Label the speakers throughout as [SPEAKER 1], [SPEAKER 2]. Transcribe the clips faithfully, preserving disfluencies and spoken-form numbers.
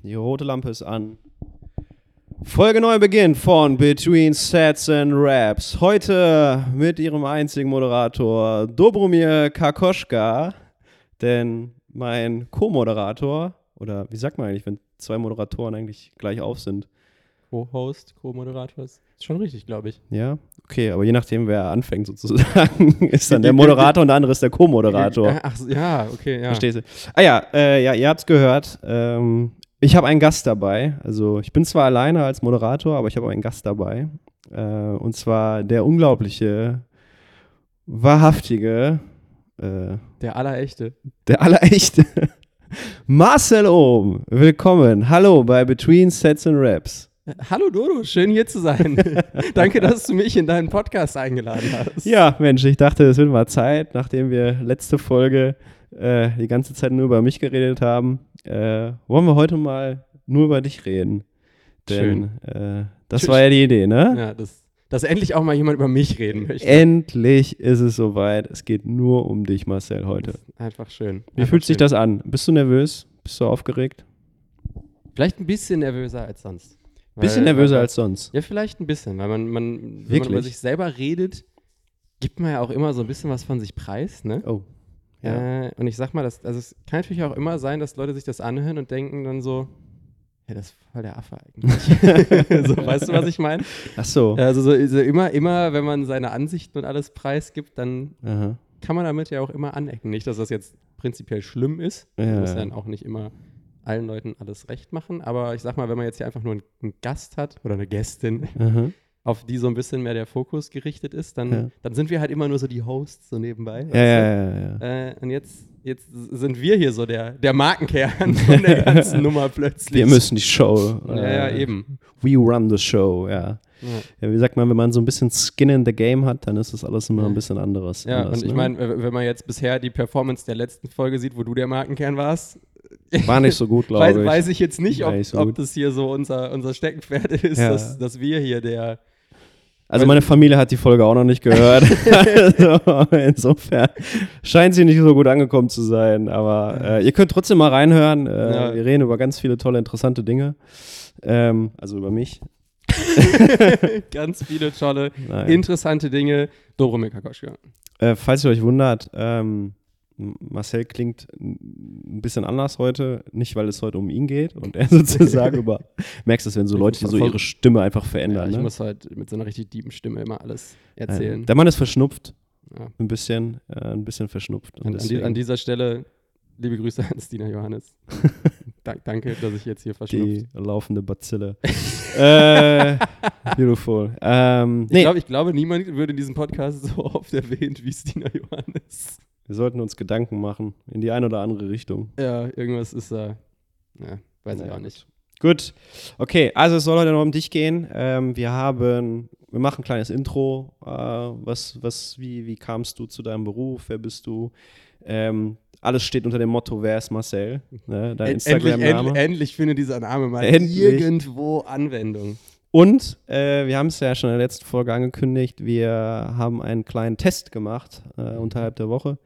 [SPEAKER 1] Die rote Lampe ist an. Folge neu beginnt von Between Sets and Raps. Heute mit ihrem einzigen Moderator Dobromir Karkoschka. Denn mein Co-Moderator, oder wie sagt man eigentlich, wenn zwei Moderatoren eigentlich gleich auf sind?
[SPEAKER 2] Co-Host, Co-Moderator ist schon richtig, glaube ich.
[SPEAKER 1] Ja, okay, aber je nachdem, wer anfängt sozusagen, ist dann der Moderator und der andere ist der Co-Moderator.
[SPEAKER 2] Ach, ja, okay, ja.
[SPEAKER 1] Verstehst du? Ah ja, äh, ja, ihr habt's gehört. Ähm, ich habe einen Gast dabei. Also ich bin zwar alleine als Moderator, aber ich habe einen Gast dabei. Äh, und zwar der unglaubliche, wahrhaftige, äh,
[SPEAKER 2] Der Allerechte.
[SPEAKER 1] der Allerechte Marcel Ohm. Willkommen. Hallo bei Between Sets and Raps.
[SPEAKER 2] Hallo Dodo, schön hier zu sein. Danke, dass du mich in deinen Podcast eingeladen hast.
[SPEAKER 1] Ja, Mensch, ich dachte, es wird mal Zeit, nachdem wir letzte Folge äh, die ganze Zeit nur über mich geredet haben, äh, wollen wir heute mal nur über dich reden. Denn äh, das
[SPEAKER 2] Schön.
[SPEAKER 1] war ja die Idee, ne?
[SPEAKER 2] Ja, dass, dass endlich auch mal jemand über mich reden möchte.
[SPEAKER 1] Endlich ist es soweit. Es geht nur um dich, Marcel, heute.
[SPEAKER 2] Einfach schön.
[SPEAKER 1] Wie
[SPEAKER 2] Einfach
[SPEAKER 1] fühlt sich
[SPEAKER 2] schön.
[SPEAKER 1] das an? Bist du nervös? Bist du aufgeregt?
[SPEAKER 2] Vielleicht ein bisschen nervöser als sonst.
[SPEAKER 1] Bisschen
[SPEAKER 2] Weil-
[SPEAKER 1] nervöser
[SPEAKER 2] weil-
[SPEAKER 1] als sonst.
[SPEAKER 2] Ja, vielleicht ein bisschen, weil man, man wenn man
[SPEAKER 1] Wirklich?
[SPEAKER 2] über sich selber redet, gibt man ja auch immer so ein bisschen was von sich preis, ne?
[SPEAKER 1] Oh. Ja.
[SPEAKER 2] Äh, und ich sag mal, das, also es kann natürlich auch immer sein, dass Leute sich das anhören und denken dann so, ja, das ist voll der Affe eigentlich. So, weißt du, was ich meine?
[SPEAKER 1] Ach so.
[SPEAKER 2] Also so, so immer, immer, wenn man seine Ansichten und alles preisgibt, dann
[SPEAKER 1] Aha.
[SPEAKER 2] kann man damit ja auch immer anecken. Nicht, dass das jetzt prinzipiell schlimm ist.
[SPEAKER 1] Ja.
[SPEAKER 2] Man muss dann auch nicht immer allen Leuten alles recht machen. Aber ich sag mal, wenn man jetzt hier einfach nur einen, einen Gast hat oder eine Gästin,
[SPEAKER 1] Aha.
[SPEAKER 2] auf die so ein bisschen mehr der Fokus gerichtet ist, dann,
[SPEAKER 1] Ja.
[SPEAKER 2] dann sind wir halt immer nur so die Hosts so nebenbei.
[SPEAKER 1] Ja,
[SPEAKER 2] weißt du?
[SPEAKER 1] ja, ja, ja.
[SPEAKER 2] Äh, und jetzt, jetzt sind wir hier so der, der Markenkern von der ganzen Nummer plötzlich.
[SPEAKER 1] Wir müssen die Show.
[SPEAKER 2] Ja, ja, eben.
[SPEAKER 1] We run the show, ja.
[SPEAKER 2] Ja,
[SPEAKER 1] Ja, wie sagt man, wenn man so ein bisschen Skin in the Game hat, dann ist das alles immer ein bisschen anderes.
[SPEAKER 2] ja
[SPEAKER 1] anders,
[SPEAKER 2] und ich
[SPEAKER 1] ne?
[SPEAKER 2] meine, w- wenn man jetzt bisher die Performance der letzten Folge sieht, wo du der Markenkern warst,
[SPEAKER 1] War nicht so gut, glaube
[SPEAKER 2] weiß,
[SPEAKER 1] ich.
[SPEAKER 2] weiß ich jetzt nicht,
[SPEAKER 1] War
[SPEAKER 2] ob,
[SPEAKER 1] nicht so
[SPEAKER 2] ob
[SPEAKER 1] gut.
[SPEAKER 2] das hier so unser, unser Steckenpferd ist,
[SPEAKER 1] Ja.
[SPEAKER 2] dass, dass wir hier der.
[SPEAKER 1] Also meine Familie hat die Folge auch noch nicht gehört. Also insofern scheint sie nicht so gut angekommen zu sein. Aber äh, ihr könnt trotzdem mal reinhören. Äh,
[SPEAKER 2] Ja.
[SPEAKER 1] Wir reden über ganz viele tolle, interessante Dinge. Ähm, also über mich.
[SPEAKER 2] Ganz viele tolle,
[SPEAKER 1] Nein.
[SPEAKER 2] interessante Dinge. Dobromir Karkoschka.
[SPEAKER 1] Äh, falls ihr euch wundert, ähm, Marcel klingt ein bisschen anders heute, nicht weil es heute um ihn geht und er sozusagen über, merkst du es, wenn so Leute die so ihre Stimme einfach
[SPEAKER 2] Ja,
[SPEAKER 1] verändern,
[SPEAKER 2] ich
[SPEAKER 1] ne?
[SPEAKER 2] muss halt mit so einer richtig tiefen Stimme immer alles erzählen.
[SPEAKER 1] Äh, Der Mann ist verschnupft,
[SPEAKER 2] Ja.
[SPEAKER 1] ein bisschen, äh, ein bisschen verschnupft. Und
[SPEAKER 2] An, an, die,
[SPEAKER 1] deswegen
[SPEAKER 2] an dieser Stelle liebe Grüße an Stina Johannes. Dank, danke, dass ich jetzt hier verschnupft.
[SPEAKER 1] die laufende Bazille. äh, beautiful. Ähm,
[SPEAKER 2] Ich,
[SPEAKER 1] nee,
[SPEAKER 2] glaub, ich glaube, niemand würde in diesem Podcast so oft erwähnt wie Stina Johannes.
[SPEAKER 1] wir sollten uns Gedanken machen in die eine oder andere Richtung.
[SPEAKER 2] Ja, irgendwas ist da. Ja, weiß ich
[SPEAKER 1] Ja,
[SPEAKER 2] auch nicht.
[SPEAKER 1] Gut, okay, also es soll heute noch um dich gehen. Ähm, wir haben, wir machen ein kleines Intro. Äh, was, was, wie, wie kamst du zu deinem Beruf? Wer bist du? Ähm, alles steht unter dem Motto, wer ist Marcel? Ne, dein
[SPEAKER 2] End, endlich,
[SPEAKER 1] Instagram-Name.
[SPEAKER 2] endlich, endlich findet dieser Name mal
[SPEAKER 1] Endlich.
[SPEAKER 2] irgendwo Anwendung.
[SPEAKER 1] Und äh, wir haben es ja schon in der letzten Folge angekündigt, wir haben einen kleinen Test gemacht äh, unterhalb der Woche.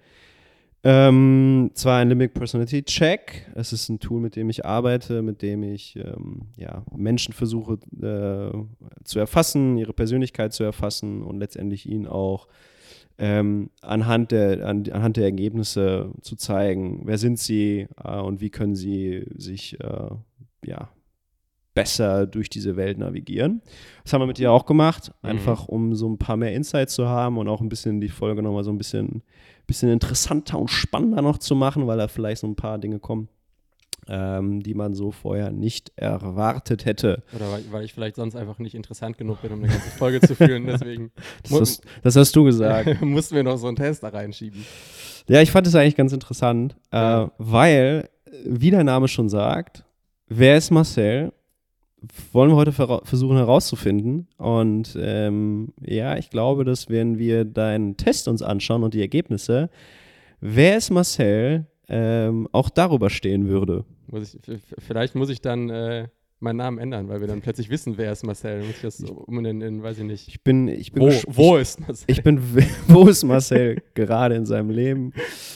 [SPEAKER 1] Ähm, zwar ein Limbic Personality Check. Es ist ein Tool, mit dem ich arbeite, mit dem ich ähm, ja, Menschen versuche äh, zu erfassen, ihre Persönlichkeit zu erfassen und letztendlich ihnen auch ähm, anhand, der, an, anhand der Ergebnisse zu zeigen, wer sind sie äh, und wie können sie sich äh, ja, besser durch diese Welt navigieren. Das haben wir mit dir auch gemacht,
[SPEAKER 2] Mhm.
[SPEAKER 1] einfach um so ein paar mehr Insights zu haben und auch ein bisschen die Folge nochmal so ein bisschen, bisschen interessanter und spannender noch zu machen, weil da vielleicht so ein paar Dinge kommen, ähm, die man so vorher nicht erwartet hätte.
[SPEAKER 2] Oder weil, weil ich vielleicht sonst einfach nicht interessant genug bin, um eine ganze Folge zu führen. Deswegen
[SPEAKER 1] Das hast, das hast du gesagt.
[SPEAKER 2] mussten wir noch so einen Test da reinschieben.
[SPEAKER 1] Ja, ich fand es eigentlich ganz interessant, äh,
[SPEAKER 2] Ja.
[SPEAKER 1] weil, wie der Name schon sagt, wer ist Marcel? Wollen wir heute ver- versuchen herauszufinden. Und ähm, ja, ich glaube, dass wenn wir deinen Test uns anschauen und die Ergebnisse, wer ist Marcel, ähm, auch darüber stehen würde.
[SPEAKER 2] Muss ich, f- f- vielleicht muss ich dann äh, meinen Namen ändern, weil wir dann plötzlich wissen, wer ist Marcel. Muss ich das so umbenennen in, weiß ich nicht.
[SPEAKER 1] Ich bin, ich bin
[SPEAKER 2] Wo,
[SPEAKER 1] gesch-
[SPEAKER 2] wo
[SPEAKER 1] ich,
[SPEAKER 2] ist Marcel?
[SPEAKER 1] Ich bin, wo ist Marcel gerade in seinem Leben?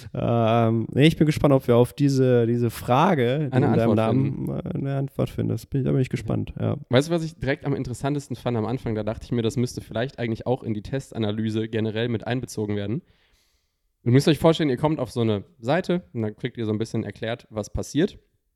[SPEAKER 1] Ähm, nee, ich bin gespannt, ob wir auf diese, diese Frage, die
[SPEAKER 2] Eine
[SPEAKER 1] in deinem
[SPEAKER 2] Antwort
[SPEAKER 1] Namen äh, eine Antwort finden. Das bin, da bin ich gespannt, ja.
[SPEAKER 2] Weißt du, was ich direkt am interessantesten fand am Anfang? Da dachte ich mir, das müsste vielleicht eigentlich auch in die Testanalyse generell mit einbezogen werden. Ihr müsst euch vorstellen, ihr kommt auf so eine Seite und dann kriegt ihr so ein bisschen erklärt, was passiert.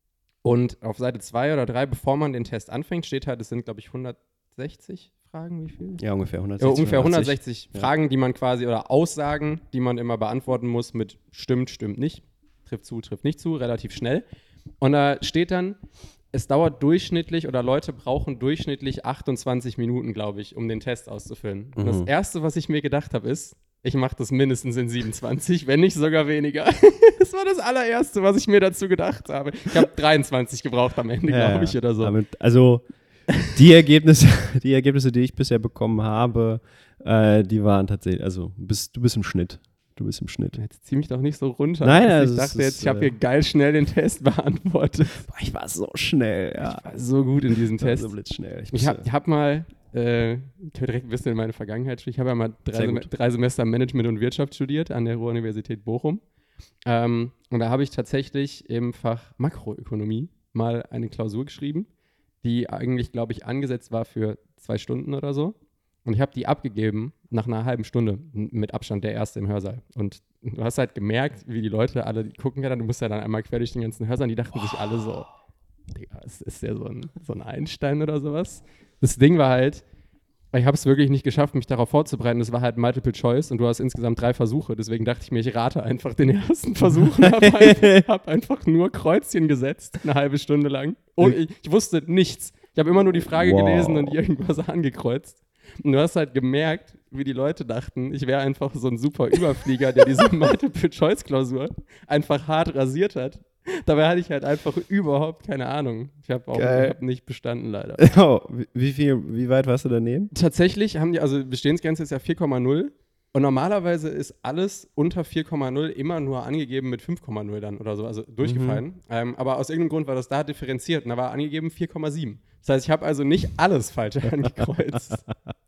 [SPEAKER 2] Und auf Seite zwei oder drei, bevor man den Test anfängt, steht halt, es sind, glaube ich, hundertsechzig Fragen, wie viel?
[SPEAKER 1] Ja, ungefähr
[SPEAKER 2] Ja,
[SPEAKER 1] hundertsechzig.
[SPEAKER 2] ungefähr hundertsechzig
[SPEAKER 1] Ja.
[SPEAKER 2] Fragen, die man quasi, oder Aussagen, die man immer beantworten muss mit stimmt, stimmt nicht, trifft zu, trifft nicht zu, relativ schnell. Und da steht dann, es dauert durchschnittlich oder Leute brauchen durchschnittlich achtundzwanzig Minuten, glaube ich, um den Test auszufüllen. Und das
[SPEAKER 1] Mhm.
[SPEAKER 2] Erste, was ich mir gedacht habe, ist, ich mache das mindestens in siebenundzwanzig, wenn nicht sogar weniger. Das war das allererste, was ich mir dazu gedacht habe. Ich habe dreiundzwanzig gebraucht am Ende,
[SPEAKER 1] Ja,
[SPEAKER 2] glaube ich, oder so.
[SPEAKER 1] Damit, also die Ergebnisse, die Ergebnisse, die ich bisher bekommen habe, äh, die waren tatsächlich, also bist, du bist im Schnitt. Du bist im Schnitt.
[SPEAKER 2] Jetzt zieh mich doch nicht so runter.
[SPEAKER 1] Nein,
[SPEAKER 2] ich
[SPEAKER 1] also es
[SPEAKER 2] dachte
[SPEAKER 1] ist,
[SPEAKER 2] jetzt, ich habe
[SPEAKER 1] äh,
[SPEAKER 2] hier geil schnell den Test beantwortet.
[SPEAKER 1] Boah, ich war so schnell, ja.
[SPEAKER 2] Ich war so gut in diesem
[SPEAKER 1] Ich war
[SPEAKER 2] Test.
[SPEAKER 1] so blitzschnell. Ich,
[SPEAKER 2] Ich habe hab mal, äh, ich kann direkt ein bisschen in meine Vergangenheit studiert. Ich habe ja mal drei,
[SPEAKER 1] Sehr
[SPEAKER 2] Sem
[SPEAKER 1] gut.
[SPEAKER 2] drei Semester Management und Wirtschaft studiert an der Ruhr-Universität Bochum. Ähm, und da habe ich tatsächlich im Fach Makroökonomie mal eine Klausur geschrieben, die eigentlich, glaube ich, angesetzt war für zwei Stunden oder so. Und ich habe die abgegeben nach einer halben Stunde, m- mit Abstand der erste im Hörsaal. Und du hast halt gemerkt, wie die Leute alle, die gucken ja dann, du musst ja dann einmal quer durch den ganzen Hörsaal, und die dachten sich alle so, Digga, ist, ist der so ein, so ein Einstein oder sowas? Das Ding war halt, ich habe es wirklich nicht geschafft, mich darauf vorzubereiten. Das war halt Multiple Choice und du hast insgesamt drei Versuche. Deswegen dachte ich mir, ich rate einfach den ersten Versuch und habe einfach, hab einfach nur Kreuzchen gesetzt, eine halbe Stunde lang. Und ich, ich wusste nichts. Ich habe immer nur die Frage
[SPEAKER 1] Wow.
[SPEAKER 2] gelesen und irgendwas angekreuzt. Und du hast halt gemerkt, wie die Leute dachten, ich wäre einfach so ein super Überflieger, der diese Multiple-Choice-Klausur einfach hart rasiert hat. Dabei hatte ich halt einfach überhaupt keine Ahnung. Ich habe auch
[SPEAKER 1] Geil.
[SPEAKER 2] ich hab nicht bestanden, leider.
[SPEAKER 1] Oh, wie, wie viel, wie weit warst du daneben?
[SPEAKER 2] Tatsächlich haben die, also Bestehensgrenze ist ja vier Komma null und normalerweise ist alles unter vier Komma null immer nur angegeben mit fünf Komma null dann oder so, also durchgefallen. Ähm, aber aus irgendeinem Grund war das da differenziert und da war angegeben vier Komma sieben. Das heißt, ich habe also nicht alles falsch angekreuzt.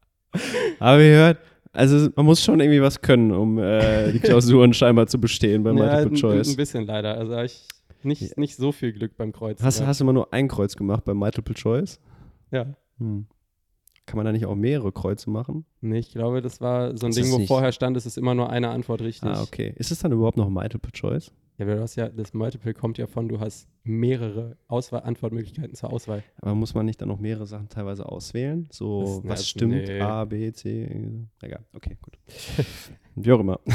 [SPEAKER 1] Aber ihr hört, also man muss schon irgendwie was können, um äh, die Klausuren scheinbar zu bestehen bei
[SPEAKER 2] Ja,
[SPEAKER 1] Multiple
[SPEAKER 2] ein,
[SPEAKER 1] Choice.
[SPEAKER 2] ein bisschen leider. Also hab ich nicht, nicht so viel Glück beim Kreuzen.
[SPEAKER 1] Hast,
[SPEAKER 2] ja.
[SPEAKER 1] hast du immer nur ein Kreuz gemacht bei Multiple Choice?
[SPEAKER 2] ja.
[SPEAKER 1] Hm. Kann man da nicht auch mehrere Kreuze machen?
[SPEAKER 2] Nee, ich glaube, das war so ein
[SPEAKER 1] Ist
[SPEAKER 2] Ding,
[SPEAKER 1] das
[SPEAKER 2] wo
[SPEAKER 1] nicht-
[SPEAKER 2] vorher stand, es ist immer nur eine Antwort richtig.
[SPEAKER 1] Ah, okay. Ist es dann überhaupt noch Multiple Choice?
[SPEAKER 2] Ja, weil du hast ja, das Multiple kommt ja von, du hast mehrere Auswahl, Antwortmöglichkeiten zur Auswahl.
[SPEAKER 1] Aber muss man nicht dann noch mehrere Sachen teilweise auswählen? So,
[SPEAKER 2] Das-
[SPEAKER 1] was
[SPEAKER 2] na,
[SPEAKER 1] stimmt?
[SPEAKER 2] nee.
[SPEAKER 1] A, B, C. Egal, okay, gut. Wie auch immer.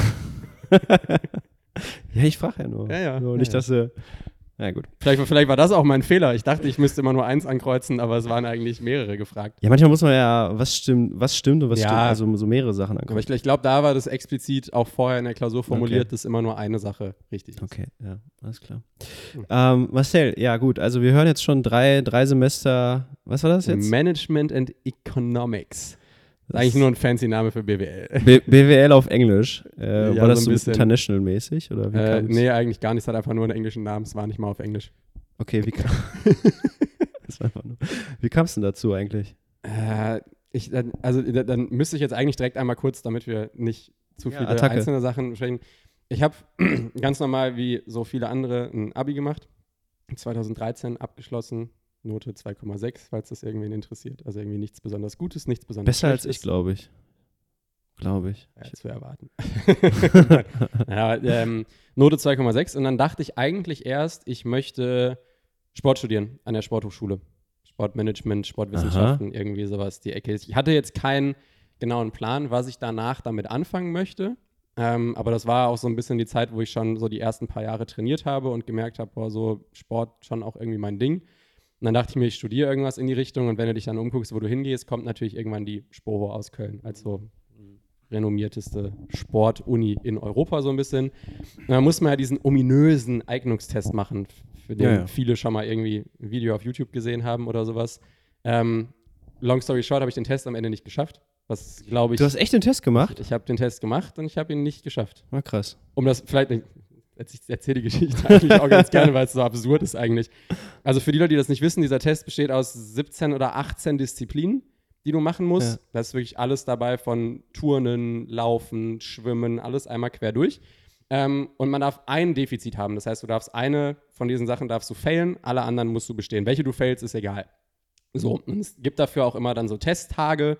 [SPEAKER 1] Ja, ich frage ja nur.
[SPEAKER 2] Ja, ja,
[SPEAKER 1] Nur
[SPEAKER 2] ja,
[SPEAKER 1] nicht,
[SPEAKER 2] ja.
[SPEAKER 1] dass du. Na gut.
[SPEAKER 2] Vielleicht, vielleicht war das auch mein Fehler. Ich dachte, ich müsste immer nur eins ankreuzen, aber es waren eigentlich mehrere gefragt.
[SPEAKER 1] Ja, manchmal muss man ja, was stimmt, was stimmt und was
[SPEAKER 2] Ja.
[SPEAKER 1] stimmt. Also so mehrere Sachen
[SPEAKER 2] Aber
[SPEAKER 1] angucken.
[SPEAKER 2] ich, ich glaube, da war das explizit auch vorher in der Klausur formuliert,
[SPEAKER 1] Okay.
[SPEAKER 2] dass immer nur eine Sache richtig ist.
[SPEAKER 1] Okay, ja, alles klar.
[SPEAKER 2] Hm.
[SPEAKER 1] Ähm, Marcel, ja gut, also wir hören jetzt schon drei, drei Semester, was war das jetzt?
[SPEAKER 2] Management and Economics. Das
[SPEAKER 1] Das-
[SPEAKER 2] ist eigentlich nur ein fancy Name für B W L.
[SPEAKER 1] B BWL auf Englisch. Äh,
[SPEAKER 2] Ja,
[SPEAKER 1] war das
[SPEAKER 2] so
[SPEAKER 1] so
[SPEAKER 2] ein
[SPEAKER 1] ein
[SPEAKER 2] bisschen.
[SPEAKER 1] international-mäßig? Oder wie
[SPEAKER 2] Äh,
[SPEAKER 1] kam's?
[SPEAKER 2] nee, eigentlich gar nicht. Es hat einfach nur einen englischen Namen. Es war nicht mal auf Englisch.
[SPEAKER 1] Okay, wie kam das war einfach nur. Wie kam es denn dazu eigentlich?
[SPEAKER 2] Äh, ich, dann, also da- dann müsste ich jetzt eigentlich direkt einmal kurz, damit wir nicht zu
[SPEAKER 1] Ja,
[SPEAKER 2] viele
[SPEAKER 1] Attacke.
[SPEAKER 2] einzelne Sachen besprechen. Ich habe ganz normal wie so viele andere ein Abi gemacht. zwanzig dreizehn abgeschlossen. Note zwei Komma sechs, falls das irgendwen interessiert. Also irgendwie nichts besonders Gutes, nichts besonders
[SPEAKER 1] Besser als ich,
[SPEAKER 2] Schlechtes.
[SPEAKER 1] glaube ich. Glaube ich.
[SPEAKER 2] Ja, zu erwarten. ja, ähm, Note zwei Komma sechs und dann dachte ich eigentlich erst, ich möchte Sport studieren an der Sporthochschule. Sportmanagement, Sportwissenschaften, irgendwie sowas, die Ecke. Ich hatte jetzt keinen genauen Plan, was ich danach damit anfangen möchte. Ähm, aber das war auch so ein bisschen die Zeit, wo ich schon so die ersten paar Jahre trainiert habe und gemerkt habe, boah, so Sport schon auch irgendwie mein Ding. Und dann dachte ich mir, ich studiere irgendwas in die Richtung und wenn du dich dann umguckst, wo du hingehst, kommt natürlich irgendwann die Spoho aus Köln. Also renommierteste Sportuni in Europa so ein bisschen. Und dann muss man ja diesen ominösen Eignungstest machen, für den
[SPEAKER 1] Ja, ja.
[SPEAKER 2] viele schon mal irgendwie ein Video auf YouTube gesehen haben oder sowas. Ähm, long story short, habe ich den Test am Ende nicht geschafft. Was, glaube ich,
[SPEAKER 1] Du hast echt den Test gemacht?
[SPEAKER 2] ich habe den Test gemacht und ich habe ihn nicht geschafft.
[SPEAKER 1] War krass.
[SPEAKER 2] Um das vielleicht, ich erzähle die Geschichte eigentlich auch ganz gerne, weil es so absurd ist eigentlich. Also für die Leute, die das nicht wissen, dieser Test besteht aus siebzehn oder achtzehn Disziplinen, die du machen musst. Ja. Da ist wirklich alles dabei von Turnen, Laufen, Schwimmen, alles einmal quer durch. Ähm, und man darf ein Defizit haben. Das heißt, du darfst eine von diesen Sachen darfst du failen, alle anderen musst du bestehen. Welche du failst, ist egal. So, und es gibt dafür auch immer dann so Testtage,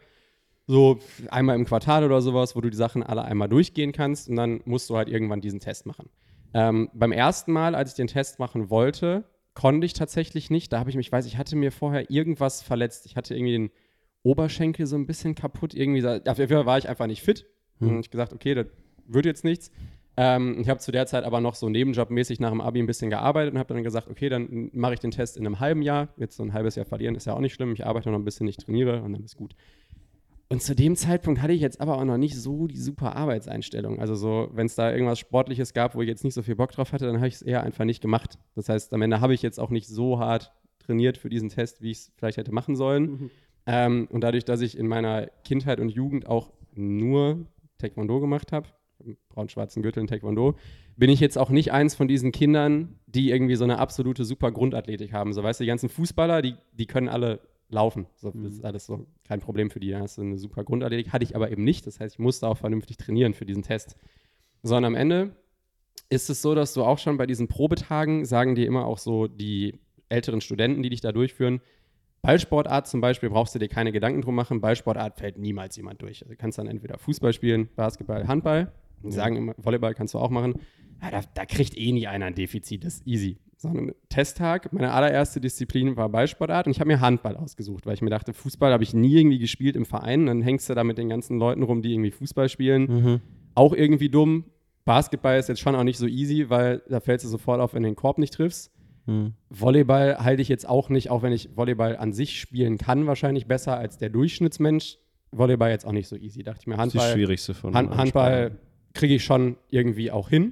[SPEAKER 2] so einmal im Quartal oder sowas, wo du die Sachen alle einmal durchgehen kannst und dann musst du halt irgendwann diesen Test machen. Ähm, beim ersten Mal, als ich den Test machen wollte, konnte ich tatsächlich nicht. Da habe ich mich, weiß ich, hatte mir vorher irgendwas verletzt. Ich hatte irgendwie den Oberschenkel so ein bisschen kaputt. Irgendwie, dafür war ich einfach nicht fit. Hm. Und ich gesagt, okay, das wird jetzt nichts. Ähm, ich habe zu der Zeit aber noch so nebenjobmäßig nach dem Abi ein bisschen gearbeitet und habe dann gesagt, okay, dann mache ich den Test in einem halben Jahr. Jetzt so ein halbes Jahr verlieren ist ja auch nicht schlimm. Ich arbeite noch ein bisschen, ich trainiere und dann ist gut. Und zu dem Zeitpunkt hatte ich jetzt aber auch noch nicht so die super Arbeitseinstellung. Also so, wenn es da irgendwas Sportliches gab, wo ich jetzt nicht so viel Bock drauf hatte, dann habe ich es eher einfach nicht gemacht. Das heißt, am Ende habe ich jetzt auch nicht so hart trainiert für diesen Test, wie ich es vielleicht hätte machen sollen. Mhm. Ähm, und dadurch, dass ich in meiner Kindheit und Jugend auch nur Taekwondo gemacht habe, braun-schwarzen Gürtel in Taekwondo, bin ich jetzt auch nicht eins von diesen Kindern, die irgendwie so eine absolute super Grundathletik haben. So, weißt du, die ganzen Fußballer, die, die können alle laufen. So, das ist alles so kein Problem für die. Da hast du eine super Grundathletik. Hatte ich aber eben nicht. Das heißt, ich musste auch vernünftig trainieren für diesen Test. Sondern am Ende ist es so, dass du auch schon bei diesen Probetagen, sagen dir immer auch so die älteren Studenten, die dich da durchführen, Ballsportart zum Beispiel brauchst du dir keine Gedanken drum machen. Ballsportart fällt niemals jemand durch. Also du kannst dann entweder Fußball spielen, Basketball, Handball. Die sagen immer, Volleyball kannst du auch machen. Ja, da, da kriegt eh nie einer ein Defizit. Das ist easy. Sondern Testtag, meine allererste Disziplin war Ballsportart und ich habe mir Handball ausgesucht, weil ich mir dachte, Fußball habe ich nie irgendwie gespielt im Verein. Dann hängst du da mit den ganzen Leuten rum, die irgendwie Fußball spielen. Mhm. Auch irgendwie dumm. Basketball ist jetzt schon auch nicht so easy, weil da fällst du sofort auf, wenn du den Korb nicht triffst. Mhm. Volleyball halte ich jetzt auch nicht, auch wenn ich Volleyball an sich spielen kann, wahrscheinlich besser als der Durchschnittsmensch. Volleyball jetzt auch nicht so easy. Dachte ich mir, Handball,
[SPEAKER 1] das ist die schwierigste von
[SPEAKER 2] Hand, Handball kriege ich schon irgendwie auch hin.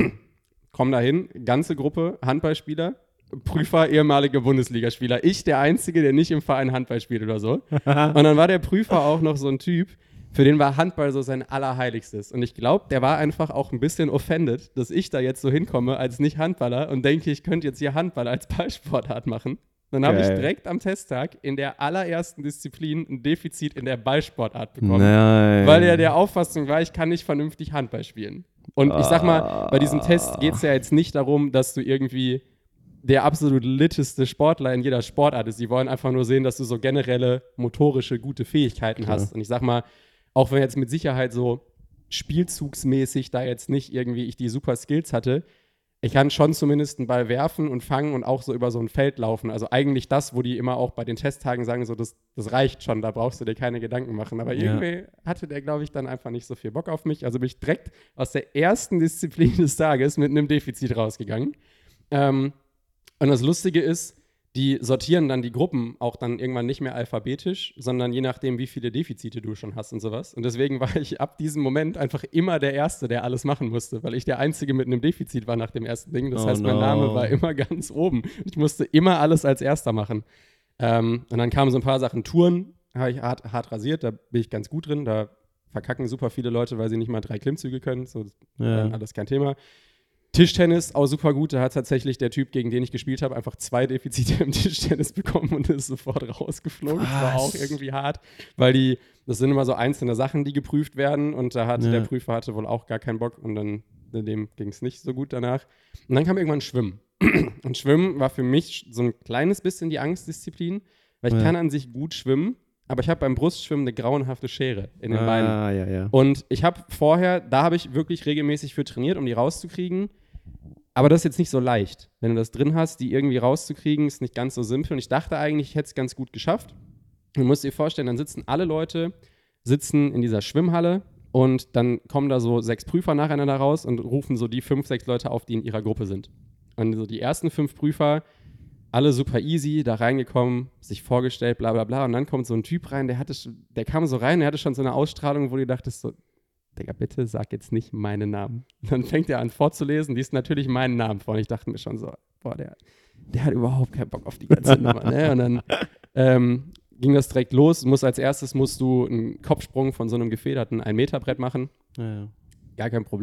[SPEAKER 2] Komm da hin, ganze Gruppe Handballspieler, Prüfer, ehemalige Bundesligaspieler. Ich, der Einzige, der nicht im Verein Handball spielt oder so. Und dann war der Prüfer auch noch so ein Typ, für den war Handball so sein Allerheiligstes. Und ich glaube, der war einfach auch ein bisschen offended, dass ich da jetzt so hinkomme als Nicht-Handballer und denke, ich könnte jetzt hier Handball als Ballsportart machen. Dann habe ich direkt am Testtag in der allerersten Disziplin ein Defizit in der Ballsportart bekommen. Nein. Weil er der Auffassung war, ich kann nicht vernünftig Handball spielen. Und ich sag mal, bei diesem Test geht es ja jetzt nicht darum, dass du irgendwie der absolut litteste Sportler in jeder Sportart ist. Die wollen einfach nur sehen, dass du so generelle motorische, gute Fähigkeiten hast. Und ich sag mal, auch wenn jetzt mit Sicherheit so spielzugsmäßig da jetzt nicht irgendwie ich die super Skills hatte, ich kann schon zumindest einen Ball werfen und fangen und auch so über so ein Feld laufen. Also eigentlich das, wo die immer auch bei den Testtagen sagen, so das, das reicht schon, da brauchst du dir keine Gedanken machen. Aber ja. irgendwie hatte der, glaube ich, dann einfach nicht so viel Bock auf mich. Also bin ich direkt aus der ersten Disziplin des Tages mit einem Defizit rausgegangen. Ähm, und das Lustige ist, die sortieren dann die Gruppen auch dann irgendwann nicht mehr alphabetisch, sondern je nachdem, wie viele Defizite du schon hast und sowas. Und deswegen war ich ab diesem Moment einfach immer der Erste, der alles machen musste, weil ich der Einzige mit einem Defizit war nach dem ersten Ding. Das oh heißt, mein no. Name war immer ganz oben. Ich musste immer alles als Erster machen. Ähm, und dann kamen so ein paar Sachen. Touren habe ich hart, hart rasiert, da bin ich ganz gut drin. Da verkacken super viele Leute, weil sie nicht mal drei Klimmzüge können. So, ja. Alles kein Thema. Tischtennis, auch super gut. Da hat tatsächlich der Typ, gegen den ich gespielt habe, einfach zwei Defizite im Tischtennis bekommen und ist sofort rausgeflogen. Was? Das war auch irgendwie hart, weil die, das sind immer so einzelne Sachen, die geprüft werden und da hat ja. der Prüfer hatte wohl auch gar keinen Bock und dann dem ging es nicht so gut danach. Und dann kam irgendwann Schwimmen. Und Schwimmen war für mich so ein kleines bisschen die Angstdisziplin, weil ich ja. kann an sich gut schwimmen, aber ich habe beim Brustschwimmen eine grauenhafte Schere in den ah, Beinen. Ja, ja. Und ich habe vorher, da habe ich wirklich regelmäßig für trainiert, um die rauszukriegen. Aber das ist jetzt nicht so leicht. Wenn du das drin hast, die irgendwie rauszukriegen, ist nicht ganz so simpel. Und ich dachte eigentlich, ich hätte es ganz gut geschafft. Du musst dir vorstellen, dann sitzen alle Leute, sitzen in dieser Schwimmhalle und dann kommen da so sechs Prüfer nacheinander raus und rufen so die fünf, sechs Leute auf, die in ihrer Gruppe sind. Und so die ersten fünf Prüfer, alle super easy, da reingekommen, sich vorgestellt, bla bla bla. Und dann kommt so ein Typ rein, der hatte, der kam so rein, der hatte schon so eine Ausstrahlung, wo du dachtest so, Digga, bitte sag jetzt nicht meinen Namen. Dann fängt er an vorzulesen, liest natürlich meinen Namen vor. Und ich dachte mir schon so, boah, der, der hat überhaupt keinen Bock auf die ganze Nummer. Ne? Und dann ähm, ging das direkt los. Muss, als erstes musst du einen Kopfsprung von so einem gefederten ein Meter Brett machen. Ja, ja. Gar kein Problem.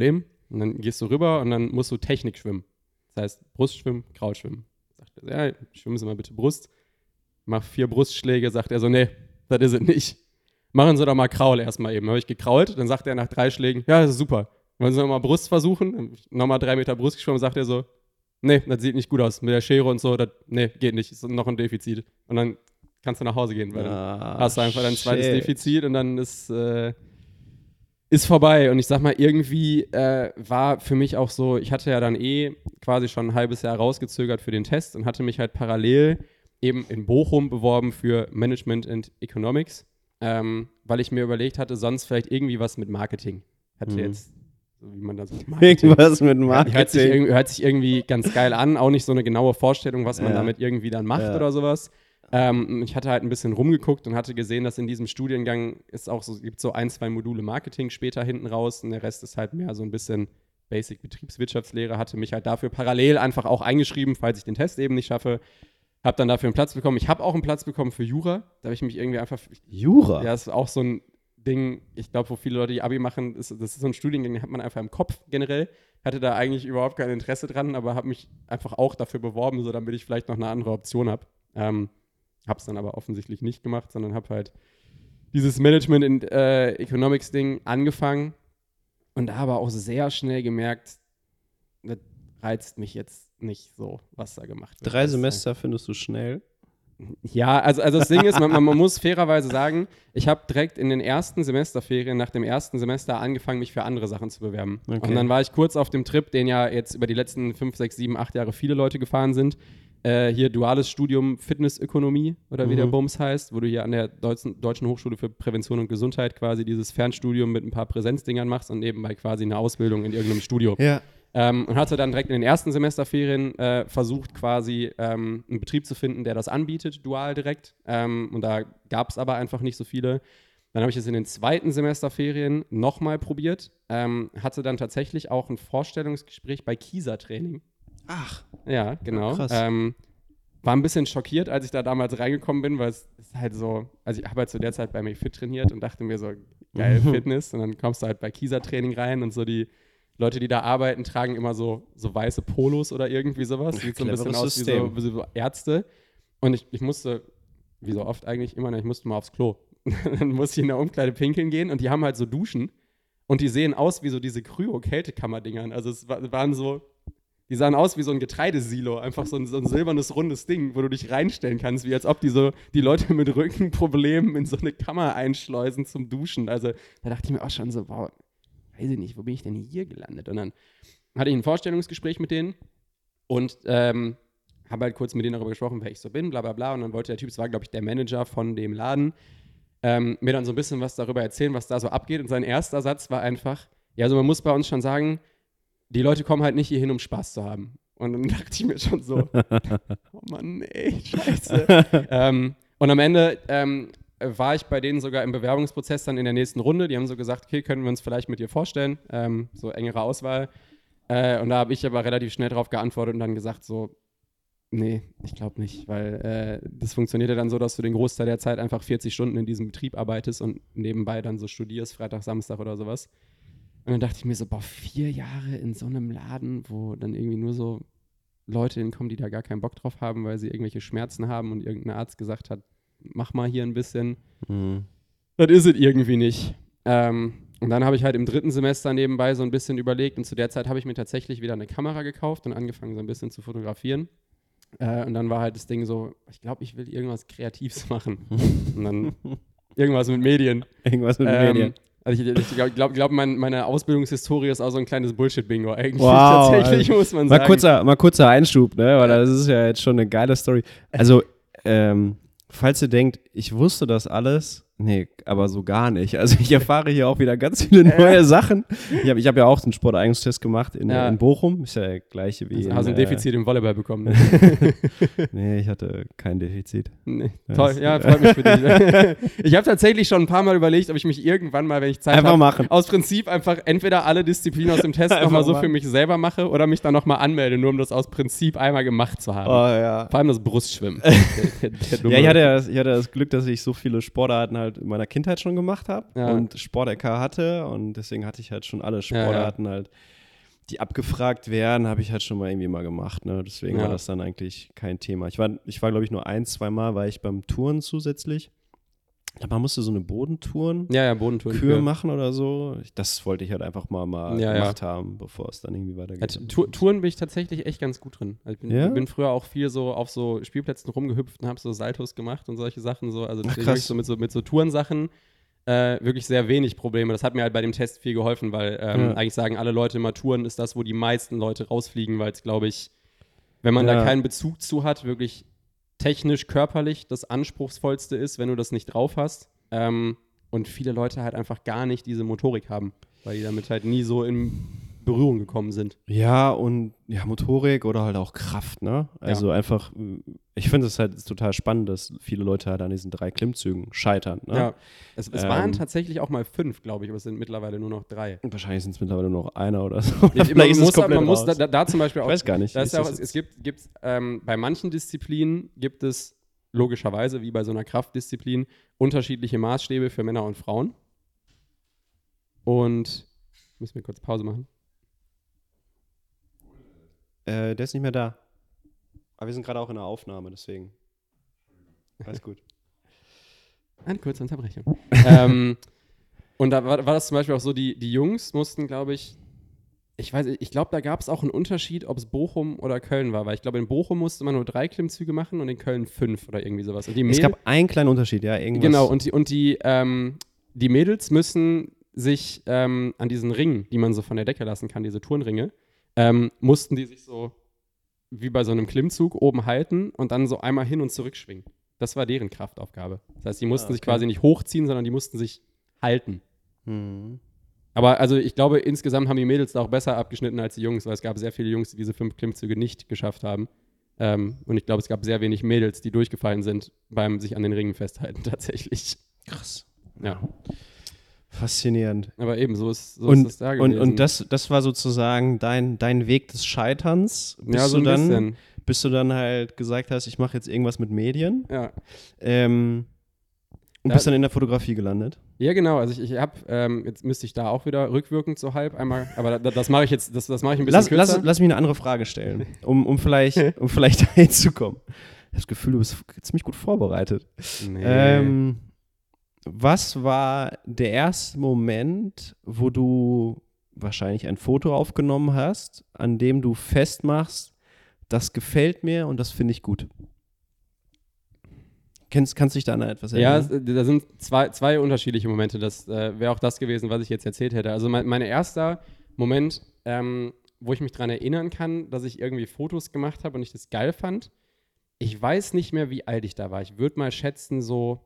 [SPEAKER 2] Und dann gehst du rüber und dann musst du Technik schwimmen. Das heißt, Brustschwimmen, Kraulschwimmen. Sagt er so, ja, schwimmen Sie mal bitte Brust. Mach vier Brustschläge, sagt er so, nee, das ist es nicht. Machen Sie doch mal Kraul erstmal eben. Habe ich gekrault, dann sagt er nach drei Schlägen, ja, das ist super. Wollen Sie noch mal Brust versuchen? Nochmal drei Meter Brust geschwommen, sagt er so, nee, das sieht nicht gut aus. Mit der Schere und so, das, nee, geht nicht, ist noch ein Defizit. Und dann kannst du nach Hause gehen, weil
[SPEAKER 1] ah,
[SPEAKER 2] dann hast du einfach dein zweites
[SPEAKER 1] shit.
[SPEAKER 2] Defizit und dann ist, äh, ist vorbei. Und ich sag mal, irgendwie äh, war für mich auch so, ich hatte ja dann eh quasi schon ein halbes Jahr rausgezögert für den Test und hatte mich halt parallel eben in Bochum beworben für Management and Economics, ähm, weil ich mir überlegt hatte, sonst vielleicht irgendwie was mit Marketing. Hatte
[SPEAKER 1] Mhm.
[SPEAKER 2] jetzt, so wie man das Marketing.
[SPEAKER 1] Irgendwas mit Marketing.
[SPEAKER 2] Hört sich, irg- hört sich irgendwie ganz geil an, auch nicht so eine genaue Vorstellung, was man
[SPEAKER 1] Ja.
[SPEAKER 2] damit irgendwie dann macht
[SPEAKER 1] Ja.
[SPEAKER 2] oder sowas. Ähm, ich hatte halt ein bisschen rumgeguckt und hatte gesehen, dass in diesem Studiengang es auch so, gibt so ein, zwei Module Marketing später hinten raus und der Rest ist halt mehr so ein bisschen Basic Betriebswirtschaftslehre, hatte mich halt dafür parallel einfach auch eingeschrieben, falls ich den Test eben nicht schaffe. Habe dann dafür einen Platz bekommen. Ich habe auch einen Platz bekommen für Jura. Da habe ich mich irgendwie einfach.
[SPEAKER 1] Jura?
[SPEAKER 2] Ja, das ist auch so ein Ding, ich glaube, wo viele Leute die Abi machen, ist, das ist so ein Studiengang, den hat man einfach im Kopf generell. Hatte da eigentlich überhaupt kein Interesse dran, aber habe mich einfach auch dafür beworben, so damit ich vielleicht noch eine andere Option habe. Ähm, habe es dann aber offensichtlich nicht gemacht, sondern habe halt dieses Management in äh, Economics Ding angefangen und da aber auch sehr schnell gemerkt, das reizt mich jetzt nicht so, was da gemacht wird.
[SPEAKER 1] Drei
[SPEAKER 2] Das,
[SPEAKER 1] Semester findest du schnell?
[SPEAKER 2] Ja, also, also das Ding ist, man, man muss fairerweise sagen, ich habe direkt in den ersten Semesterferien, nach dem ersten Semester angefangen, mich für andere Sachen zu bewerben.
[SPEAKER 1] Okay.
[SPEAKER 2] Und dann war ich kurz auf dem Trip, den ja jetzt über die letzten fünf, sechs, sieben, acht Jahre viele Leute gefahren sind. Äh, hier duales Studium Fitnessökonomie oder wie
[SPEAKER 1] Mhm.
[SPEAKER 2] der Bums heißt, wo du hier an der Deutschen, Deutschen Hochschule für Prävention und Gesundheit quasi dieses Fernstudium mit ein paar Präsenzdingern machst und nebenbei quasi eine Ausbildung in irgendeinem Studio.
[SPEAKER 1] Ja.
[SPEAKER 2] Ähm, und hatte dann direkt in den ersten Semesterferien äh, versucht, quasi ähm, einen Betrieb zu finden, der das anbietet, dual direkt. Ähm, und da gab es aber einfach nicht so viele. Dann habe ich es in den zweiten Semesterferien nochmal probiert. Ähm, hatte dann tatsächlich auch ein Vorstellungsgespräch bei Kieser Training.
[SPEAKER 1] Ach.
[SPEAKER 2] Ja, genau.
[SPEAKER 1] Krass.
[SPEAKER 2] Ähm, war ein bisschen schockiert, als ich da damals reingekommen bin, weil es ist halt so, also ich habe halt zu der Zeit bei McFit trainiert und dachte mir so, geil, Fitness. Und dann kommst du halt bei Kieser Training rein und so die Leute, die da arbeiten, tragen immer so, so weiße Polos oder irgendwie sowas. Sieht so ein bisschen aus wie so, wie so Ärzte. Und ich, ich musste, wie so oft eigentlich immer, ich musste mal aufs Klo. Dann musste ich in der Umkleide pinkeln gehen und die haben halt so Duschen und die sehen aus wie so diese Kryo-Kältekammer-Dingern. Also es war, waren so, die sahen aus wie so ein Getreidesilo, einfach so ein, so ein silbernes, rundes Ding, wo du dich reinstellen kannst, wie als ob die so die Leute mit Rückenproblemen in so eine Kammer einschleusen zum Duschen. Also da dachte ich mir auch schon so, wow, weiß ich nicht, wo bin ich denn hier gelandet? Und dann hatte ich ein Vorstellungsgespräch mit denen und ähm, habe halt kurz mit denen darüber gesprochen, wer ich so bin, bla bla bla. Und dann wollte der Typ, es war, glaube ich, der Manager von dem Laden, ähm, mir dann so ein bisschen was darüber erzählen, was da so abgeht. Und sein erster Satz war einfach, ja, also man muss bei uns schon sagen, die Leute kommen halt nicht hier hin, um Spaß zu haben. Und dann dachte ich mir schon so, oh Mann, ey, scheiße. ähm, und am Ende ähm, war ich bei denen sogar im Bewerbungsprozess dann in der nächsten Runde. Die haben so gesagt, okay, können wir uns vielleicht mit dir vorstellen, ähm, so engere Auswahl. Äh, und da habe ich aber relativ schnell drauf geantwortet und dann gesagt so, nee, ich glaube nicht, weil äh, das funktioniert ja dann so, dass du den Großteil der Zeit einfach vierzig Stunden in diesem Betrieb arbeitest und nebenbei dann so studierst, Freitag, Samstag oder sowas. Und dann dachte ich mir so, boah, vier Jahre in so einem Laden, wo dann irgendwie nur so Leute hinkommen, die da gar keinen Bock drauf haben, weil sie irgendwelche Schmerzen haben und irgendein Arzt gesagt hat, mach mal hier ein bisschen.
[SPEAKER 1] Mhm.
[SPEAKER 2] Das ist es irgendwie nicht. Ähm, und dann habe ich halt im dritten Semester nebenbei so ein bisschen überlegt und zu der Zeit habe ich mir tatsächlich wieder eine Kamera gekauft und angefangen so ein bisschen zu fotografieren. Äh, und dann war halt das Ding so, ich glaube, ich will irgendwas Kreatives machen. Und dann irgendwas mit Medien.
[SPEAKER 1] Irgendwas mit
[SPEAKER 2] ähm,
[SPEAKER 1] Medien.
[SPEAKER 2] Also ich, ich glaube, glaub, glaub, mein, meine Ausbildungshistorie ist auch so ein kleines Bullshit-Bingo eigentlich.
[SPEAKER 1] Wow,
[SPEAKER 2] Tatsächlich,
[SPEAKER 1] also,
[SPEAKER 2] muss man
[SPEAKER 1] mal
[SPEAKER 2] sagen.
[SPEAKER 1] Kurzer, mal kurzer Einschub, ne? Weil das ist ja jetzt schon eine geile Story. Also, ähm, falls ihr denkt, ich wusste das alles, nee, aber so gar nicht. Also ich erfahre hier auch wieder ganz viele neue Sachen. Ich habe ich hab ja auch den Sporteignungstest gemacht in,
[SPEAKER 2] Ja.
[SPEAKER 1] in Bochum. Ist ja der gleiche wie
[SPEAKER 2] Also
[SPEAKER 1] in,
[SPEAKER 2] hast du ein
[SPEAKER 1] äh,
[SPEAKER 2] Defizit im Volleyball bekommen. Ne?
[SPEAKER 1] Nee, ich hatte kein Defizit.
[SPEAKER 2] Nee.
[SPEAKER 1] Das-
[SPEAKER 2] Toll, ja, freut mich für dich. Ich habe tatsächlich schon ein paar Mal überlegt, ob ich mich irgendwann mal, wenn ich Zeit
[SPEAKER 1] Einfach
[SPEAKER 2] habe,
[SPEAKER 1] machen.
[SPEAKER 2] aus Prinzip einfach entweder alle Disziplinen aus dem Test
[SPEAKER 1] Einfach
[SPEAKER 2] nochmal so
[SPEAKER 1] machen.
[SPEAKER 2] für mich selber mache oder mich dann nochmal anmelde, nur um das aus Prinzip einmal gemacht zu haben.
[SPEAKER 1] Oh ja.
[SPEAKER 2] Vor allem das Brustschwimmen. Der, der, der dumme-
[SPEAKER 1] Ja, ich hatte, ja das, ich hatte das Glück, dass ich so viele Sportarten halt in meiner Kindheit schon gemacht habe
[SPEAKER 2] Ja.
[SPEAKER 1] und Sport-L K hatte und deswegen hatte ich halt schon alle Sportarten halt die abgefragt werden, habe ich halt schon mal irgendwie mal gemacht. Ne? Deswegen
[SPEAKER 2] Ja.
[SPEAKER 1] war das dann eigentlich kein Thema. Ich war, ich war glaube ich, nur ein, zwei Mal war ich beim Touren zusätzlich. Man musste so eine Bodentouren,
[SPEAKER 2] Ja, ja, Bodentouren.
[SPEAKER 1] Kür
[SPEAKER 2] für-
[SPEAKER 1] machen oder so. Ich, das wollte ich halt einfach mal, mal
[SPEAKER 2] Ja,
[SPEAKER 1] gemacht haben, bevor es dann irgendwie
[SPEAKER 2] Ja,
[SPEAKER 1] weitergeht.
[SPEAKER 2] Tour- Touren bin ich tatsächlich echt ganz gut drin. Also ich bin,
[SPEAKER 1] Ja?
[SPEAKER 2] bin früher auch viel so auf so Spielplätzen rumgehüpft und habe so Saltos gemacht und solche Sachen so. Also
[SPEAKER 1] Ach,
[SPEAKER 2] deswegen
[SPEAKER 1] krass.
[SPEAKER 2] wirklich so mit so mit so Tourensachen äh, wirklich sehr wenig Probleme. Das hat mir halt bei dem Test viel geholfen, weil ähm,
[SPEAKER 1] Ja.
[SPEAKER 2] eigentlich sagen alle Leute immer, Touren ist das, wo die meisten Leute rausfliegen, weil es, glaube ich, wenn man
[SPEAKER 1] Ja.
[SPEAKER 2] da keinen Bezug zu hat, wirklich technisch, körperlich das Anspruchsvollste ist, wenn du das nicht drauf hast. Ähm, und viele Leute halt einfach gar nicht diese Motorik haben, weil die damit halt nie so in Berührung gekommen sind.
[SPEAKER 1] Ja, und ja, Motorik oder halt auch Kraft, ne? Also einfach, ich finde es halt total spannend, dass viele Leute halt an diesen drei Klimmzügen scheitern. Ne?
[SPEAKER 2] Ja, es, es
[SPEAKER 1] Ähm.
[SPEAKER 2] waren tatsächlich auch mal fünf, glaube ich, aber es sind mittlerweile nur noch drei.
[SPEAKER 1] Und wahrscheinlich sind es mittlerweile nur noch einer oder so.
[SPEAKER 2] man
[SPEAKER 1] Vielleicht ist es
[SPEAKER 2] muss,
[SPEAKER 1] komplett
[SPEAKER 2] man muss da,
[SPEAKER 1] raus.
[SPEAKER 2] da, da zum Beispiel auch,
[SPEAKER 1] Ich weiß gar nicht.
[SPEAKER 2] da ist
[SPEAKER 1] Ist
[SPEAKER 2] ja auch,
[SPEAKER 1] das
[SPEAKER 2] es, es
[SPEAKER 1] jetzt-
[SPEAKER 2] gibt, gibt ähm, bei manchen Disziplinen gibt es logischerweise, wie bei so einer Kraftdisziplin, unterschiedliche Maßstäbe für Männer und Frauen. Und müssen wir kurz Pause machen.
[SPEAKER 1] Äh, der ist nicht mehr da. Aber wir sind gerade auch in der Aufnahme, deswegen. Alles gut.
[SPEAKER 2] Eine kurze Unterbrechung. ähm, und da war, war das zum Beispiel auch so, die, die Jungs mussten, glaube ich, ich weiß, ich glaube, da gab es auch einen Unterschied, ob es Bochum oder Köln war, weil ich glaube, in Bochum musste man nur drei Klimmzüge machen und in Köln fünf oder irgendwie sowas. Und die
[SPEAKER 1] Es
[SPEAKER 2] Mädel-
[SPEAKER 1] gab einen kleinen Unterschied, ja, irgendwas.
[SPEAKER 2] Genau, und die, und die, ähm, die Mädels müssen sich ähm, an diesen Ringen, die man so von der Decke lassen kann, diese Turnringe, ähm, mussten die sich so wie bei so einem Klimmzug oben halten und dann so einmal hin und zurück schwingen. Das war deren Kraftaufgabe. Das heißt, die mussten
[SPEAKER 1] Ah,
[SPEAKER 2] sich
[SPEAKER 1] okay.
[SPEAKER 2] quasi nicht hochziehen, sondern die mussten sich halten.
[SPEAKER 1] Hm.
[SPEAKER 2] Aber also ich glaube, insgesamt haben die Mädels da auch besser abgeschnitten als die Jungs, weil es gab sehr viele Jungs, die diese fünf Klimmzüge nicht geschafft haben. Ähm, und ich glaube, es gab sehr wenig Mädels, die durchgefallen sind beim sich an den Ringen festhalten tatsächlich.
[SPEAKER 1] Krass.
[SPEAKER 2] Ja.
[SPEAKER 1] Faszinierend.
[SPEAKER 2] Aber eben, so ist, so
[SPEAKER 1] Und,
[SPEAKER 2] ist das da gewesen.
[SPEAKER 1] und, und das, das war sozusagen dein, dein Weg des Scheiterns, bis,
[SPEAKER 2] ja, so
[SPEAKER 1] du
[SPEAKER 2] ein
[SPEAKER 1] dann,
[SPEAKER 2] bisschen.
[SPEAKER 1] bis du dann halt gesagt hast, ich mache jetzt irgendwas mit Medien.
[SPEAKER 2] Ja.
[SPEAKER 1] Ähm, und
[SPEAKER 2] Da-
[SPEAKER 1] bist dann in der Fotografie gelandet.
[SPEAKER 2] Ja, genau. Also ich, ich habe, ähm, jetzt müsste ich da auch wieder rückwirkend so halb einmal, aber da, das mache ich jetzt, das, das mache ich ein bisschen
[SPEAKER 1] Lass,
[SPEAKER 2] kürzer.
[SPEAKER 1] lass, lass mich eine andere Frage stellen, um, um vielleicht, um vielleicht dahin zu kommen. Ich habe das Gefühl, du bist ziemlich gut vorbereitet.
[SPEAKER 2] Nee.
[SPEAKER 1] Ähm, was war der erste Moment, wo du wahrscheinlich ein Foto aufgenommen hast, an dem du festmachst, das gefällt mir und das finde ich gut? Kennst, kannst du dich da an etwas
[SPEAKER 2] Ja,
[SPEAKER 1] erinnern?
[SPEAKER 2] es, da sind zwei, zwei unterschiedliche Momente. Das äh, wäre auch das gewesen, was ich jetzt erzählt hätte. Also mein, mein erster Moment, ähm, wo ich mich daran erinnern kann, dass ich irgendwie Fotos gemacht habe und ich das geil fand. Ich weiß nicht mehr, wie alt ich da war. Ich würde mal schätzen, so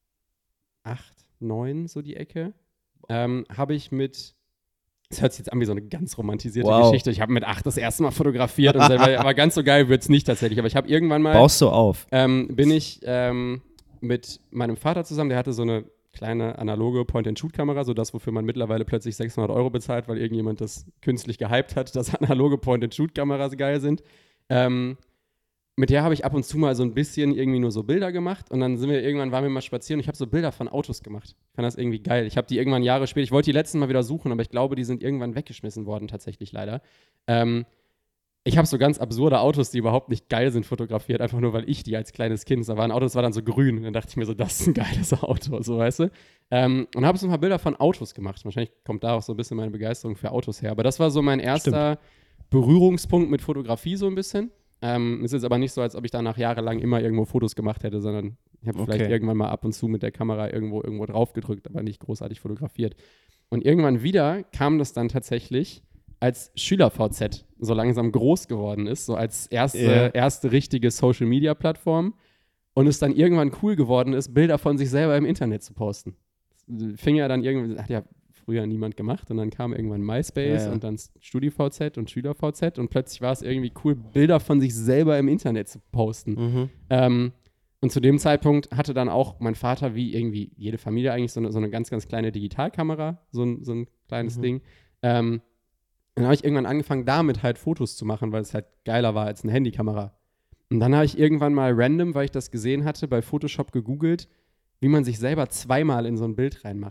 [SPEAKER 2] acht, neun, so die Ecke. Ähm, habe ich mit, das hört sich jetzt an wie so eine ganz romantisierte
[SPEAKER 1] Wow.
[SPEAKER 2] Geschichte. Ich habe mit acht das erste Mal fotografiert, und selber, aber ganz so geil wird es nicht tatsächlich. Aber ich habe irgendwann mal
[SPEAKER 1] Baust du auf?
[SPEAKER 2] ähm, bin ich ähm, mit meinem Vater zusammen, der hatte so eine kleine analoge Point-and-Shoot-Kamera, so das, wofür man mittlerweile plötzlich sechshundert Euro bezahlt, weil irgendjemand das künstlich gehypt hat, dass analoge Point-and-Shoot-Kameras geil sind. Ähm, mit der habe ich ab und zu mal so ein bisschen irgendwie nur so Bilder gemacht, und dann sind wir irgendwann, waren wir mal spazieren und ich habe so Bilder von Autos gemacht. Ich fand das irgendwie geil. Ich habe die irgendwann Jahre später, ich wollte die letzten Mal wieder suchen, aber ich glaube, die sind irgendwann weggeschmissen worden, tatsächlich leider. Ähm, Ich habe so ganz absurde Autos, die überhaupt nicht geil sind, fotografiert, einfach nur, weil ich die als kleines Kind, da war ein Auto, das war dann so grün, und dann dachte ich mir so, das ist ein geiles Auto, so, weißt du. Ähm, und habe so ein paar Bilder von Autos gemacht. Wahrscheinlich kommt da auch so ein bisschen meine Begeisterung für Autos her. Aber das war so mein erster Berührungspunkt mit Fotografie, so ein bisschen. Ähm, ist jetzt aber nicht so, als ob ich danach jahrelang immer irgendwo Fotos gemacht hätte, sondern ich habe
[SPEAKER 1] Okay.
[SPEAKER 2] vielleicht irgendwann mal ab und zu mit der Kamera irgendwo, irgendwo drauf gedrückt, aber nicht großartig fotografiert. Und irgendwann wieder kam das dann tatsächlich, als Schüler-V Z so langsam groß geworden ist, so als erste,
[SPEAKER 1] Ja.
[SPEAKER 2] erste richtige Social-Media-Plattform, und es dann irgendwann cool geworden ist, Bilder von sich selber im Internet zu posten. Das fing ja dann irgendwie, hat ja früher niemand gemacht, und dann kam irgendwann MySpace
[SPEAKER 1] Ja, ja.
[SPEAKER 2] und dann StudiVZ und SchülerV Z, und plötzlich war es irgendwie cool, Bilder von sich selber im Internet zu posten.
[SPEAKER 1] Mhm.
[SPEAKER 2] Ähm, und zu dem Zeitpunkt hatte dann auch mein Vater, wie irgendwie jede Familie eigentlich, so eine, so eine ganz, ganz kleine Digitalkamera, so ein, so ein kleines
[SPEAKER 1] Mhm.
[SPEAKER 2] Ding. Ähm, dann habe ich irgendwann angefangen, damit halt Fotos zu machen, weil es halt geiler war als eine Handykamera. Und dann habe ich irgendwann mal random, weil ich das gesehen hatte, bei Photoshop gegoogelt, wie man sich selber zweimal in so ein Bild reinmacht.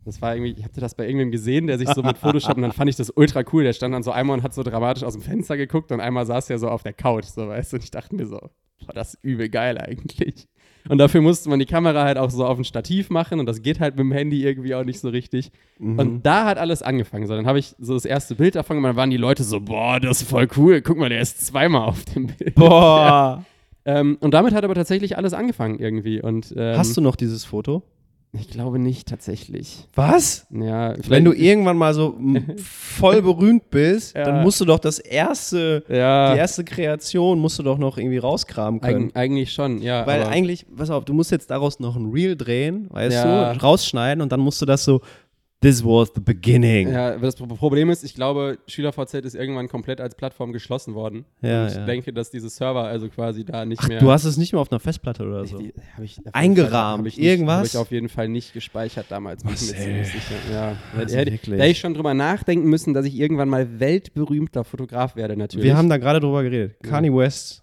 [SPEAKER 2] Das war irgendwie, ich hatte das bei irgendwem gesehen, der sich so mit Photoshop und dann fand ich das ultra cool. Der stand dann so einmal und hat so dramatisch aus dem Fenster geguckt und einmal saß er so auf der Couch, so weißt du. Und ich dachte mir so, boah, das ist übel geil eigentlich. Und dafür musste man die Kamera halt auch so auf ein Stativ machen und das geht halt mit dem Handy irgendwie auch nicht so richtig. Mhm. Und da hat alles angefangen. So, dann habe ich so das erste Bild davon gemacht, dann waren die Leute so, boah, das ist voll cool. Guck mal, der ist zweimal auf dem Bild.
[SPEAKER 1] Boah.
[SPEAKER 2] Ja. Ähm, und damit hat aber tatsächlich alles angefangen irgendwie. Und, ähm,
[SPEAKER 1] hast du noch dieses Foto?
[SPEAKER 2] Ich glaube nicht, tatsächlich.
[SPEAKER 1] Was?
[SPEAKER 2] Ja,
[SPEAKER 1] wenn du irgendwann mal so voll berühmt bist, ja. dann musst du doch das erste, ja. die erste Kreation musst du doch noch irgendwie rauskramen können.
[SPEAKER 2] Eig- eigentlich schon, ja.
[SPEAKER 1] Weil
[SPEAKER 2] aber
[SPEAKER 1] eigentlich, pass auf, du musst jetzt daraus noch ein Reel drehen, weißt
[SPEAKER 2] ja.
[SPEAKER 1] du, rausschneiden und dann musst du das so, this was the beginning.
[SPEAKER 2] Ja, das Problem ist, ich glaube, SchülerVZ ist irgendwann komplett als Plattform geschlossen worden.
[SPEAKER 1] Ja,
[SPEAKER 2] und ich
[SPEAKER 1] ja.
[SPEAKER 2] denke, dass diese Server also quasi da nicht
[SPEAKER 1] Ach,
[SPEAKER 2] mehr.
[SPEAKER 1] du hast es nicht mehr auf einer Festplatte oder so?
[SPEAKER 2] Die, die, hab ich,
[SPEAKER 1] eingerahmt,
[SPEAKER 2] hab ich nicht,
[SPEAKER 1] irgendwas?
[SPEAKER 2] Habe ich auf jeden Fall nicht gespeichert damals.
[SPEAKER 1] Was,
[SPEAKER 2] bin mir ziemlich sicher. Ja.
[SPEAKER 1] Also
[SPEAKER 2] hätte, hätte ich schon drüber nachdenken müssen, dass ich irgendwann mal weltberühmter Fotograf werde, natürlich.
[SPEAKER 1] Wir haben da gerade drüber geredet.
[SPEAKER 2] Ja.
[SPEAKER 1] Kanye West,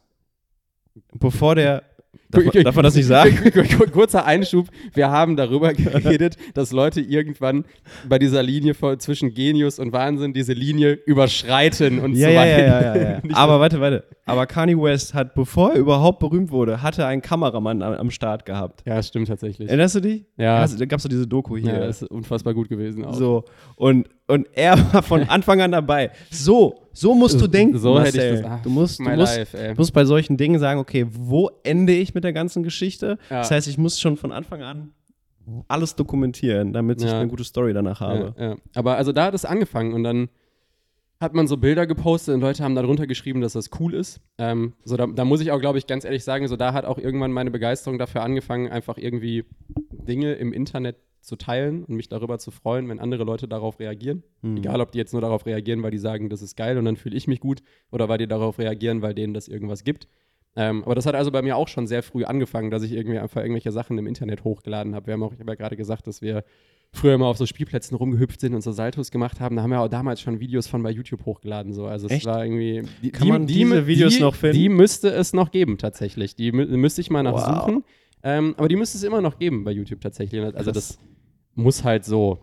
[SPEAKER 1] bevor der Darf man, darf man das nicht sagen?
[SPEAKER 2] Kurzer Einschub. Wir haben darüber geredet, dass Leute irgendwann bei dieser Linie vor, zwischen Genius und Wahnsinn diese Linie überschreiten und
[SPEAKER 1] ja,
[SPEAKER 2] so
[SPEAKER 1] ja,
[SPEAKER 2] weiter.
[SPEAKER 1] Ja, ja, ja, ja. Aber warte, warte. Aber Kanye West hat, bevor er überhaupt berühmt wurde, hatte einen Kameramann am, am Start gehabt.
[SPEAKER 2] Ja, stimmt tatsächlich.
[SPEAKER 1] Erinnerst du dich?
[SPEAKER 2] Ja.
[SPEAKER 1] Da gab es doch diese Doku hier.
[SPEAKER 2] Ja, das ist unfassbar gut gewesen auch.
[SPEAKER 1] So. Und, und er war von Anfang an dabei. So, so musst du denken,
[SPEAKER 2] so
[SPEAKER 1] Marcel.
[SPEAKER 2] hätte ich das, ach,
[SPEAKER 1] du musst, du, musst,
[SPEAKER 2] life,
[SPEAKER 1] du musst bei solchen Dingen sagen, okay, wo ende ich mit der ganzen Geschichte?
[SPEAKER 2] Ja.
[SPEAKER 1] Das heißt, ich muss schon von Anfang an alles dokumentieren, damit ich
[SPEAKER 2] ja.
[SPEAKER 1] eine gute Story danach habe.
[SPEAKER 2] Ja, ja. Aber also da hat es angefangen und dann hat man so Bilder gepostet und Leute haben darunter geschrieben, dass das cool ist. Ähm, so da, da muss ich auch, glaube ich, ganz ehrlich sagen, so da hat auch irgendwann meine Begeisterung dafür angefangen, einfach irgendwie Dinge im Internet zu teilen und mich darüber zu freuen, wenn andere Leute darauf reagieren. Mhm. Egal, ob die jetzt nur darauf reagieren, weil die sagen, das ist geil und dann fühle ich mich gut oder weil die darauf reagieren, weil denen das irgendwas gibt. Ähm, aber das hat also bei mir auch schon sehr früh angefangen, dass ich irgendwie einfach irgendwelche Sachen im Internet hochgeladen habe. Wir haben auch, ich habe ja gerade gesagt, dass wir früher immer auf so Spielplätzen rumgehüpft sind und so Saltos gemacht haben. Da haben wir auch damals schon Videos von bei YouTube hochgeladen. So. Also es
[SPEAKER 1] Echt?
[SPEAKER 2] war irgendwie. Die,
[SPEAKER 1] Kann man
[SPEAKER 2] die,
[SPEAKER 1] diese
[SPEAKER 2] die,
[SPEAKER 1] Videos
[SPEAKER 2] die,
[SPEAKER 1] noch finden?
[SPEAKER 2] Die müsste es noch geben, tatsächlich. Die mü- müsste ich mal
[SPEAKER 1] Wow.
[SPEAKER 2] nachsuchen. Ähm, aber die müsste es immer noch geben bei YouTube tatsächlich. Also das muss halt so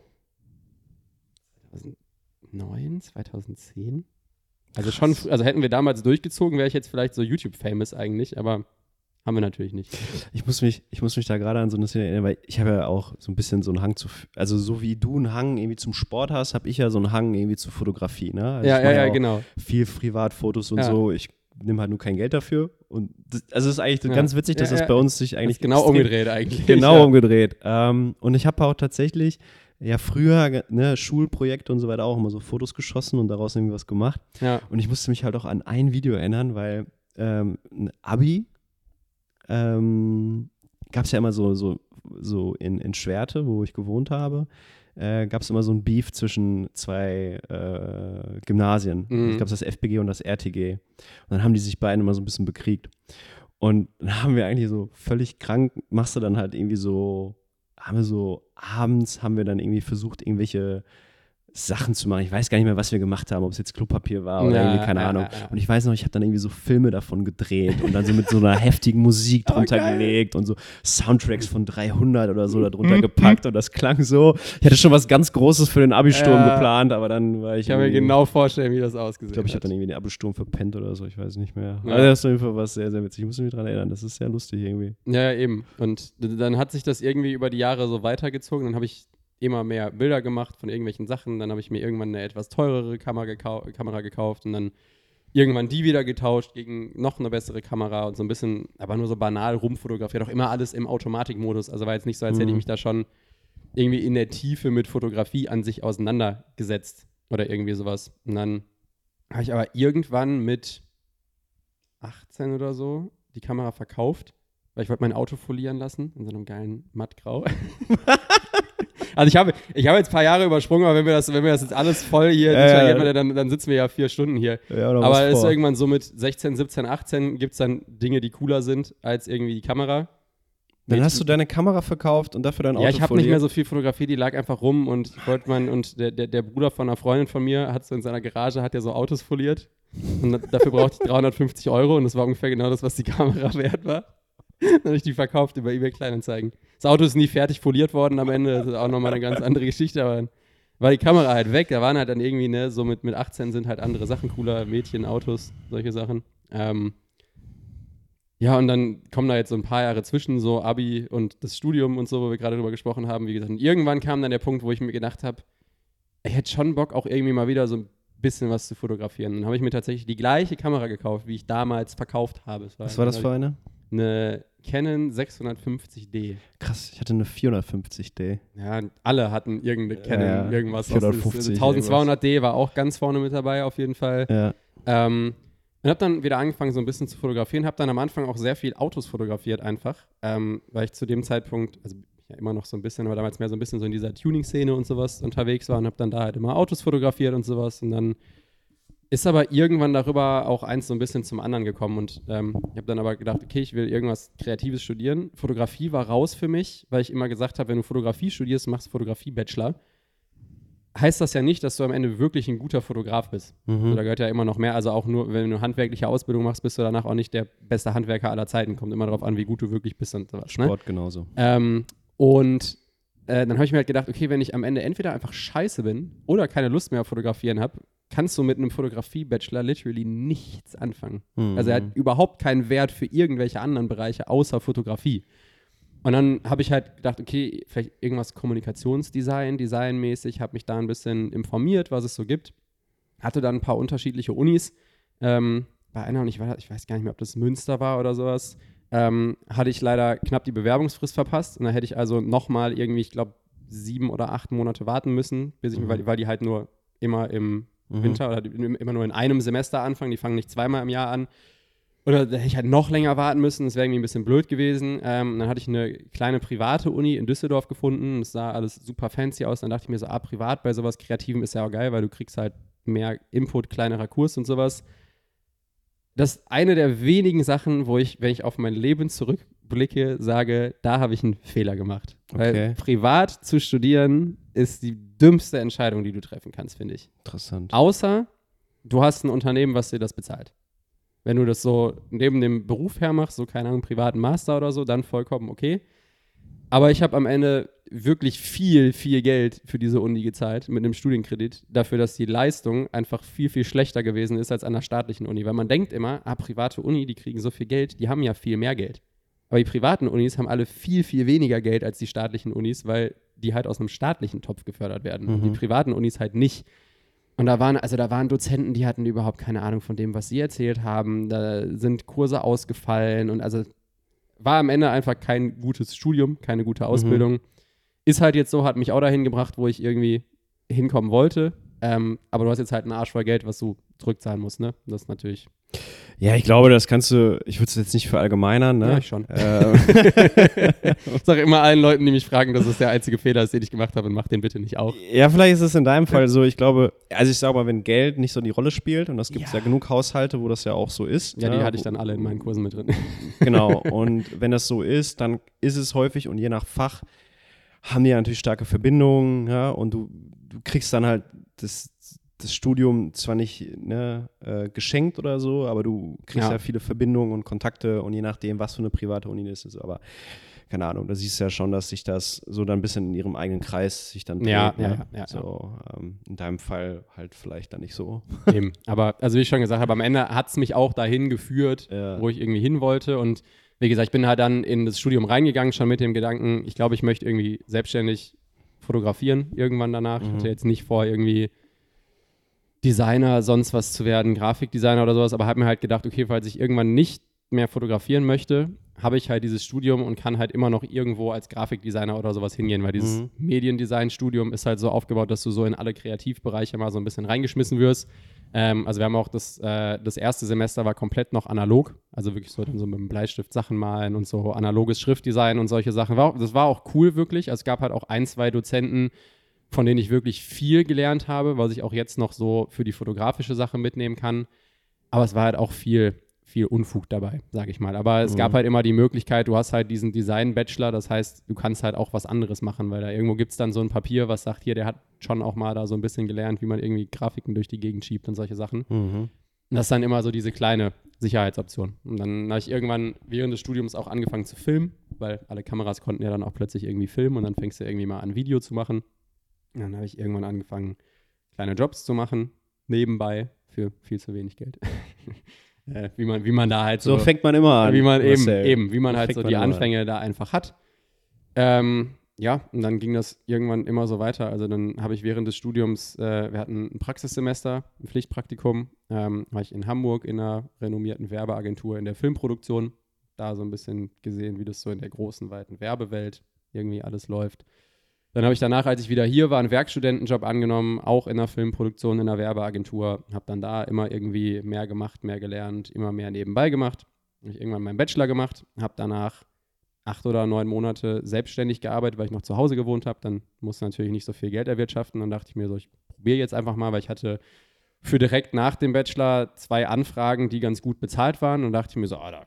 [SPEAKER 2] zweitausendneun, zweitausendzehn. Also schon, also hätten wir damals durchgezogen, wäre ich jetzt vielleicht so YouTube-famous eigentlich, aber haben wir natürlich nicht.
[SPEAKER 1] Ich muss mich, ich muss mich da gerade an so eine Szene erinnern, weil ich habe ja auch so ein bisschen so einen Hang zu, also so wie du einen Hang irgendwie zum Sport hast, habe ich ja so einen Hang irgendwie zur Fotografie, ne? Also
[SPEAKER 2] ja,
[SPEAKER 1] ich
[SPEAKER 2] ja,
[SPEAKER 1] mache
[SPEAKER 2] ja,
[SPEAKER 1] auch
[SPEAKER 2] genau.
[SPEAKER 1] Viel Privatfotos und
[SPEAKER 2] ja.
[SPEAKER 1] so. Ich nehme halt nur kein Geld dafür. Und das, also es ist eigentlich
[SPEAKER 2] ja.
[SPEAKER 1] ganz witzig, dass
[SPEAKER 2] ja, ja.
[SPEAKER 1] das bei uns sich eigentlich
[SPEAKER 2] das ist genau
[SPEAKER 1] extrem,
[SPEAKER 2] umgedreht eigentlich.
[SPEAKER 1] Genau
[SPEAKER 2] ja.
[SPEAKER 1] umgedreht. Ähm, und ich habe auch tatsächlich ja früher, ne, Schulprojekte und so weiter auch immer so Fotos geschossen und daraus irgendwie was gemacht.
[SPEAKER 2] Ja.
[SPEAKER 1] Und ich musste mich halt auch an ein Video erinnern, weil ähm, ein Abi ähm, gab es ja immer so, so, so in, in Schwerte, wo ich gewohnt habe, äh, gab es immer so ein Beef zwischen zwei äh, Gymnasien.
[SPEAKER 2] Mhm.
[SPEAKER 1] Es gab das F B G und das R T G. Und dann haben die sich beide immer so ein bisschen bekriegt. Und dann haben wir eigentlich so völlig krank, machst du dann halt irgendwie so, haben wir so, abends haben wir dann irgendwie versucht, irgendwelche Sachen zu machen. Ich weiß gar nicht mehr, was wir gemacht haben, ob es jetzt Klopapier war oder
[SPEAKER 2] ja,
[SPEAKER 1] irgendwie, keine
[SPEAKER 2] ja,
[SPEAKER 1] Ahnung.
[SPEAKER 2] Ja, ja.
[SPEAKER 1] Und ich weiß noch, ich habe dann irgendwie so Filme davon gedreht und dann so mit so einer heftigen Musik drunter
[SPEAKER 2] oh,
[SPEAKER 1] gelegt und so Soundtracks von dreihundert oder so da drunter gepackt und das klang so. Ich hatte schon was ganz Großes für den Abi-Sturm
[SPEAKER 2] ja.
[SPEAKER 1] geplant, aber dann war ich
[SPEAKER 2] Ich kann mir genau vorstellen, wie das ausgesehen hat.
[SPEAKER 1] Ich glaube, ich habe dann irgendwie den Abi-Sturm verpennt oder so, ich weiß nicht mehr.
[SPEAKER 2] Ja.
[SPEAKER 1] Also das ist auf jeden Fall was sehr, sehr witzig. Ich muss mich dran erinnern, das ist sehr lustig irgendwie.
[SPEAKER 2] Ja, eben. Und dann hat sich das irgendwie über die Jahre so weitergezogen. Dann habe ich immer mehr Bilder gemacht von irgendwelchen Sachen. Dann habe ich mir irgendwann eine etwas teurere Kamera, gekau- Kamera gekauft und dann irgendwann die wieder getauscht gegen noch eine bessere Kamera und so ein bisschen, aber nur so banal rumfotografiert. Auch immer alles im Automatikmodus. Also war jetzt nicht so, als hätte ich mich da schon irgendwie in der Tiefe mit Fotografie an sich auseinandergesetzt oder irgendwie sowas. Und dann habe ich aber irgendwann mit achtzehn oder so die Kamera verkauft, weil ich wollte mein Auto folieren lassen in so einem geilen Mattgrau. Also ich habe ich habe jetzt ein paar Jahre übersprungen, aber wenn wir das, wenn wir das jetzt alles voll hier
[SPEAKER 1] äh,
[SPEAKER 2] äh, dann, dann sitzen wir ja vier Stunden hier.
[SPEAKER 1] Ja,
[SPEAKER 2] aber es ist irgendwann so mit sechzehn, siebzehn, achtzehn gibt es dann Dinge, die cooler sind als irgendwie die Kamera.
[SPEAKER 1] Dann hast du deine Kamera verkauft und dafür dein Auto
[SPEAKER 2] Ja, ich habe
[SPEAKER 1] foliert.
[SPEAKER 2] nicht mehr so viel Fotografie, die lag einfach rum und ich wollte man und der, der, der Bruder von einer Freundin von mir hat so in seiner Garage hat ja so Autos foliert und dafür brauchte ich dreihundertfünfzig Euro und das war ungefähr genau das, was die Kamera wert war. Dann habe ich die verkauft über eBay Kleinanzeigen. Das Auto ist nie fertig poliert worden am Ende. Das ist auch nochmal eine ganz andere Geschichte, aber dann war die Kamera halt weg. Da waren halt dann irgendwie, ne, so mit, mit achtzehn sind halt andere Sachen cooler. Mädchen, Autos, solche Sachen. Ähm, ja, und dann kommen da jetzt so ein paar Jahre zwischen, so Abi und das Studium und so, wo wir gerade drüber gesprochen haben. Wie gesagt, und irgendwann kam dann der Punkt, wo ich mir gedacht habe, ich hätte schon Bock, auch irgendwie mal wieder so ein bisschen was zu fotografieren. Dann habe ich mir tatsächlich die gleiche Kamera gekauft, wie ich damals verkauft habe. War
[SPEAKER 1] Was war das für eine?
[SPEAKER 2] Eine Canon sechshundertfünfzig D.
[SPEAKER 1] Krass, ich hatte eine vierhundertfünfzig D.
[SPEAKER 2] Ja, alle hatten irgendeine Canon,
[SPEAKER 1] ja, ja.
[SPEAKER 2] irgendwas.
[SPEAKER 1] vierhundertfünfzig,
[SPEAKER 2] also zwölfhundert D war auch ganz vorne mit dabei, auf jeden Fall.
[SPEAKER 1] Ja.
[SPEAKER 2] Ähm, und habe dann wieder angefangen, so ein bisschen zu fotografieren. Habe dann am Anfang auch sehr viel Autos fotografiert einfach, ähm, weil ich zu dem Zeitpunkt, also ja immer noch so ein bisschen, aber damals mehr so ein bisschen so in dieser Tuning-Szene und sowas unterwegs war und habe dann da halt immer Autos fotografiert und sowas. Und dann ist aber irgendwann darüber auch eins so ein bisschen zum anderen gekommen. Und ähm, ich habe dann aber gedacht, okay, ich will irgendwas Kreatives studieren. Fotografie war raus für mich, weil ich immer gesagt habe, wenn du Fotografie studierst, machst du Fotografie-Bachelor. Heißt das ja nicht, dass du am Ende wirklich ein guter Fotograf bist.
[SPEAKER 1] Mhm.
[SPEAKER 2] Also da gehört ja immer noch mehr. Also auch nur, wenn du eine handwerkliche Ausbildung machst, bist du danach auch nicht der beste Handwerker aller Zeiten. Kommt immer darauf an, wie gut du wirklich bist und sowas.
[SPEAKER 1] Sport
[SPEAKER 2] ne?
[SPEAKER 1] genauso.
[SPEAKER 2] Ähm, und äh, dann habe ich mir halt gedacht, okay, wenn ich am Ende entweder einfach scheiße bin oder keine Lust mehr auf Fotografieren habe, kannst du mit einem Fotografie-Bachelor literally nichts anfangen.
[SPEAKER 1] Mhm.
[SPEAKER 2] Also er hat überhaupt keinen Wert für irgendwelche anderen Bereiche außer Fotografie. Und dann habe ich halt gedacht, okay, vielleicht irgendwas Kommunikationsdesign, designmäßig, habe mich da ein bisschen informiert, was es so gibt. Hatte dann ein paar unterschiedliche Unis. Ähm, bei einer, und ich, war, ich weiß gar nicht mehr, ob das Münster war oder sowas, ähm, hatte ich leider knapp die Bewerbungsfrist verpasst. Und da hätte ich also nochmal irgendwie, ich glaube, sieben oder acht Monate warten müssen, bis ich, mhm. weil, weil die halt nur immer im mhm. Winter oder immer nur in einem Semester anfangen. Die fangen nicht zweimal im Jahr an. Oder da hätte ich halt noch länger warten müssen, das wäre irgendwie ein bisschen blöd gewesen. Ähm, dann hatte ich eine kleine private Uni in Düsseldorf gefunden, das sah alles super fancy aus. Dann dachte ich mir so, ah, privat bei sowas Kreativem ist ja auch geil, weil du kriegst halt mehr Input, kleinerer Kurs und sowas. Das ist eine der wenigen Sachen, wo ich, wenn ich auf mein Leben zurückblicke, sage, da habe ich einen Fehler gemacht.
[SPEAKER 1] Okay.
[SPEAKER 2] Weil privat zu studieren ist die dümmste Entscheidung, die du treffen kannst, finde ich.
[SPEAKER 1] Interessant.
[SPEAKER 2] Außer du hast ein Unternehmen, was dir das bezahlt. Wenn du das so neben dem Beruf her machst, so keine Ahnung, privaten Master oder so, dann vollkommen okay. Aber ich habe am Ende wirklich viel, viel Geld für diese Uni gezahlt mit einem Studienkredit, dafür, dass die Leistung einfach viel, viel schlechter gewesen ist als an der staatlichen Uni. Weil man denkt immer, ah, private Uni, die kriegen so viel Geld, die haben ja viel mehr Geld. Aber die privaten Unis haben alle viel, viel weniger Geld als die staatlichen Unis, weil die halt aus einem staatlichen Topf gefördert werden.
[SPEAKER 1] Mhm.
[SPEAKER 2] Und die privaten Unis halt nicht. Und da waren, also da waren Dozenten, die hatten überhaupt keine Ahnung von dem, was sie erzählt haben. Da sind Kurse ausgefallen und also war am Ende einfach kein gutes Studium, keine gute Ausbildung. Mhm. Ist halt jetzt so, hat mich auch dahin gebracht, wo ich irgendwie hinkommen wollte. Ähm, aber du hast jetzt halt einen Arsch voll Geld, was du zurückzahlen musst, ne? Das ist natürlich.
[SPEAKER 1] Ja, ich glaube, das kannst du, ich würde es jetzt nicht verallgemeinern, ne?
[SPEAKER 2] Ja, ich schon.
[SPEAKER 1] Ähm.
[SPEAKER 2] Ich sage immer allen Leuten, die mich fragen, dass es der einzige Fehler ist, den ich gemacht habe, und mach den bitte nicht auch.
[SPEAKER 1] Ja, vielleicht ist es in deinem Fall so, ich glaube, also ich sage mal, wenn Geld nicht so die Rolle spielt, und das gibt es ja. ja genug Haushalte, wo das ja auch so ist.
[SPEAKER 2] Ja, die
[SPEAKER 1] ne?
[SPEAKER 2] hatte ich dann alle in meinen Kursen mit drin.
[SPEAKER 1] Genau, und wenn das so ist, dann ist es häufig, und je nach Fach, haben die ja natürlich starke Verbindungen, ja, und du, du kriegst dann halt das, das Studium zwar nicht ne, äh, geschenkt oder so, aber du kriegst ja. ja viele Verbindungen und Kontakte, und je nachdem, was für eine private Uni das ist, aber keine Ahnung, da siehst du ja schon, dass sich das so dann ein bisschen in ihrem eigenen Kreis sich dann dreht.
[SPEAKER 2] Ja,
[SPEAKER 1] ne?
[SPEAKER 2] ja, ja, ja.
[SPEAKER 1] So, ähm, in deinem Fall halt vielleicht dann nicht so.
[SPEAKER 2] Eben, aber also wie ich schon gesagt habe, am Ende hat es mich auch dahin geführt,
[SPEAKER 1] ja.
[SPEAKER 2] wo ich irgendwie hin wollte, und wie gesagt, ich bin halt dann in das Studium reingegangen, schon mit dem Gedanken, ich glaube, ich möchte irgendwie selbstständig fotografieren irgendwann danach. Mhm. Ich hatte jetzt nicht vor, irgendwie Designer, sonst was zu werden, Grafikdesigner oder sowas, aber habe mir halt gedacht, okay, falls ich irgendwann nicht mehr fotografieren möchte, habe ich halt dieses Studium und kann halt immer noch irgendwo als Grafikdesigner oder sowas hingehen, weil dieses mhm. Mediendesign-Studium ist halt so aufgebaut, dass du so in alle Kreativbereiche mal so ein bisschen reingeschmissen wirst. Ähm, also wir haben auch das, äh, das erste Semester war komplett noch analog, also wirklich so, dann so mit dem Bleistift Sachen malen und so analoges Schriftdesign und solche Sachen. War auch, das war auch cool wirklich, also es gab halt auch ein, zwei Dozenten, von denen ich wirklich viel gelernt habe, was ich auch jetzt noch so für die fotografische Sache mitnehmen kann. Aber es war halt auch viel, viel Unfug dabei, sage ich mal. Aber es mhm. gab halt immer die Möglichkeit, du hast halt diesen Design-Bachelor, das heißt, du kannst halt auch was anderes machen, weil da irgendwo gibt es dann so ein Papier, was sagt, hier, der hat schon auch mal da so ein bisschen gelernt, wie man irgendwie Grafiken durch die Gegend schiebt und solche Sachen.
[SPEAKER 1] Mhm.
[SPEAKER 2] das ist dann immer so diese kleine Sicherheitsoption. Und dann habe ich irgendwann während des Studiums auch angefangen zu filmen, weil alle Kameras konnten ja dann auch plötzlich irgendwie filmen und dann fängst du irgendwie mal an, Video zu machen. Und dann habe ich irgendwann angefangen, kleine Jobs zu machen, nebenbei, für viel zu wenig Geld. äh, wie, man, wie man da halt so...
[SPEAKER 1] So fängt man immer an.
[SPEAKER 2] Wie man eben, eben, wie man
[SPEAKER 1] So
[SPEAKER 2] halt so
[SPEAKER 1] fängt
[SPEAKER 2] die
[SPEAKER 1] man immer
[SPEAKER 2] Anfänge da einfach hat. Ähm, ja, und dann ging das irgendwann immer so weiter. Also dann habe ich während des Studiums, äh, wir hatten ein Praxissemester, ein Pflichtpraktikum, ähm, war ich in Hamburg in einer renommierten Werbeagentur in der Filmproduktion. Da so ein bisschen gesehen, wie das so in der großen, weiten Werbewelt irgendwie alles läuft. Dann habe ich danach, als ich wieder hier war, einen Werkstudentenjob angenommen, auch in der Filmproduktion, in der Werbeagentur. Habe dann da immer irgendwie mehr gemacht, mehr gelernt, immer mehr nebenbei gemacht. Habe ich irgendwann meinen Bachelor gemacht, habe danach acht oder neun Monate selbstständig gearbeitet, weil ich noch zu Hause gewohnt habe. Dann musste natürlich nicht so viel Geld erwirtschaften. Dann dachte ich mir so, ich probiere jetzt einfach mal, weil ich hatte für direkt nach dem Bachelor zwei Anfragen, die ganz gut bezahlt waren. Und dachte ich mir so, ah, da,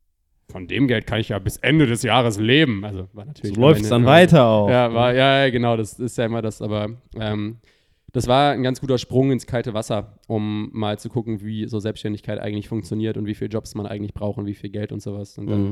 [SPEAKER 2] von dem Geld kann ich ja bis Ende des Jahres leben. Also war natürlich.
[SPEAKER 1] So läuft es dann weiter auch.
[SPEAKER 2] Ja, war, ja, genau, das ist ja immer das. Aber ähm, das war ein ganz guter Sprung ins kalte Wasser, um mal zu gucken, wie so Selbstständigkeit eigentlich funktioniert und wie viele Jobs man eigentlich braucht und wie viel Geld und sowas. Und dann
[SPEAKER 1] Mhm.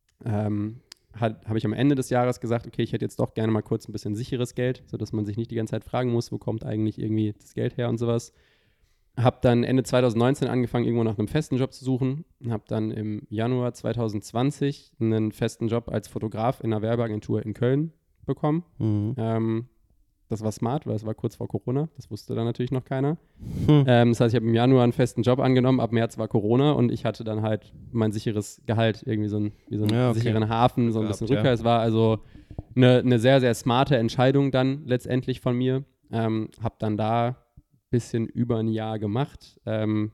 [SPEAKER 2] ähm, habe ich am Ende des Jahres gesagt, okay, ich hätte jetzt doch gerne mal kurz ein bisschen sicheres Geld, sodass man sich nicht die ganze Zeit fragen muss, wo kommt eigentlich irgendwie das Geld her und sowas. Habe dann Ende zwanzig neunzehn angefangen, irgendwo nach einem festen Job zu suchen. Habe dann im Januar zwanzig zwanzig einen festen Job als Fotograf in einer Werbeagentur in Köln bekommen.
[SPEAKER 1] Mhm.
[SPEAKER 2] Ähm, das war smart, weil es war kurz vor Corona. Das wusste dann natürlich noch keiner.
[SPEAKER 1] Hm.
[SPEAKER 2] Ähm, das heißt, ich habe im Januar einen festen Job angenommen. Ab März war Corona und ich hatte dann halt mein sicheres Gehalt, irgendwie so, ein, wie so einen
[SPEAKER 1] Ja, okay.
[SPEAKER 2] sicheren Hafen, so ein
[SPEAKER 1] Gehabt,
[SPEAKER 2] bisschen
[SPEAKER 1] ja.
[SPEAKER 2] Rückkehr. Es war also eine, eine sehr, sehr smarte Entscheidung dann letztendlich von mir. Ähm, habe dann da ein bisschen über ein Jahr gemacht. Ähm,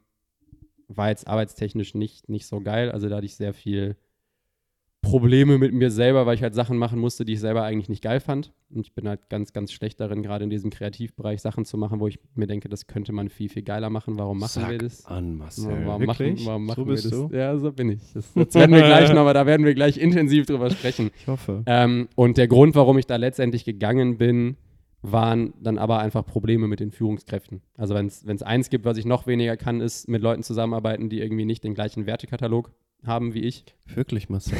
[SPEAKER 2] war jetzt arbeitstechnisch nicht, nicht so geil. Also da hatte ich sehr viel Probleme mit mir selber, weil ich halt Sachen machen musste, die ich selber eigentlich nicht geil fand. Und ich bin halt ganz, ganz schlecht darin, gerade in diesem Kreativbereich Sachen zu machen, wo ich mir denke, das könnte man viel, viel geiler machen. Warum machen
[SPEAKER 1] Sag
[SPEAKER 2] wir das?
[SPEAKER 1] an, Marcel.
[SPEAKER 2] Warum machen,
[SPEAKER 1] Wirklich?
[SPEAKER 2] warum machen
[SPEAKER 1] so
[SPEAKER 2] wir
[SPEAKER 1] bist
[SPEAKER 2] das?
[SPEAKER 1] du?
[SPEAKER 2] Ja, so bin ich. Das, das werden wir gleich noch, aber da werden wir gleich intensiv drüber sprechen.
[SPEAKER 1] Ich hoffe.
[SPEAKER 2] Ähm, und der Grund, warum ich da letztendlich gegangen bin, waren dann aber einfach Probleme mit den Führungskräften. Also wenn es eins gibt, was ich noch weniger kann, ist mit Leuten zusammenarbeiten, die irgendwie nicht den gleichen Wertekatalog haben wie ich.
[SPEAKER 1] Wirklich, Marcel.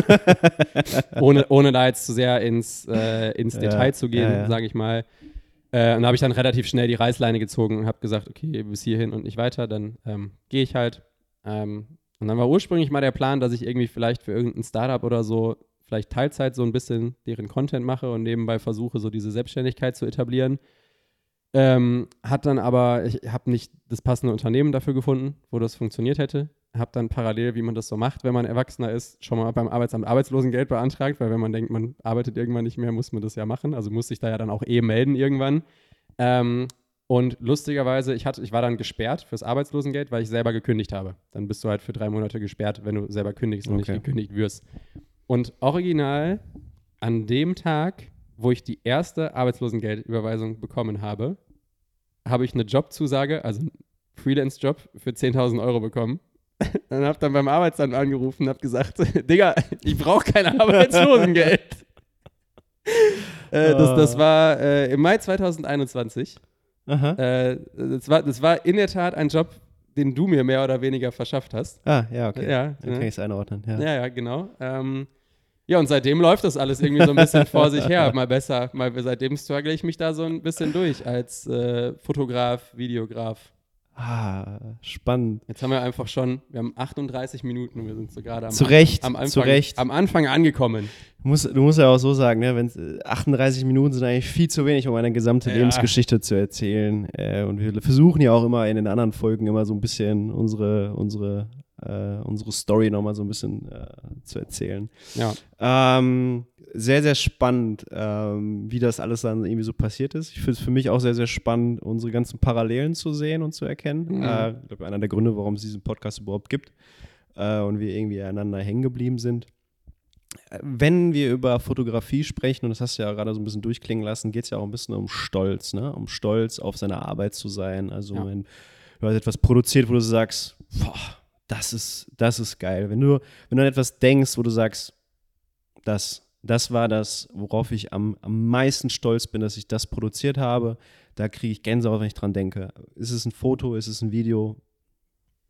[SPEAKER 2] ohne, ohne da jetzt zu sehr ins, äh, ins
[SPEAKER 1] Ja,
[SPEAKER 2] Detail zu gehen,
[SPEAKER 1] ja, ja.
[SPEAKER 2] sage ich mal. Äh, und da habe ich dann relativ schnell die Reißleine gezogen und habe gesagt, okay, bis hierhin und nicht weiter, dann ähm, gehe ich halt. Ähm, und dann war ursprünglich mal der Plan, dass ich irgendwie vielleicht für irgendein Startup oder so vielleicht Teilzeit so ein bisschen deren Content mache und nebenbei versuche, so diese Selbstständigkeit zu etablieren. Ähm, hat dann aber, ich habe nicht das passende Unternehmen dafür gefunden, wo das funktioniert hätte. Habe dann parallel, wie man das so macht, wenn man Erwachsener ist, schon mal beim Arbeitsamt Arbeitslosengeld beantragt, weil wenn man denkt, man arbeitet irgendwann nicht mehr, muss man das ja machen. Also muss ich da ja dann auch eh melden irgendwann. Ähm, und lustigerweise, ich, hatte, ich war dann gesperrt fürs Arbeitslosengeld, weil ich selber gekündigt habe. Dann bist du halt für drei Monate gesperrt, wenn du selber kündigst und
[SPEAKER 1] Okay.
[SPEAKER 2] nicht gekündigt wirst. Und original an dem Tag, wo ich die erste Arbeitslosengeldüberweisung bekommen habe, habe ich eine Jobzusage, also einen Freelance-Job für zehntausend Euro bekommen. Und habe dann beim Arbeitsamt angerufen und habe gesagt, Digga, ich brauche kein Arbeitslosengeld. äh, das, das war äh, im Mai zwanzig einundzwanzig.
[SPEAKER 1] Aha.
[SPEAKER 2] Äh, das, war, das war in der Tat ein Job, den du mir mehr oder weniger verschafft hast.
[SPEAKER 1] Ah, ja, okay.
[SPEAKER 2] Ja,
[SPEAKER 1] Dann kann ich es einordnen. Ja.
[SPEAKER 2] Ja, ja, genau. Ähm, ja, und seitdem läuft das alles irgendwie so ein bisschen vor sich her. Mal besser, mal seitdem struggle ich mich da so ein bisschen durch als äh, Fotograf, Videograf.
[SPEAKER 1] Ah, spannend.
[SPEAKER 2] Jetzt haben wir einfach schon, wir haben achtunddreißig Minuten und wir sind so gerade am,
[SPEAKER 1] Zu Recht,
[SPEAKER 2] am, Anfang,
[SPEAKER 1] zu Recht.
[SPEAKER 2] am Anfang angekommen.
[SPEAKER 1] Du musst, du musst ja auch so sagen, ne, wenn achtunddreißig Minuten sind eigentlich viel zu wenig, um eine gesamte
[SPEAKER 2] Ja.
[SPEAKER 1] Lebensgeschichte zu erzählen. Äh, und wir versuchen ja auch immer in den anderen Folgen immer so ein bisschen unsere, unsere, äh, unsere Story nochmal so ein bisschen äh, zu erzählen.
[SPEAKER 2] Ja.
[SPEAKER 1] Ähm, sehr, sehr spannend, ähm, wie das alles dann irgendwie so passiert ist. Ich finde es für mich auch sehr, sehr spannend, unsere ganzen Parallelen zu sehen und zu erkennen.
[SPEAKER 2] Mhm.
[SPEAKER 1] Äh, ich glaube, einer der Gründe, warum es diesen Podcast überhaupt gibt äh, und wir irgendwie aneinander hängen geblieben sind. Wenn wir über Fotografie sprechen, und das hast du ja gerade so ein bisschen durchklingen lassen, geht es ja auch ein bisschen um Stolz, ne? Um Stolz auf seine Arbeit zu sein. Also
[SPEAKER 2] Ja.
[SPEAKER 1] wenn du hast etwas produziert, wo du sagst, boah, das ist, das ist geil. Wenn du, wenn du an etwas denkst, wo du sagst, das, das war das, worauf ich am, am meisten stolz bin, dass ich das produziert habe, da kriege ich Gänsehaut, wenn ich dran denke. Ist es ein Foto, ist es ein Video?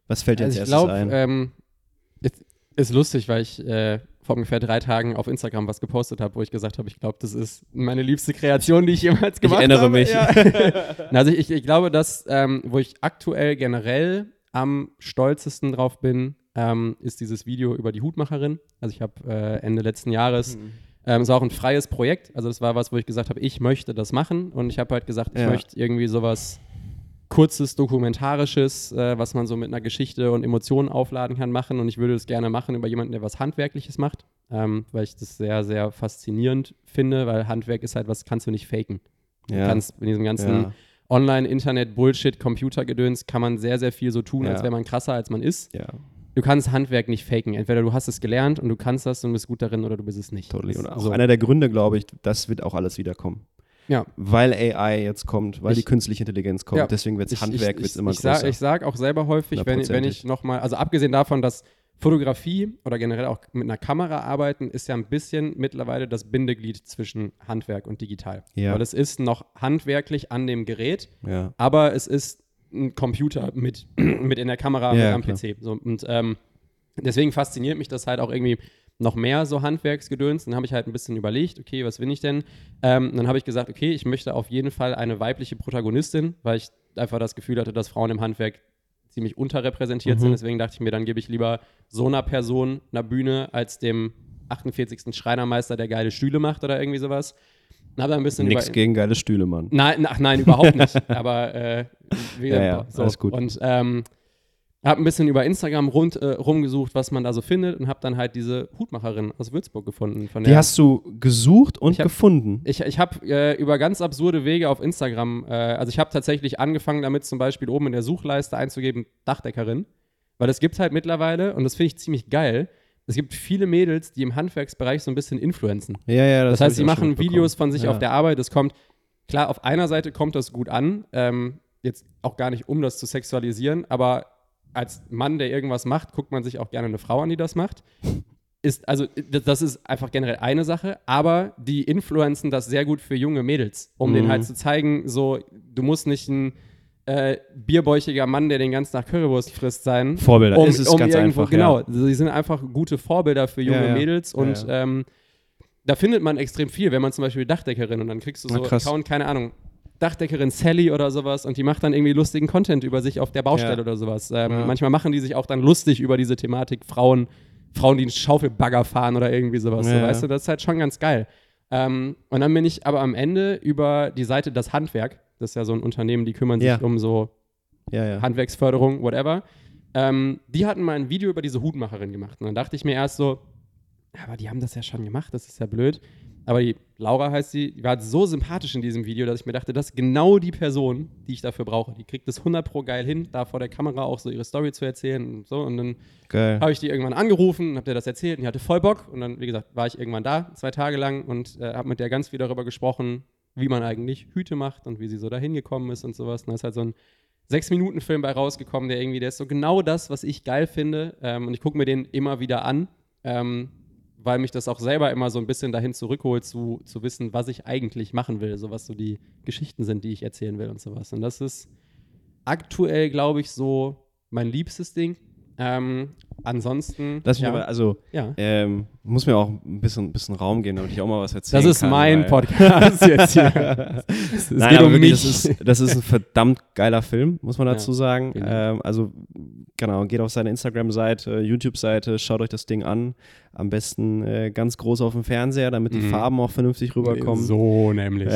[SPEAKER 1] Was fällt dir
[SPEAKER 2] Also
[SPEAKER 1] als
[SPEAKER 2] ich
[SPEAKER 1] erstes
[SPEAKER 2] glaube,
[SPEAKER 1] ein?
[SPEAKER 2] ähm, ist, ist lustig, weil ich äh, vor ungefähr drei Tagen auf Instagram was gepostet habe, wo ich gesagt habe, ich glaube, das ist meine liebste Kreation, die ich jemals gemacht habe.
[SPEAKER 1] Ich erinnere mich.
[SPEAKER 2] Ja. Also ich, ich glaube, dass, ähm, wo ich aktuell generell am stolzesten drauf bin, ähm, ist dieses Video über die Hutmacherin. Also ich habe äh, Ende letzten Jahres,
[SPEAKER 1] Mhm.
[SPEAKER 2] ähm, es war auch ein freies Projekt, also das war was, wo ich gesagt habe, ich möchte das machen und ich habe halt gesagt, ich
[SPEAKER 1] Ja.
[SPEAKER 2] möchte irgendwie sowas kurzes, dokumentarisches, äh, was man so mit einer Geschichte und Emotionen aufladen kann, machen. Und ich würde es gerne machen über jemanden, der was Handwerkliches macht, ähm, weil ich das sehr, sehr faszinierend finde, weil Handwerk ist halt was, kannst du nicht faken.
[SPEAKER 1] Ja.
[SPEAKER 2] Du kannst in diesem ganzen
[SPEAKER 1] Ja.
[SPEAKER 2] Online-Internet-Bullshit, Computergedöns, kann man sehr, sehr viel so tun,
[SPEAKER 1] Ja.
[SPEAKER 2] als wäre man krasser, als man ist.
[SPEAKER 1] Ja,
[SPEAKER 2] Du kannst Handwerk nicht faken. Entweder du hast es gelernt und du kannst das und bist gut darin oder du bist es nicht.
[SPEAKER 1] totally. Und
[SPEAKER 2] Das-
[SPEAKER 1] auch
[SPEAKER 2] so.
[SPEAKER 1] einer der Gründe, glaube ich, das wird auch alles wiederkommen.
[SPEAKER 2] Ja.
[SPEAKER 1] Weil A I jetzt kommt, weil
[SPEAKER 2] Ich-
[SPEAKER 1] die künstliche Intelligenz kommt.
[SPEAKER 2] Ja.
[SPEAKER 1] Deswegen wird
[SPEAKER 2] Ich-
[SPEAKER 1] Handwerk
[SPEAKER 2] ich,
[SPEAKER 1] wird's
[SPEAKER 2] ich,
[SPEAKER 1] immer
[SPEAKER 2] ich
[SPEAKER 1] größer.
[SPEAKER 2] Sag, ich sage auch selber häufig, wenn, wenn ich
[SPEAKER 1] Hundertprozentig.
[SPEAKER 2] nochmal, also abgesehen davon, dass Fotografie oder generell auch mit einer Kamera arbeiten, ist ja ein bisschen mittlerweile das Bindeglied zwischen Handwerk und digital.
[SPEAKER 1] Ja.
[SPEAKER 2] Weil es ist noch handwerklich an dem Gerät,
[SPEAKER 1] ja.
[SPEAKER 2] aber es ist ein Computer mit, mit in der Kamera,
[SPEAKER 1] Ja,
[SPEAKER 2] mit am
[SPEAKER 1] klar.
[SPEAKER 2] P C. So, und ähm, deswegen fasziniert mich das halt auch irgendwie noch mehr so Handwerksgedöns. Dann habe ich halt ein bisschen überlegt, okay, was will ich denn? Ähm, dann habe ich gesagt, okay, ich möchte auf jeden Fall eine weibliche Protagonistin, weil ich einfach das Gefühl hatte, dass Frauen im Handwerk ziemlich unterrepräsentiert
[SPEAKER 1] Mhm.
[SPEAKER 2] sind. Deswegen dachte ich mir, dann gebe ich lieber so einer Person einer Bühne als dem achtundvierzigsten Schreinermeister, der geile Stühle macht oder irgendwie sowas. Und habe dann ein bisschen
[SPEAKER 1] Nichts
[SPEAKER 2] über
[SPEAKER 1] gegen geile Stühle, Mann.
[SPEAKER 2] Nein, ach nein, überhaupt nicht. Aber äh, wie
[SPEAKER 1] Ja, ja,
[SPEAKER 2] so.
[SPEAKER 1] alles gut.
[SPEAKER 2] Und ähm, habe ein bisschen über Instagram rund, äh, rumgesucht, was man da so findet und habe dann halt diese Hutmacherin aus Würzburg gefunden. Von
[SPEAKER 1] Die
[SPEAKER 2] der
[SPEAKER 1] hast du gesucht und
[SPEAKER 2] Ich hab-
[SPEAKER 1] gefunden.
[SPEAKER 2] ich ich habe äh, über ganz absurde Wege auf Instagram, äh, also ich habe tatsächlich angefangen damit zum Beispiel oben in der Suchleiste einzugeben, Dachdeckerin. Weil es gibt halt mittlerweile, und das finde ich ziemlich geil, es gibt viele Mädels, die im Handwerksbereich so ein bisschen influenzen.
[SPEAKER 1] Ja, ja,
[SPEAKER 2] Das,
[SPEAKER 1] hab
[SPEAKER 2] heißt,
[SPEAKER 1] ich
[SPEAKER 2] sie
[SPEAKER 1] auch schon
[SPEAKER 2] machen Videos von sich
[SPEAKER 1] mitbekommen.
[SPEAKER 2] auf der Arbeit. Es kommt, klar, auf einer Seite kommt das gut an, ähm, jetzt auch gar nicht, um das zu sexualisieren, aber als Mann, der irgendwas macht, guckt man sich auch gerne eine Frau an, die das macht. Ist, also, das das ist einfach generell eine Sache, aber die influenzen das sehr gut für junge Mädels, um
[SPEAKER 1] Mhm.
[SPEAKER 2] denen halt zu zeigen, so, du musst nicht ein äh, bierbäuchiger Mann, der den ganzen Tag Currywurst frisst, sein.
[SPEAKER 1] Vorbilder.
[SPEAKER 2] Um,
[SPEAKER 1] Es ist
[SPEAKER 2] um
[SPEAKER 1] ganz
[SPEAKER 2] irgendwo,
[SPEAKER 1] einfach,
[SPEAKER 2] genau,
[SPEAKER 1] ja.
[SPEAKER 2] also, sie sind einfach gute Vorbilder für junge
[SPEAKER 1] Ja, ja.
[SPEAKER 2] Mädels
[SPEAKER 1] Ja,
[SPEAKER 2] und
[SPEAKER 1] ja.
[SPEAKER 2] Ähm, da findet man extrem viel, wenn man zum Beispiel Dachdeckerin und dann kriegst du
[SPEAKER 1] Na,
[SPEAKER 2] so
[SPEAKER 1] krass.
[SPEAKER 2] Account, keine Ahnung, Dachdeckerin Sally oder sowas und die macht dann irgendwie lustigen Content über sich auf der Baustelle
[SPEAKER 1] Ja.
[SPEAKER 2] oder sowas. Ähm,
[SPEAKER 1] Ja.
[SPEAKER 2] Manchmal machen die sich auch dann lustig über diese Thematik Frauen, Frauen, die einen Schaufelbagger fahren oder irgendwie sowas.
[SPEAKER 1] Ja,
[SPEAKER 2] so,
[SPEAKER 1] ja.
[SPEAKER 2] weißt du, das ist halt schon ganz geil. Ähm, und dann bin ich aber am Ende über die Seite Das Handwerk, das ist ja so ein Unternehmen, die kümmern sich
[SPEAKER 1] Ja.
[SPEAKER 2] um so
[SPEAKER 1] Ja, ja.
[SPEAKER 2] Handwerksförderung, whatever. Ähm, die hatten mal ein Video über diese Hutmacherin gemacht. Und dann dachte ich mir erst so, ja, aber die haben das ja schon gemacht, das ist ja blöd. Aber die Laura heißt sie, die war halt so sympathisch in diesem Video, dass ich mir dachte, das ist genau die Person, die ich dafür brauche. Die kriegt es hundert pro geil hin, da vor der Kamera auch so ihre Story zu erzählen und so. Und dann
[SPEAKER 1] Geil.
[SPEAKER 2] habe ich die irgendwann angerufen und habe der das erzählt und die hatte voll Bock. Und dann, wie gesagt, war ich irgendwann da, zwei Tage lang und äh, habe mit der ganz viel darüber gesprochen, wie man eigentlich Hüte macht und wie sie so dahin gekommen ist und sowas. Und da ist halt so ein Sechs-Minuten-Film bei rausgekommen, der irgendwie, der ist so genau das, was ich geil finde. Ähm, und ich gucke mir den immer wieder an, ähm, weil mich das auch selber immer so ein bisschen dahin zurückholt, zu, zu wissen, was ich eigentlich machen will, so was so die Geschichten sind, die ich erzählen will und sowas. Und das ist aktuell, glaube ich, so mein liebstes Ding. Ähm, ansonsten.
[SPEAKER 1] Lass mich
[SPEAKER 2] ja,
[SPEAKER 1] aber, also,
[SPEAKER 2] ja.
[SPEAKER 1] ähm, muss mir auch ein bisschen, bisschen Raum gehen, damit ich auch mal was erzählen
[SPEAKER 2] Das ist
[SPEAKER 1] kann.
[SPEAKER 2] mein
[SPEAKER 1] weil-
[SPEAKER 2] Podcast jetzt hier. Es
[SPEAKER 1] Nein,
[SPEAKER 2] geht
[SPEAKER 1] aber
[SPEAKER 2] um
[SPEAKER 1] wirklich,
[SPEAKER 2] mich.
[SPEAKER 1] das ist, das ist ein verdammt geiler Film, muss man
[SPEAKER 2] Ja,
[SPEAKER 1] dazu sagen.
[SPEAKER 2] vielen Dank.
[SPEAKER 1] Ähm, also, genau, geht auf seine Instagram-Seite, YouTube-Seite, schaut euch das Ding an. Am besten äh, ganz groß auf dem Fernseher, damit die
[SPEAKER 2] Mhm.
[SPEAKER 1] Farben auch vernünftig rüberkommen.
[SPEAKER 2] So nämlich.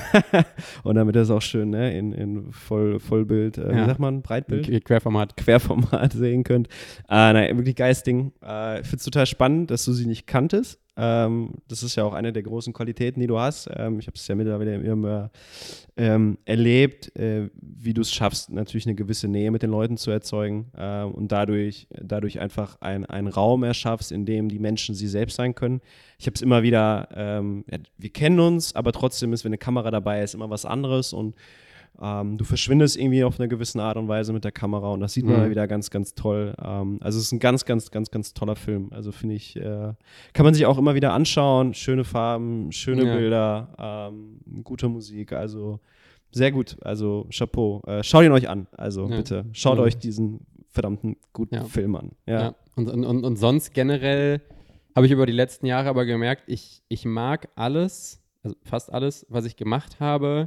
[SPEAKER 1] Und damit das auch schön ne, in, in Voll, Vollbild, äh,
[SPEAKER 2] Ja.
[SPEAKER 1] wie sagt man, Breitbild?
[SPEAKER 2] Qu- Querformat.
[SPEAKER 1] Querformat sehen könnt. Äh, nein, wirklich geiles Ding. Äh, ich finde es total spannend, dass du sie nicht kanntest. Ähm, das ist ja auch eine der großen Qualitäten, die du hast. Ähm, ich habe es ja mittlerweile immer ähm, erlebt, äh, wie du es schaffst, natürlich eine gewisse Nähe mit den Leuten zu erzeugen äh, und dadurch, dadurch einfach ein, einen Raum erschaffst, in dem die Menschen sie selbst sein können. Ich habe es immer wieder, ähm, ja, wir kennen uns, aber trotzdem ist, wenn eine Kamera dabei ist, immer was anderes und Ähm, du verschwindest irgendwie auf eine gewisse Art und Weise mit der Kamera und das sieht man
[SPEAKER 2] Mhm.
[SPEAKER 1] mal wieder ganz, ganz toll. Ähm, also es ist ein ganz, ganz, ganz, ganz toller Film. Also finde ich, äh, kann man sich auch immer wieder anschauen. Schöne Farben, schöne
[SPEAKER 2] Ja.
[SPEAKER 1] Bilder, ähm, gute Musik. Also sehr gut. Also Chapeau. Äh, schaut ihn euch an. Also
[SPEAKER 2] Ja.
[SPEAKER 1] bitte, schaut
[SPEAKER 2] Ja.
[SPEAKER 1] euch diesen verdammten guten
[SPEAKER 2] Ja.
[SPEAKER 1] Film an. Ja.
[SPEAKER 2] Ja. Und, und, und, und sonst generell habe ich über die letzten Jahre aber gemerkt, ich, ich mag alles, also fast alles, was ich gemacht habe,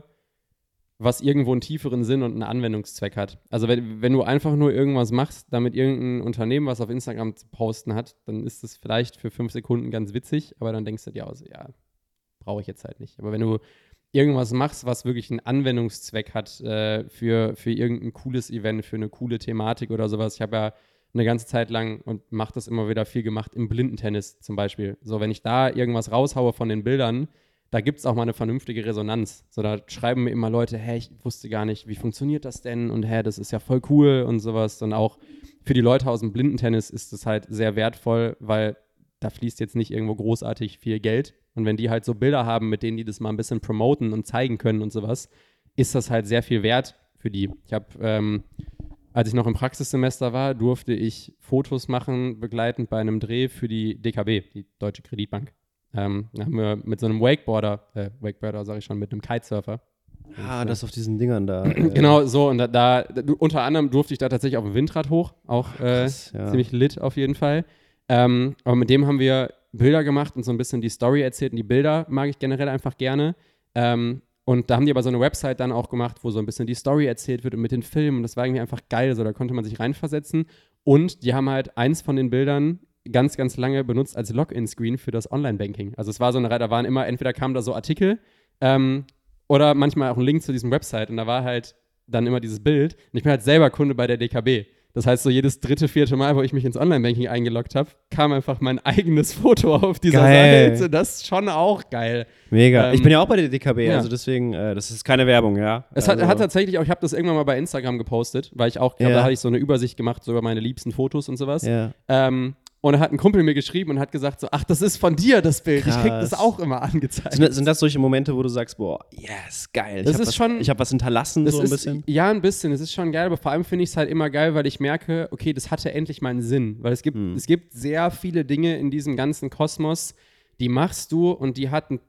[SPEAKER 2] was irgendwo einen tieferen Sinn und einen Anwendungszweck hat. Also wenn, wenn du einfach nur irgendwas machst, damit irgendein Unternehmen was auf Instagram zu posten hat, dann ist das vielleicht für fünf Sekunden ganz witzig, aber dann denkst du dir auch so, ja, brauche ich jetzt halt nicht. Aber wenn du irgendwas machst, was wirklich einen Anwendungszweck hat äh, für, für irgendein cooles Event, für eine coole Thematik oder sowas. Ich habe ja eine ganze Zeit lang und mache das immer wieder viel gemacht im Blindentennis zum Beispiel. So, wenn ich da irgendwas raushaue von den Bildern, da gibt es auch mal eine vernünftige Resonanz. So, da schreiben mir immer Leute, hey, ich wusste gar nicht, wie funktioniert das denn? Und hey, das ist ja voll cool und sowas. Und auch für die Leute aus dem Blindentennis ist das halt sehr wertvoll, weil da fließt jetzt nicht irgendwo großartig viel Geld. Und wenn die halt so Bilder haben, mit denen die das mal ein bisschen promoten und zeigen können und sowas, ist das halt sehr viel wert für die. Ich habe, ähm, als ich noch im Praxissemester war, durfte ich Fotos machen, begleitend bei einem Dreh für die D K B, die Deutsche Kreditbank. Ähm, da haben wir mit so einem Wakeboarder, äh, Wakeboarder sage ich schon, mit einem Kitesurfer.
[SPEAKER 1] Ah, das auf diesen Dingern da. Äh,
[SPEAKER 2] Genau, so. Und da, da, unter anderem durfte ich da tatsächlich auf dem Windrad hoch. Auch äh,
[SPEAKER 1] krass, ja.
[SPEAKER 2] ziemlich lit auf jeden Fall. Ähm, aber mit dem haben wir Bilder gemacht und so ein bisschen die Story erzählt. Und die Bilder mag ich generell einfach gerne. Ähm, und da haben die aber so eine Website dann auch gemacht, wo so ein bisschen die Story erzählt wird und mit den Filmen. Und das war irgendwie einfach geil. So, da konnte man sich reinversetzen. Und die haben halt eins von den Bildern ganz, ganz lange benutzt als Login-Screen für das Online-Banking. Also es war so eine Reihe, da waren immer, entweder kamen da so Artikel ähm, oder manchmal auch ein Link zu diesem Website. Und da war halt dann immer dieses Bild. Und ich bin halt selber Kunde bei der D K B. Das heißt, so jedes dritte, vierte Mal, wo ich mich ins Online-Banking eingeloggt habe, kam einfach mein eigenes Foto auf dieser
[SPEAKER 1] Geil.
[SPEAKER 2] Seite. Das ist schon auch geil.
[SPEAKER 1] Mega.
[SPEAKER 2] Ähm,
[SPEAKER 1] ich bin ja auch bei der D K B,
[SPEAKER 2] ja.
[SPEAKER 1] also deswegen, äh, das ist keine Werbung, ja.
[SPEAKER 2] Es
[SPEAKER 1] also,
[SPEAKER 2] hat, hat tatsächlich auch, ich habe das irgendwann mal bei Instagram gepostet, weil ich auch, ich glaub,
[SPEAKER 1] Ja.
[SPEAKER 2] da hatte ich so eine Übersicht gemacht, so über meine liebsten Fotos und sowas.
[SPEAKER 1] Ja.
[SPEAKER 2] Ähm, und da hat ein Kumpel mir geschrieben und hat gesagt so, ach, das ist von dir, das Bild. Ich krieg das
[SPEAKER 1] Krass.
[SPEAKER 2] auch immer angezeigt.
[SPEAKER 1] Sind, das- sind das solche Momente, wo du sagst, boah, yes, geil.
[SPEAKER 2] Das
[SPEAKER 1] ich hab
[SPEAKER 2] ist
[SPEAKER 1] was,
[SPEAKER 2] schon-
[SPEAKER 1] Ich habe was hinterlassen,
[SPEAKER 2] Das
[SPEAKER 1] so ein
[SPEAKER 2] ist,
[SPEAKER 1] bisschen.
[SPEAKER 2] Ja, ein bisschen. Es ist schon geil, aber vor allem finde ich es halt immer geil, weil ich merke, okay, das hatte endlich mal einen Sinn. Weil es gibt,
[SPEAKER 1] Hm.
[SPEAKER 2] es gibt sehr viele Dinge in diesem ganzen Kosmos, die machst du und die hatten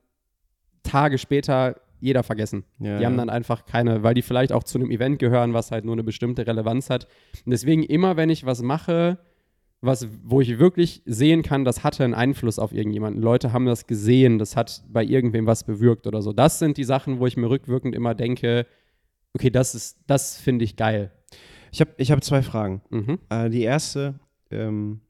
[SPEAKER 2] Tage später jeder vergessen.
[SPEAKER 1] Ja,
[SPEAKER 2] die haben
[SPEAKER 1] ja.
[SPEAKER 2] dann einfach keine, weil die vielleicht auch zu einem Event gehören, was halt nur eine bestimmte Relevanz hat. Und deswegen immer, wenn ich was mache, was, wo ich wirklich sehen kann, das hatte einen Einfluss auf irgendjemanden. Leute haben das gesehen, das hat bei irgendwem was bewirkt oder so. Das sind die Sachen, wo ich mir rückwirkend immer denke, okay, das ist, das finde ich geil.
[SPEAKER 1] Ich habe ich hab zwei Fragen.
[SPEAKER 2] Mhm.
[SPEAKER 1] Äh, die erste, ähm,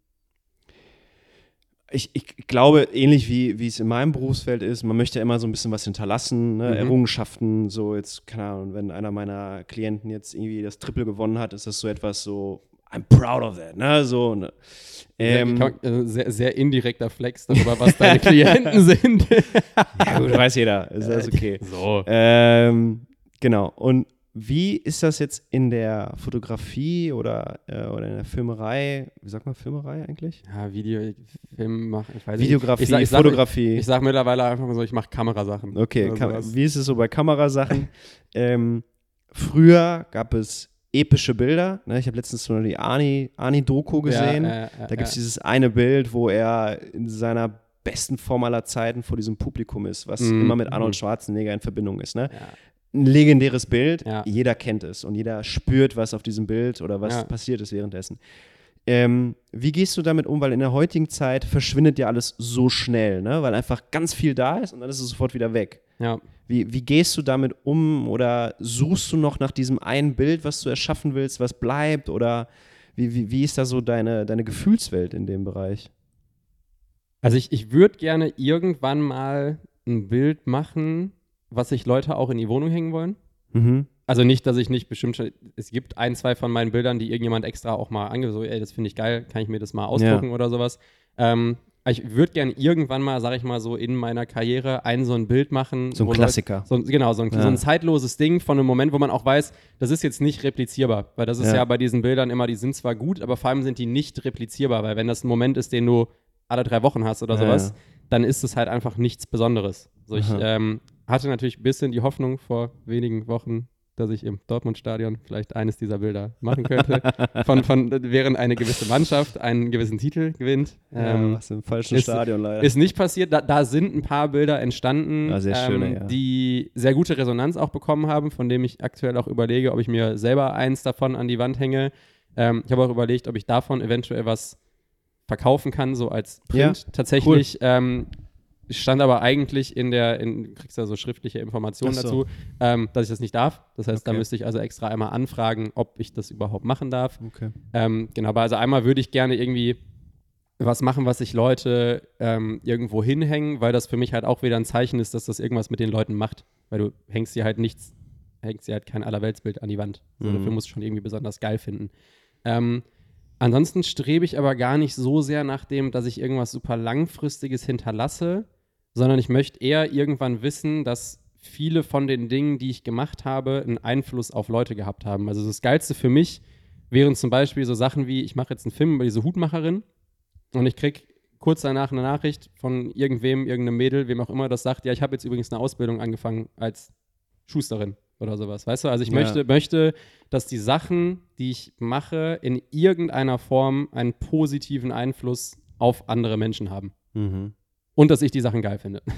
[SPEAKER 1] ich, ich glaube, ähnlich wie, wie es in meinem Berufsfeld ist, man möchte ja immer so ein bisschen was hinterlassen, ne?
[SPEAKER 2] Mhm.
[SPEAKER 1] Errungenschaften, so jetzt, keine Ahnung, wenn einer meiner Klienten jetzt irgendwie das Triple gewonnen hat, ist das so etwas so, I'm proud of that, ne, so, ne? Ähm,
[SPEAKER 2] sehr, äh, sehr, sehr indirekter Flex darüber, was deine Klienten sind.
[SPEAKER 1] ja gut, weiß jeder, ist alles okay.
[SPEAKER 2] So.
[SPEAKER 1] Ähm, genau, und wie ist das jetzt in der Fotografie oder, äh, oder in der Filmerei, wie sagt man Filmerei eigentlich?
[SPEAKER 2] Ja, Video, Film machen, ich weiß
[SPEAKER 1] Videografie,
[SPEAKER 2] nicht. Ich, sag- ich,
[SPEAKER 1] Fotografie.
[SPEAKER 2] Sag, ich sag mittlerweile einfach mal so, ich mache Kamerasachen.
[SPEAKER 1] Okay,
[SPEAKER 2] oder
[SPEAKER 1] Kam-
[SPEAKER 2] sowas.
[SPEAKER 1] wie ist es so bei Kamerasachen? ähm, früher gab es epische Bilder. Ne? Ich habe letztens so die Arni, Arni-Doku gesehen.
[SPEAKER 2] Ja, äh, äh,
[SPEAKER 1] da gibt es
[SPEAKER 2] ja.
[SPEAKER 1] dieses eine Bild, wo er in seiner besten Form aller Zeiten vor diesem Publikum ist, was
[SPEAKER 2] Mhm.
[SPEAKER 1] immer mit Arnold
[SPEAKER 2] Mhm.
[SPEAKER 1] Schwarzenegger in Verbindung ist. Ne?
[SPEAKER 2] Ja.
[SPEAKER 1] Ein legendäres Bild,
[SPEAKER 2] Ja.
[SPEAKER 1] jeder kennt es und jeder spürt, was auf diesem Bild oder was
[SPEAKER 2] Ja.
[SPEAKER 1] passiert ist währenddessen. Ähm, wie gehst du damit um? Weil in der heutigen Zeit verschwindet ja alles so schnell, ne? Weil einfach ganz viel da ist und dann ist es sofort wieder weg.
[SPEAKER 2] Ja.
[SPEAKER 1] Wie, wie gehst du damit um oder suchst du noch nach diesem einen Bild, was du erschaffen willst, was bleibt? Oder wie, wie, wie ist da so deine, deine Gefühlswelt in dem Bereich?
[SPEAKER 2] Also ich, ich würde gerne irgendwann mal ein Bild machen, was sich Leute auch in die Wohnung hängen wollen.
[SPEAKER 1] Mhm.
[SPEAKER 2] Also nicht, dass ich nicht bestimmt schon, es gibt ein, zwei von meinen Bildern, die irgendjemand extra auch mal ange, so, ey, das finde ich geil, kann ich mir das mal ausdrucken
[SPEAKER 1] Ja.
[SPEAKER 2] oder sowas. Ähm, ich würde gerne irgendwann mal, sag ich mal so, in meiner Karriere ein so ein Bild machen.
[SPEAKER 1] So ein
[SPEAKER 2] wo
[SPEAKER 1] Klassiker.
[SPEAKER 2] Leute, so, genau, so ein,
[SPEAKER 1] Ja.
[SPEAKER 2] so ein zeitloses Ding von einem Moment, wo man auch weiß, das ist jetzt nicht replizierbar. Weil das ist
[SPEAKER 1] Ja.
[SPEAKER 2] ja, bei diesen Bildern immer, die sind zwar gut, aber vor allem sind die nicht replizierbar. Weil wenn das ein Moment ist, den du alle drei Wochen hast oder
[SPEAKER 1] Ja,
[SPEAKER 2] sowas,
[SPEAKER 1] ja.
[SPEAKER 2] dann ist es halt einfach nichts Besonderes. So, ich
[SPEAKER 1] Aha.
[SPEAKER 2] ähm, hatte natürlich ein bisschen die Hoffnung vor wenigen Wochen, dass ich im Dortmund-Stadion vielleicht eines dieser Bilder machen könnte, von, von, während eine gewisse Mannschaft einen gewissen Titel gewinnt.
[SPEAKER 1] Ja,
[SPEAKER 2] Ähm,
[SPEAKER 1] was im falschen
[SPEAKER 2] ist-
[SPEAKER 1] Stadion leider.
[SPEAKER 2] ist nicht passiert. Da, da sind ein paar Bilder entstanden,
[SPEAKER 1] Ah, sehr schöne, ja.
[SPEAKER 2] die sehr gute Resonanz auch bekommen haben, von dem ich aktuell auch überlege, ob ich mir selber eins davon an die Wand hänge. Ähm, ich habe auch überlegt, ob ich davon eventuell was verkaufen kann, so als Print.
[SPEAKER 1] Ja,
[SPEAKER 2] Tatsächlich cool. ähm, stand aber eigentlich in der, in, du kriegst ja so schriftliche Informationen
[SPEAKER 1] Ach so.
[SPEAKER 2] dazu, ähm, dass ich das nicht darf. Das heißt,
[SPEAKER 1] Okay.
[SPEAKER 2] da müsste ich also extra einmal anfragen, ob ich das überhaupt machen darf.
[SPEAKER 1] Okay.
[SPEAKER 2] Ähm, genau, aber also einmal würde ich gerne irgendwie was machen, was sich Leute ähm, irgendwo hinhängen, weil das für mich halt auch wieder ein Zeichen ist, dass das irgendwas mit den Leuten macht. Weil du hängst dir halt nichts, hängst dir halt kein Allerweltsbild an die Wand. So,
[SPEAKER 1] Mhm.
[SPEAKER 2] Dafür musst du schon irgendwie besonders geil finden. Ähm, ansonsten strebe ich aber gar nicht so sehr nach dem, dass ich irgendwas super Langfristiges hinterlasse, sondern ich möchte eher irgendwann wissen, dass viele von den Dingen, die ich gemacht habe, einen Einfluss auf Leute gehabt haben. Also das Geilste für mich wären zum Beispiel so Sachen wie, ich mache jetzt einen Film über diese Hutmacherin und ich kriege kurz danach eine Nachricht von irgendwem, irgendeinem Mädel, wem auch immer, das sagt, ja, ich habe jetzt übrigens eine Ausbildung angefangen als Schusterin oder sowas, weißt du? Also ich
[SPEAKER 1] Ja.
[SPEAKER 2] möchte, möchte, dass die Sachen, die ich mache, in irgendeiner Form einen positiven Einfluss auf andere Menschen haben.
[SPEAKER 1] Mhm.
[SPEAKER 2] Und dass ich die Sachen geil finde.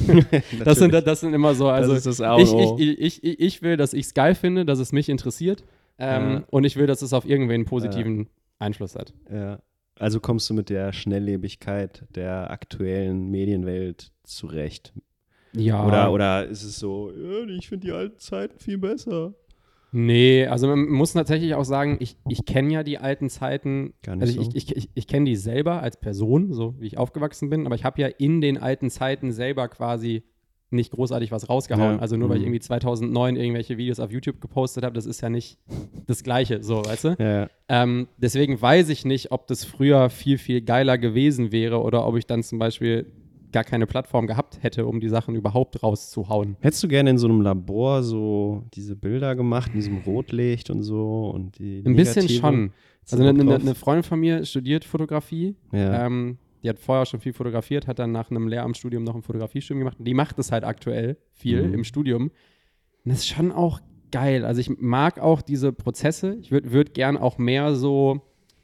[SPEAKER 2] das, sind, das sind immer so, also
[SPEAKER 1] das ist das A und O.
[SPEAKER 2] ich, ich, ich, ich will, dass ich es geil finde, dass es mich interessiert ähm,
[SPEAKER 1] Ja.
[SPEAKER 2] und ich will, dass es auf irgendwen einen positiven ja. Einfluss hat.
[SPEAKER 1] Ja. Also kommst du mit der Schnelllebigkeit der aktuellen Medienwelt zurecht?
[SPEAKER 2] Ja.
[SPEAKER 1] Oder, oder ist es so, ja, ich finde die alten Zeiten viel besser?
[SPEAKER 2] Nee, also man muss tatsächlich auch sagen, ich, ich kenne ja die alten Zeiten,
[SPEAKER 1] Gar nicht
[SPEAKER 2] also ich,
[SPEAKER 1] so.
[SPEAKER 2] ich, ich, ich kenne die selber als Person, so wie ich aufgewachsen bin, aber ich habe ja in den alten Zeiten selber quasi nicht großartig was rausgehauen.
[SPEAKER 1] Ja.
[SPEAKER 2] Also nur weil ich
[SPEAKER 1] Mhm.
[SPEAKER 2] irgendwie zweitausendneun irgendwelche Videos auf YouTube gepostet habe, das ist ja nicht das Gleiche, so, weißt du?
[SPEAKER 1] Ja.
[SPEAKER 2] Ähm, deswegen weiß ich nicht, ob das früher viel, viel geiler gewesen wäre oder ob ich dann zum Beispiel gar keine Plattform gehabt hätte, um die Sachen überhaupt rauszuhauen.
[SPEAKER 1] Hättest du gerne in so einem Labor so diese Bilder gemacht, in diesem Rotlicht und so? Und die
[SPEAKER 2] Ein bisschen
[SPEAKER 1] Negative?
[SPEAKER 2] schon. Also eine, eine, eine Freundin von mir studiert Fotografie.
[SPEAKER 1] Ja.
[SPEAKER 2] Ähm, die hat vorher schon viel fotografiert, hat dann nach einem Lehramtsstudium noch ein Fotografiestudium gemacht. Und die macht es halt aktuell viel
[SPEAKER 1] Mhm.
[SPEAKER 2] im Studium. Und das ist schon auch geil. Also ich mag auch diese Prozesse. Ich würde würd gern auch mehr so,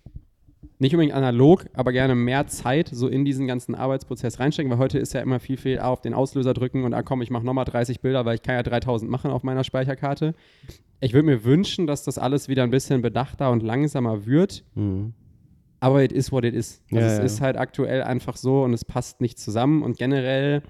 [SPEAKER 2] nicht unbedingt analog, aber gerne mehr Zeit so in diesen ganzen Arbeitsprozess reinstecken, weil heute ist ja immer viel, viel auf den Auslöser drücken und ah komm, ich mache nochmal dreißig Bilder, weil ich kann ja dreitausend machen auf meiner Speicherkarte. Ich würde mir wünschen, dass das alles wieder ein bisschen bedachter und langsamer wird,
[SPEAKER 1] Mhm.
[SPEAKER 2] aber it is what it is. Also
[SPEAKER 1] Ja,
[SPEAKER 2] es
[SPEAKER 1] ja.
[SPEAKER 2] ist halt aktuell einfach so und es passt nicht zusammen und generell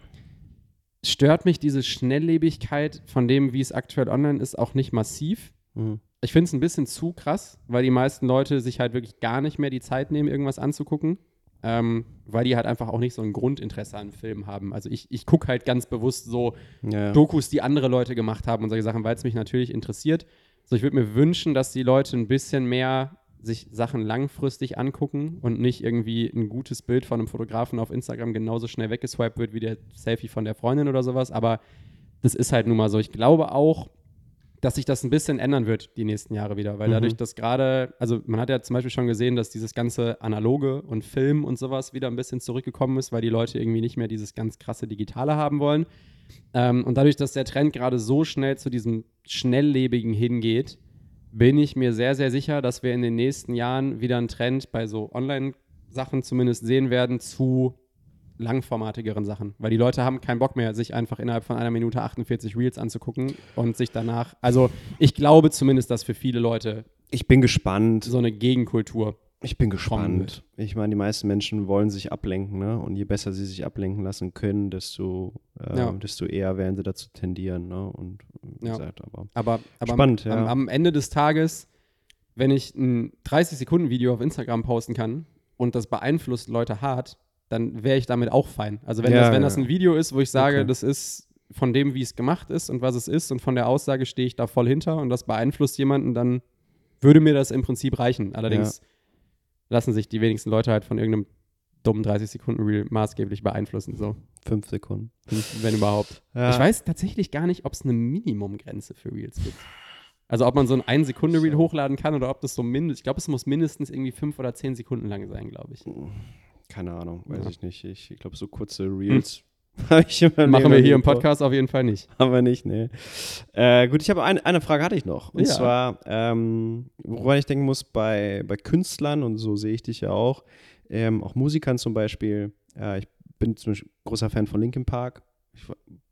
[SPEAKER 2] stört mich diese Schnelllebigkeit von dem, wie es aktuell online ist, auch nicht massiv.
[SPEAKER 1] Mhm.
[SPEAKER 2] Ich finde es ein bisschen zu krass, weil die meisten Leute sich halt wirklich gar nicht mehr die Zeit nehmen, irgendwas anzugucken, ähm, weil die halt einfach auch nicht so ein Grundinteresse an Filmen haben. Also ich, ich gucke halt ganz bewusst so
[SPEAKER 1] Ja.
[SPEAKER 2] Dokus, die andere Leute gemacht haben und solche Sachen, weil es mich natürlich interessiert. So, ich würde mir wünschen, dass die Leute ein bisschen mehr sich Sachen langfristig angucken und nicht irgendwie ein gutes Bild von einem Fotografen auf Instagram genauso schnell weggeswiped wird wie der Selfie von der Freundin oder sowas. Aber das ist halt nun mal so. Ich glaube auch, dass sich das ein bisschen ändern wird die nächsten Jahre wieder, weil
[SPEAKER 1] Mhm.
[SPEAKER 2] dadurch, dass gerade, also man hat ja zum Beispiel schon gesehen, dass dieses ganze Analoge und Film und sowas wieder ein bisschen zurückgekommen ist, weil die Leute irgendwie nicht mehr dieses ganz krasse Digitale haben wollen. Ähm, und dadurch, dass der Trend gerade so schnell zu diesem Schnelllebigen hingeht, bin ich mir sehr, sehr sicher, dass wir in den nächsten Jahren wieder einen Trend bei so Online-Sachen zumindest sehen werden zu langformatigeren Sachen, weil die Leute haben keinen Bock mehr, sich einfach innerhalb von einer Minute achtundvierzig Reels anzugucken und sich danach, also ich glaube zumindest, dass für viele Leute
[SPEAKER 1] Ich bin gespannt.
[SPEAKER 2] so eine Gegenkultur,
[SPEAKER 1] Ich bin
[SPEAKER 2] kommen
[SPEAKER 1] gespannt. Ich meine, die meisten Menschen wollen sich ablenken, ne? Und je besser sie sich ablenken lassen können, desto, äh,
[SPEAKER 2] Ja.
[SPEAKER 1] desto eher werden sie dazu tendieren, ne? Und wie
[SPEAKER 2] Ja.
[SPEAKER 1] gesagt, aber
[SPEAKER 2] aber, aber
[SPEAKER 1] Spannend,
[SPEAKER 2] am,
[SPEAKER 1] ja.
[SPEAKER 2] am, am Ende des Tages, wenn ich ein dreißig-Sekunden-Video auf Instagram posten kann und das beeinflusst Leute hart, dann wäre ich damit auch fein. Also wenn,
[SPEAKER 1] Ja,
[SPEAKER 2] das, wenn
[SPEAKER 1] ja.
[SPEAKER 2] das ein Video ist, wo ich sage,
[SPEAKER 1] Okay.
[SPEAKER 2] das ist von dem, wie es gemacht ist und was es ist und von der Aussage stehe ich da voll hinter und das beeinflusst jemanden, dann würde mir das im Prinzip reichen. Allerdings lassen sich die wenigsten Leute halt von irgendeinem dummen dreißig-Sekunden-Reel maßgeblich beeinflussen, so,
[SPEAKER 1] fünf Sekunden.
[SPEAKER 2] wenn überhaupt.
[SPEAKER 1] Ja.
[SPEAKER 2] Ich weiß tatsächlich gar nicht, ob es eine Minimumgrenze für Reels gibt. Also ob man so ein ein-Sekunde-Reel
[SPEAKER 1] So.
[SPEAKER 2] hochladen kann oder ob das so mindestens, ich glaube, es muss mindestens irgendwie fünf oder zehn Sekunden lang sein, glaube ich.
[SPEAKER 1] Keine Ahnung, weiß
[SPEAKER 2] Ja.
[SPEAKER 1] ich nicht. Ich, ich glaube, so kurze Reels habe ich immer
[SPEAKER 2] Machen wir hier im Podcast auf jeden Fall nicht.
[SPEAKER 1] Aber nicht, nee. Äh, gut, ich habe eine, eine Frage hatte ich noch. Und
[SPEAKER 2] Ja.
[SPEAKER 1] zwar, ähm, woran ich denken muss, bei, bei Künstlern, und so sehe ich dich ja auch, ähm, auch Musikern zum Beispiel. Äh, ich bin zum Beispiel großer Fan von Linkin Park. Ich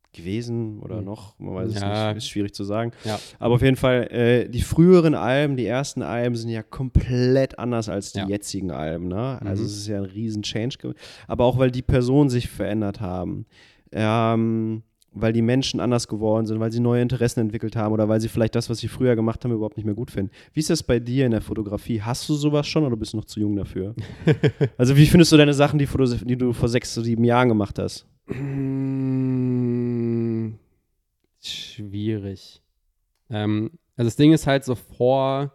[SPEAKER 1] gewesen oder noch, man weiß es
[SPEAKER 2] Ja.
[SPEAKER 1] nicht, ist schwierig zu sagen.
[SPEAKER 2] Ja.
[SPEAKER 1] Aber auf jeden Fall, äh, die früheren Alben, die ersten Alben sind ja komplett anders als die
[SPEAKER 2] Ja.
[SPEAKER 1] jetzigen Alben, ne? Also
[SPEAKER 2] Mhm.
[SPEAKER 1] es ist ja ein riesen Change, ge- aber auch weil die Personen sich verändert haben, ähm, weil die Menschen anders geworden sind, weil sie neue Interessen entwickelt haben oder weil sie vielleicht das, was sie früher gemacht haben, überhaupt nicht mehr gut finden. Wie ist das bei dir in der Fotografie? Hast du sowas schon oder bist du noch zu jung dafür? Also wie findest du deine Sachen, die, Foto- die du vor sechs, sieben Jahren gemacht hast?
[SPEAKER 2] Mm, Schwierig. Ähm, also das Ding ist halt so, vor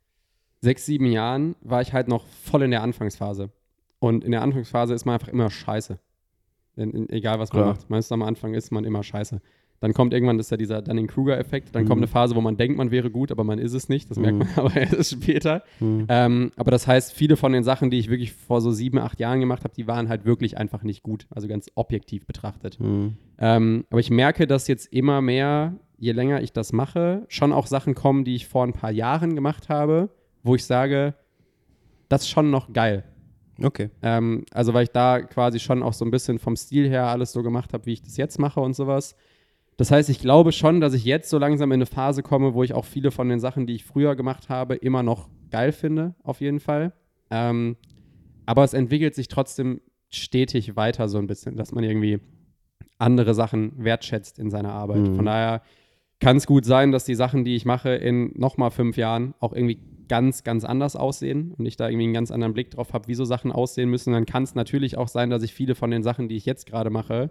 [SPEAKER 2] sechs, sieben Jahren war ich halt noch voll in der Anfangsphase. Und in der Anfangsphase ist man einfach immer scheiße. In, in, egal, was man
[SPEAKER 1] Klar.
[SPEAKER 2] macht. Meistens am Anfang ist man immer scheiße. Dann kommt irgendwann, das ist ja dieser Dunning-Kruger-Effekt, dann
[SPEAKER 1] Mhm.
[SPEAKER 2] kommt eine Phase, wo man denkt, man wäre gut, aber man ist es nicht. Das merkt
[SPEAKER 1] Mhm.
[SPEAKER 2] man aber erst später.
[SPEAKER 1] Hm.
[SPEAKER 2] Ähm, aber das heißt, viele von den Sachen, die ich wirklich vor so sieben, acht Jahren gemacht habe, die waren halt wirklich einfach nicht gut. Also ganz objektiv betrachtet.
[SPEAKER 1] Hm.
[SPEAKER 2] Ähm, aber ich merke, dass jetzt immer mehr, je länger ich das mache, schon auch Sachen kommen, die ich vor ein paar Jahren gemacht habe, wo ich sage, das ist schon noch geil.
[SPEAKER 1] Okay.
[SPEAKER 2] Ähm, also weil ich da quasi schon auch so ein bisschen vom Stil her alles so gemacht habe, wie ich das jetzt mache und sowas. Das heißt, ich glaube schon, dass ich jetzt so langsam in eine Phase komme, wo ich auch viele von den Sachen, die ich früher gemacht habe, immer noch geil finde, auf jeden Fall. Ähm, aber es entwickelt sich trotzdem stetig weiter so ein bisschen, dass man irgendwie andere Sachen wertschätzt in seiner Arbeit.
[SPEAKER 1] Mhm.
[SPEAKER 2] Von daher kann es gut sein, dass die Sachen, die ich mache, in nochmal fünf Jahren auch irgendwie ganz, ganz anders aussehen und ich da irgendwie einen ganz anderen Blick drauf habe, wie so Sachen aussehen müssen. Dann kann es natürlich auch sein, dass ich viele von den Sachen, die ich jetzt gerade mache,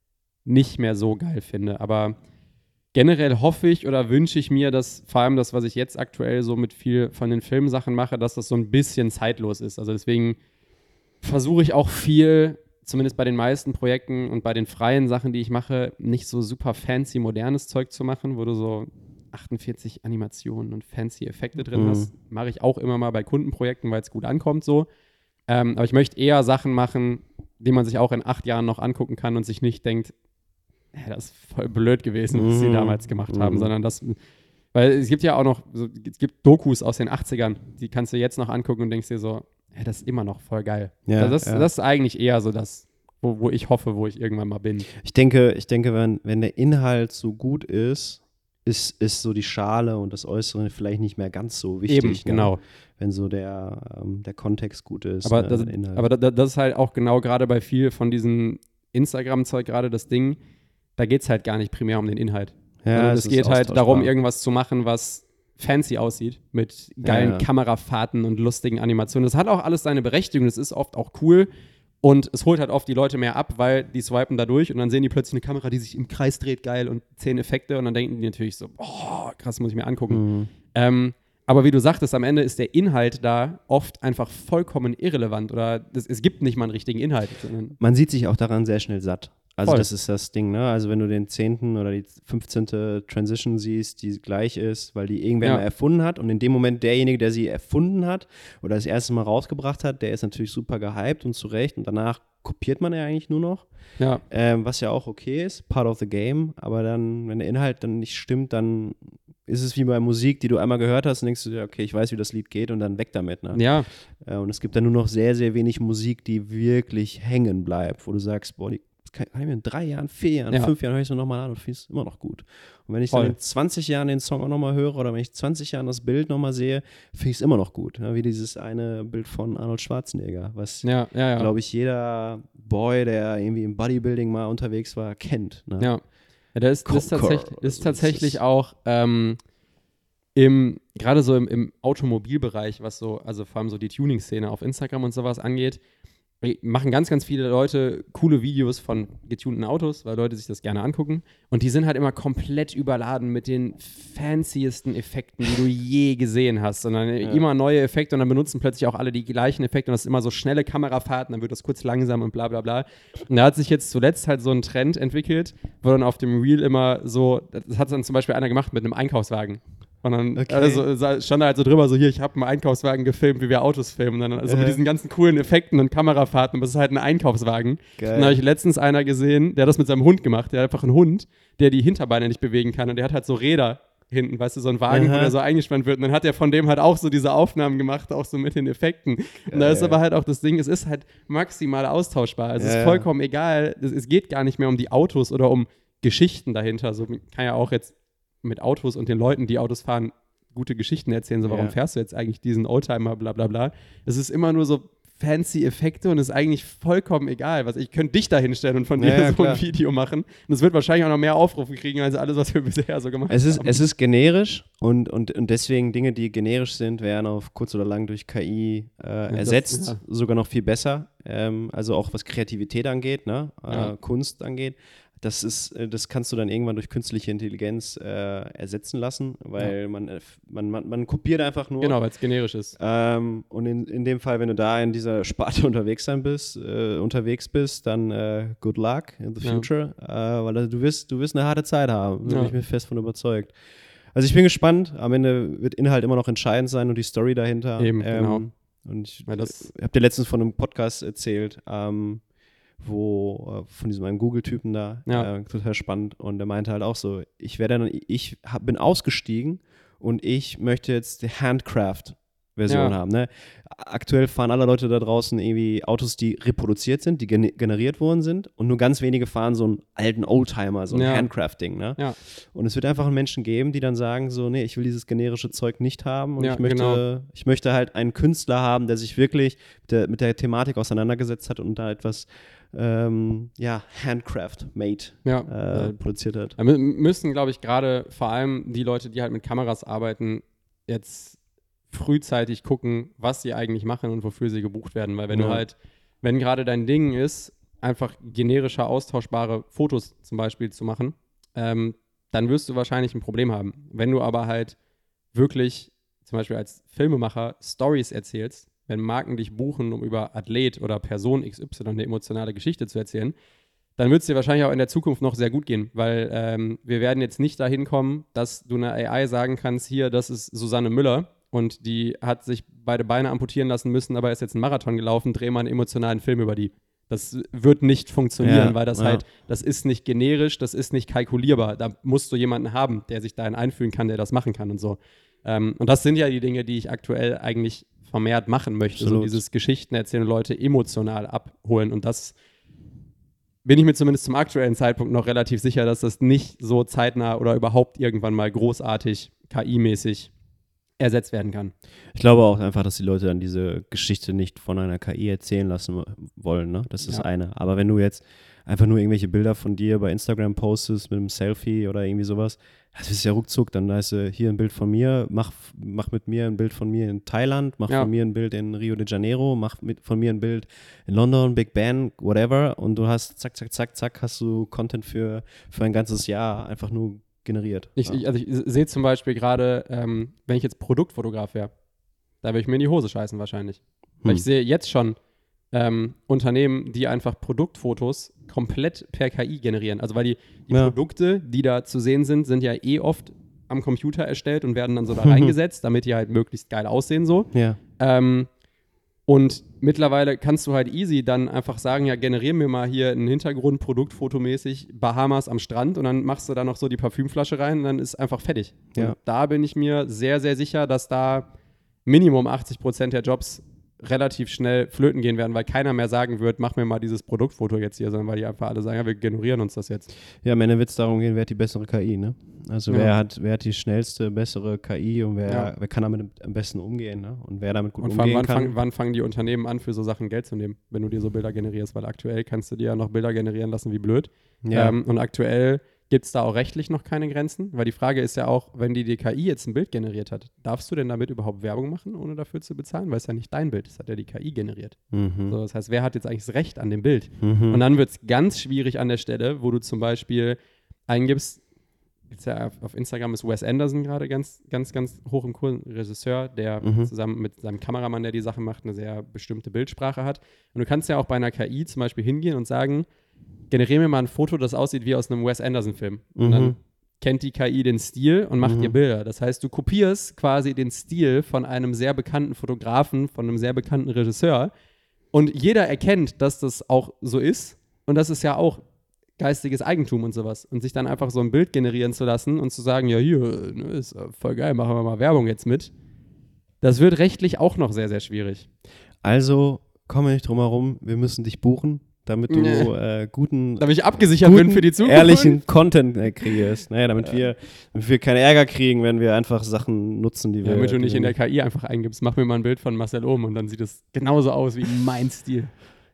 [SPEAKER 2] nicht mehr so geil finde. Aber generell hoffe ich oder wünsche ich mir, dass vor allem das, was ich jetzt aktuell so mit viel von den Filmsachen mache, dass das so ein bisschen zeitlos ist. Also deswegen versuche ich auch viel, zumindest bei den meisten Projekten und bei den freien Sachen, die ich mache, nicht so super fancy modernes Zeug zu machen, wo du so achtundvierzig Animationen und fancy Effekte drin
[SPEAKER 1] Mhm.
[SPEAKER 2] hast. Mache ich auch immer mal bei Kundenprojekten, weil es gut ankommt so. Ähm, aber ich möchte eher Sachen machen, die man sich auch in acht Jahren noch angucken kann und sich nicht denkt, "Hä, das ist voll blöd gewesen, was sie
[SPEAKER 1] Mhm.
[SPEAKER 2] damals gemacht haben",
[SPEAKER 1] Mhm.
[SPEAKER 2] sondern das, weil es gibt ja auch noch, so, es gibt Dokus aus den achtzigern, die kannst du jetzt noch angucken und denkst dir so, "Hä, das ist immer noch voll geil."
[SPEAKER 1] Ja,
[SPEAKER 2] also das,
[SPEAKER 1] ja.
[SPEAKER 2] das ist eigentlich eher so das, wo, wo ich hoffe, wo ich irgendwann mal bin.
[SPEAKER 1] Ich denke, ich denke, wenn, wenn der Inhalt so gut ist, ist, ist so die Schale und das Äußere vielleicht nicht mehr ganz so wichtig.
[SPEAKER 2] Eben,
[SPEAKER 1] ne?
[SPEAKER 2] genau.
[SPEAKER 1] Wenn so der, ähm, der Kontext gut ist.
[SPEAKER 2] Aber,
[SPEAKER 1] ne,
[SPEAKER 2] das,
[SPEAKER 1] der Inhalt.
[SPEAKER 2] aber da, das ist halt auch genau gerade bei viel von diesem Instagram-Zeug gerade das Ding, da geht es halt gar nicht primär um den Inhalt.
[SPEAKER 1] ja,
[SPEAKER 2] Sondern
[SPEAKER 1] es
[SPEAKER 2] es
[SPEAKER 1] ist
[SPEAKER 2] geht halt darum,
[SPEAKER 1] austauschbar.
[SPEAKER 2] irgendwas zu machen, was fancy aussieht, mit geilen
[SPEAKER 1] Ja, ja.
[SPEAKER 2] Kamerafahrten und lustigen Animationen. Das hat auch alles seine Berechtigung, das ist oft auch cool und es holt halt oft die Leute mehr ab, weil die swipen da durch und dann sehen die plötzlich eine Kamera, die sich im Kreis dreht, geil, und zehn Effekte und dann denken die natürlich so, oh, krass, muss ich mir angucken.
[SPEAKER 1] Mhm.
[SPEAKER 2] Ähm, aber wie du sagtest, am Ende ist der Inhalt da oft einfach vollkommen irrelevant oder das, es gibt nicht mal einen richtigen Inhalt. Sondern
[SPEAKER 1] Man sieht sich auch daran sehr schnell satt. Also
[SPEAKER 2] Voll.
[SPEAKER 1] das ist das Ding, ne? Also wenn du den zehnten oder die fünfzehnte Transition siehst, die gleich ist, weil die irgendwer
[SPEAKER 2] Ja.
[SPEAKER 1] mal erfunden hat und in dem Moment derjenige, der sie erfunden hat oder das erste Mal rausgebracht hat, der ist natürlich super gehypt und zu Recht und danach kopiert man ja eigentlich nur noch,
[SPEAKER 2] ja,
[SPEAKER 1] ähm, was ja auch okay ist, part of the game, aber dann, wenn der Inhalt dann nicht stimmt, dann ist es wie bei Musik, die du einmal gehört hast und denkst du dir, okay, ich weiß, wie das Lied geht und dann weg damit, ne?
[SPEAKER 2] ja,
[SPEAKER 1] Äh, und es gibt dann nur noch sehr, sehr wenig Musik, die wirklich hängen bleibt, wo du sagst, boah, die kann, kann ich mir in drei Jahren, vier Jahren,
[SPEAKER 2] Ja.
[SPEAKER 1] fünf Jahren höre ich es nochmal an und finde es immer noch gut. Und wenn ich
[SPEAKER 2] Voll.
[SPEAKER 1] dann in zwanzig Jahren den Song auch nochmal höre oder wenn ich zwanzig Jahren das Bild nochmal sehe, finde ich es immer noch gut. Ja, wie dieses eine Bild von Arnold Schwarzenegger, was,
[SPEAKER 2] ja, ja, ja.
[SPEAKER 1] glaube ich, jeder Boy, der irgendwie im Bodybuilding mal unterwegs war, kennt. Ne?
[SPEAKER 2] Ja, ja das, ist, das ist
[SPEAKER 1] Conquer,
[SPEAKER 2] tatsächlich, ist
[SPEAKER 1] also
[SPEAKER 2] tatsächlich
[SPEAKER 1] das ist-
[SPEAKER 2] auch ähm, im, gerade so im, im Automobilbereich, was so, also vor allem so die Tuning-Szene auf Instagram und sowas angeht, machen ganz, ganz viele Leute coole Videos von getunten Autos, weil Leute sich das gerne angucken. Und die sind halt immer komplett überladen mit den fanciesten Effekten, die du je gesehen hast. Und dann
[SPEAKER 1] Ja.
[SPEAKER 2] immer neue Effekte und dann benutzen plötzlich auch alle die gleichen Effekte und das ist immer so schnelle Kamerafahrten, dann wird das kurz langsam und bla bla bla. Und da hat sich jetzt zuletzt halt so ein Trend entwickelt, wo dann auf dem Reel immer so, das hat dann zum Beispiel einer gemacht mit einem Einkaufswagen. Und dann
[SPEAKER 1] Okay.
[SPEAKER 2] also, sa- stand da halt so drüber, so hier, ich habe einen Einkaufswagen gefilmt, wie wir Autos filmen. Und dann also
[SPEAKER 1] Äh.
[SPEAKER 2] mit diesen ganzen coolen Effekten und Kamerafahrten, aber es ist halt ein Einkaufswagen.
[SPEAKER 1] Geil.
[SPEAKER 2] Dann habe ich letztens einer gesehen, der hat das mit seinem Hund gemacht. Der hat einfach einen Hund, der die Hinterbeine nicht bewegen kann. Und der hat halt so Räder hinten, weißt du, so ein Wagen,
[SPEAKER 1] Aha.
[SPEAKER 2] wo der so eingespannt wird. Und dann hat er von dem halt auch so diese Aufnahmen gemacht, auch so mit den Effekten. Und da ist
[SPEAKER 1] Geil.
[SPEAKER 2] aber halt auch das Ding, es ist halt maximal austauschbar. Also es
[SPEAKER 1] Ja,
[SPEAKER 2] ist
[SPEAKER 1] ja.
[SPEAKER 2] vollkommen egal. Es, es geht gar nicht mehr um die Autos oder um Geschichten dahinter. So man kann ja auch jetzt mit Autos und den Leuten, die Autos fahren, gute Geschichten erzählen. So, warum
[SPEAKER 1] Ja.
[SPEAKER 2] fährst du jetzt eigentlich diesen Oldtimer, bla bla bla. Es ist immer nur so fancy Effekte und es ist eigentlich vollkommen egal. Was ich könnte dich da hinstellen und von dir
[SPEAKER 1] Ja, ja,
[SPEAKER 2] so
[SPEAKER 1] klar.
[SPEAKER 2] ein Video machen. Und es wird wahrscheinlich auch noch mehr Aufrufe kriegen, als alles, was wir bisher so gemacht
[SPEAKER 1] Es ist,
[SPEAKER 2] haben.
[SPEAKER 1] es ist generisch und, und, und deswegen Dinge, die generisch sind, werden auf kurz oder lang durch K I äh,
[SPEAKER 2] das-
[SPEAKER 1] ersetzt,
[SPEAKER 2] ja.
[SPEAKER 1] sogar noch viel besser. Ähm, also auch was Kreativität angeht, ne? äh,
[SPEAKER 2] Ja.
[SPEAKER 1] Kunst angeht. Das ist, äh, das kannst du dann irgendwann durch künstliche Intelligenz äh, ersetzen lassen, weil man, äh, man, man, man kopiert einfach nur.
[SPEAKER 2] Genau, weil es generisch ist.
[SPEAKER 1] Ähm, und in, in dem Fall, wenn du da in dieser Sparte unterwegs sein bist, äh, unterwegs bist, dann äh, good luck in the
[SPEAKER 2] Ja.
[SPEAKER 1] future, äh, weil also, du wirst, du wirst eine harte Zeit haben, da bin
[SPEAKER 2] Ja.
[SPEAKER 1] ich mir fest von überzeugt. Also ich bin gespannt, am Ende wird Inhalt immer noch entscheidend sein und die Story dahinter.
[SPEAKER 2] Eben, genau.
[SPEAKER 1] Und ich
[SPEAKER 2] Weil das-
[SPEAKER 1] habe dir letztens von einem Podcast erzählt, ähm, wo äh, von diesem einen Google-Typen da,
[SPEAKER 2] Ja.
[SPEAKER 1] äh, total spannend, und der meinte halt auch so, ich werde dann, ich hab, bin ausgestiegen und ich möchte jetzt die Handcraft-Version
[SPEAKER 2] Ja.
[SPEAKER 1] haben. Ne? Aktuell fahren alle Leute da draußen irgendwie Autos, die reproduziert sind, die gene- generiert worden sind, und nur ganz wenige fahren so einen alten Oldtimer, so ein
[SPEAKER 2] Ja.
[SPEAKER 1] Handcraft-Ding. Ne?
[SPEAKER 2] Ja.
[SPEAKER 1] Und es wird einfach einen Menschen geben, die dann sagen so, nee, ich will dieses generische Zeug nicht haben und
[SPEAKER 2] Ja,
[SPEAKER 1] ich möchte,
[SPEAKER 2] genau.
[SPEAKER 1] ich möchte halt einen Künstler haben, der sich wirklich mit der, mit der Thematik auseinandergesetzt hat und da etwas ähm, ja, Handcraft-made
[SPEAKER 2] Ja.
[SPEAKER 1] äh,
[SPEAKER 2] Äh,
[SPEAKER 1] produziert hat.
[SPEAKER 2] Da mü- müssen, glaube ich, gerade vor allem die Leute, die halt mit Kameras arbeiten, jetzt frühzeitig gucken, was sie eigentlich machen und wofür sie gebucht werden. Weil wenn
[SPEAKER 1] Ja.
[SPEAKER 2] du halt, wenn gerade dein Ding ist, einfach generische, austauschbare Fotos zum Beispiel zu machen, ähm, dann wirst du wahrscheinlich ein Problem haben. Wenn du aber halt wirklich zum Beispiel als Filmemacher Stories erzählst, wenn Marken dich buchen, um über Athlet oder Person X Y eine emotionale Geschichte zu erzählen, dann wird es dir wahrscheinlich auch in der Zukunft noch sehr gut gehen, weil ähm, wir werden jetzt nicht dahin kommen, dass du einer A I sagen kannst, hier, das ist Susanne Müller und die hat sich beide Beine amputieren lassen müssen, aber ist jetzt einen Marathon gelaufen, dreh mal einen emotionalen Film über die. Das wird nicht funktionieren,
[SPEAKER 1] Ja,
[SPEAKER 2] weil das
[SPEAKER 1] ja.
[SPEAKER 2] halt, das ist nicht generisch, das ist nicht kalkulierbar. Da musst du jemanden haben, der sich dahin einfühlen kann, der das machen kann und so. Ähm, und das sind ja die Dinge, die ich aktuell eigentlich vermehrt machen möchte.
[SPEAKER 1] Absolut.
[SPEAKER 2] So dieses Geschichten erzählen und Leute emotional abholen. Und das bin ich mir zumindest zum aktuellen Zeitpunkt noch relativ sicher, dass das nicht so zeitnah oder überhaupt irgendwann mal großartig K I-mäßig ersetzt werden kann.
[SPEAKER 1] Ich glaube auch einfach, dass die Leute dann diese Geschichte nicht von einer K I erzählen lassen wollen. Ne? Das ist
[SPEAKER 2] Ja.
[SPEAKER 1] eine. Aber wenn du jetzt einfach nur irgendwelche Bilder von dir bei Instagram postest mit einem Selfie oder irgendwie sowas, das ist ja ruckzuck. Dann heißt du, hier ein Bild von mir, mach, mach mit mir ein Bild von mir in Thailand, mach
[SPEAKER 2] Ja.
[SPEAKER 1] von mir ein Bild in Rio de Janeiro, mach mit, von mir ein Bild in London, Big Ben, whatever. Und du hast zack, zack, zack, zack, hast du Content für, für ein ganzes Jahr einfach nur generiert.
[SPEAKER 2] Ich,
[SPEAKER 1] ja.
[SPEAKER 2] ich, also ich sehe zum Beispiel gerade, ähm, wenn ich jetzt Produktfotograf wäre, da würde ich mir in die Hose scheißen wahrscheinlich. Weil
[SPEAKER 1] Hm.
[SPEAKER 2] ich sehe jetzt schon ähm, Unternehmen, die einfach Produktfotos komplett per K I generieren. Also weil die, die
[SPEAKER 1] Ja.
[SPEAKER 2] Produkte, die da zu sehen sind, sind ja eh oft am Computer erstellt und werden dann so da reingesetzt, damit die halt möglichst geil aussehen so.
[SPEAKER 1] Ja.
[SPEAKER 2] Ähm, und mittlerweile kannst du halt easy dann einfach sagen, ja, generier mir mal hier einen Hintergrund produktfotomäßig Bahamas am Strand und dann machst du da noch so die Parfümflasche rein und dann ist einfach fertig.
[SPEAKER 1] Ja.
[SPEAKER 2] Und da bin ich mir sehr, sehr sicher, dass da Minimum achtzig Prozent der Jobs relativ schnell flöten gehen werden, weil keiner mehr sagen wird, mach mir mal dieses Produktfoto jetzt hier, sondern weil die einfach alle sagen, ja, wir generieren uns das jetzt.
[SPEAKER 1] Ja, am Ende wird es darum gehen, wer hat die bessere K I, ne? Also
[SPEAKER 2] Ja.
[SPEAKER 1] wer hat, wer hat die schnellste, bessere K I und wer,
[SPEAKER 2] Ja.
[SPEAKER 1] wer kann damit am besten umgehen, ne? Und wer damit gut
[SPEAKER 2] Und vor allem,
[SPEAKER 1] umgehen
[SPEAKER 2] wann,
[SPEAKER 1] kann.
[SPEAKER 2] fang, wann fangen die Unternehmen an, für so Sachen Geld zu nehmen, wenn du dir so Bilder generierst? Weil aktuell kannst du dir ja noch Bilder generieren lassen wie blöd.
[SPEAKER 1] ja.
[SPEAKER 2] Ähm, und aktuell gibt es da auch rechtlich noch keine Grenzen, weil die Frage ist ja auch, wenn die, die K I jetzt ein Bild generiert hat, darfst du denn damit überhaupt Werbung machen, ohne dafür zu bezahlen? Weil es ja nicht dein Bild, das hat ja die K I generiert.
[SPEAKER 1] mhm.
[SPEAKER 2] So, das heißt, wer hat jetzt eigentlich das Recht an dem Bild?
[SPEAKER 1] Mhm.
[SPEAKER 2] Und dann wird es ganz schwierig an der Stelle, wo du zum Beispiel eingibst, jetzt ja auf, auf Instagram ist Wes Anderson gerade ganz, ganz, ganz hoch im Kurs, ein Regisseur, der
[SPEAKER 1] Mhm.
[SPEAKER 2] zusammen mit seinem Kameramann, der die Sache macht, eine sehr bestimmte Bildsprache hat. Und du kannst ja auch bei einer K I zum Beispiel hingehen und sagen, generiere mir mal ein Foto, das aussieht wie aus einem Wes Anderson-Film. Und
[SPEAKER 1] Mhm.
[SPEAKER 2] dann kennt die K I den Stil und macht
[SPEAKER 1] Mhm.
[SPEAKER 2] dir Bilder. Das heißt, du kopierst quasi den Stil von einem sehr bekannten Fotografen, von einem sehr bekannten Regisseur. Und jeder erkennt, dass das auch so ist. Und das ist ja auch geistiges Eigentum und sowas. Und sich dann einfach so ein Bild generieren zu lassen und zu sagen, ja, hier, ne, ist äh, voll geil, machen wir mal Werbung jetzt mit. Das wird rechtlich auch noch sehr, sehr schwierig.
[SPEAKER 1] Also kommen wir nicht drum herum, wir müssen dich buchen. damit du
[SPEAKER 2] Nee.
[SPEAKER 1] äh, guten,
[SPEAKER 2] Damit ich abgesichert
[SPEAKER 1] guten
[SPEAKER 2] bin für die Zukunft.
[SPEAKER 1] ehrlichen Content äh, kreierst. Naja, damit, wir, damit wir keinen Ärger kriegen, wenn wir einfach Sachen nutzen, die wir.
[SPEAKER 2] Damit du
[SPEAKER 1] die
[SPEAKER 2] nicht
[SPEAKER 1] wir
[SPEAKER 2] in der K I einfach eingibst, mach mir mal ein Bild von Marcel Ohm und dann sieht es genauso aus wie mein Stil.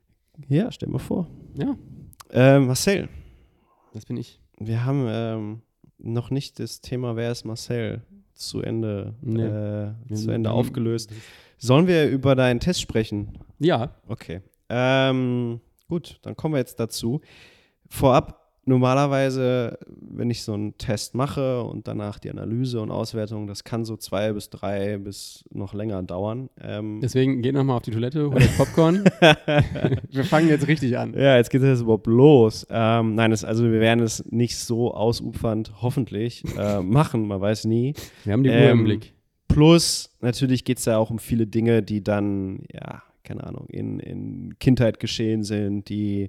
[SPEAKER 1] Ja, stell mal vor.
[SPEAKER 2] Ja,
[SPEAKER 1] Ähm, Marcel,
[SPEAKER 2] das bin ich.
[SPEAKER 1] wir haben ähm, noch nicht das Thema Wer ist Marcel zu Ende,
[SPEAKER 2] Nee.
[SPEAKER 1] äh, zu Ende
[SPEAKER 2] Wir-
[SPEAKER 1] aufgelöst. Sollen wir über deinen Test sprechen?
[SPEAKER 2] Ja,
[SPEAKER 1] Okay. Ähm, gut, dann kommen wir jetzt dazu. Vorab, normalerweise, wenn ich so einen Test mache und danach die Analyse und Auswertung, das kann so zwei bis drei bis noch länger dauern. Ähm,
[SPEAKER 2] deswegen geht nochmal auf die Toilette, hol das Popcorn. Wir fangen jetzt richtig an.
[SPEAKER 1] ja, jetzt geht es überhaupt los. Ähm, nein, das, also wir werden es nicht so ausufernd, hoffentlich, äh, machen, man weiß nie.
[SPEAKER 2] Wir haben die Uhr
[SPEAKER 1] Ähm,
[SPEAKER 2] im Blick.
[SPEAKER 1] Plus, natürlich geht es ja auch um viele Dinge, die dann, ja, keine Ahnung, in, in Kindheit geschehen sind, die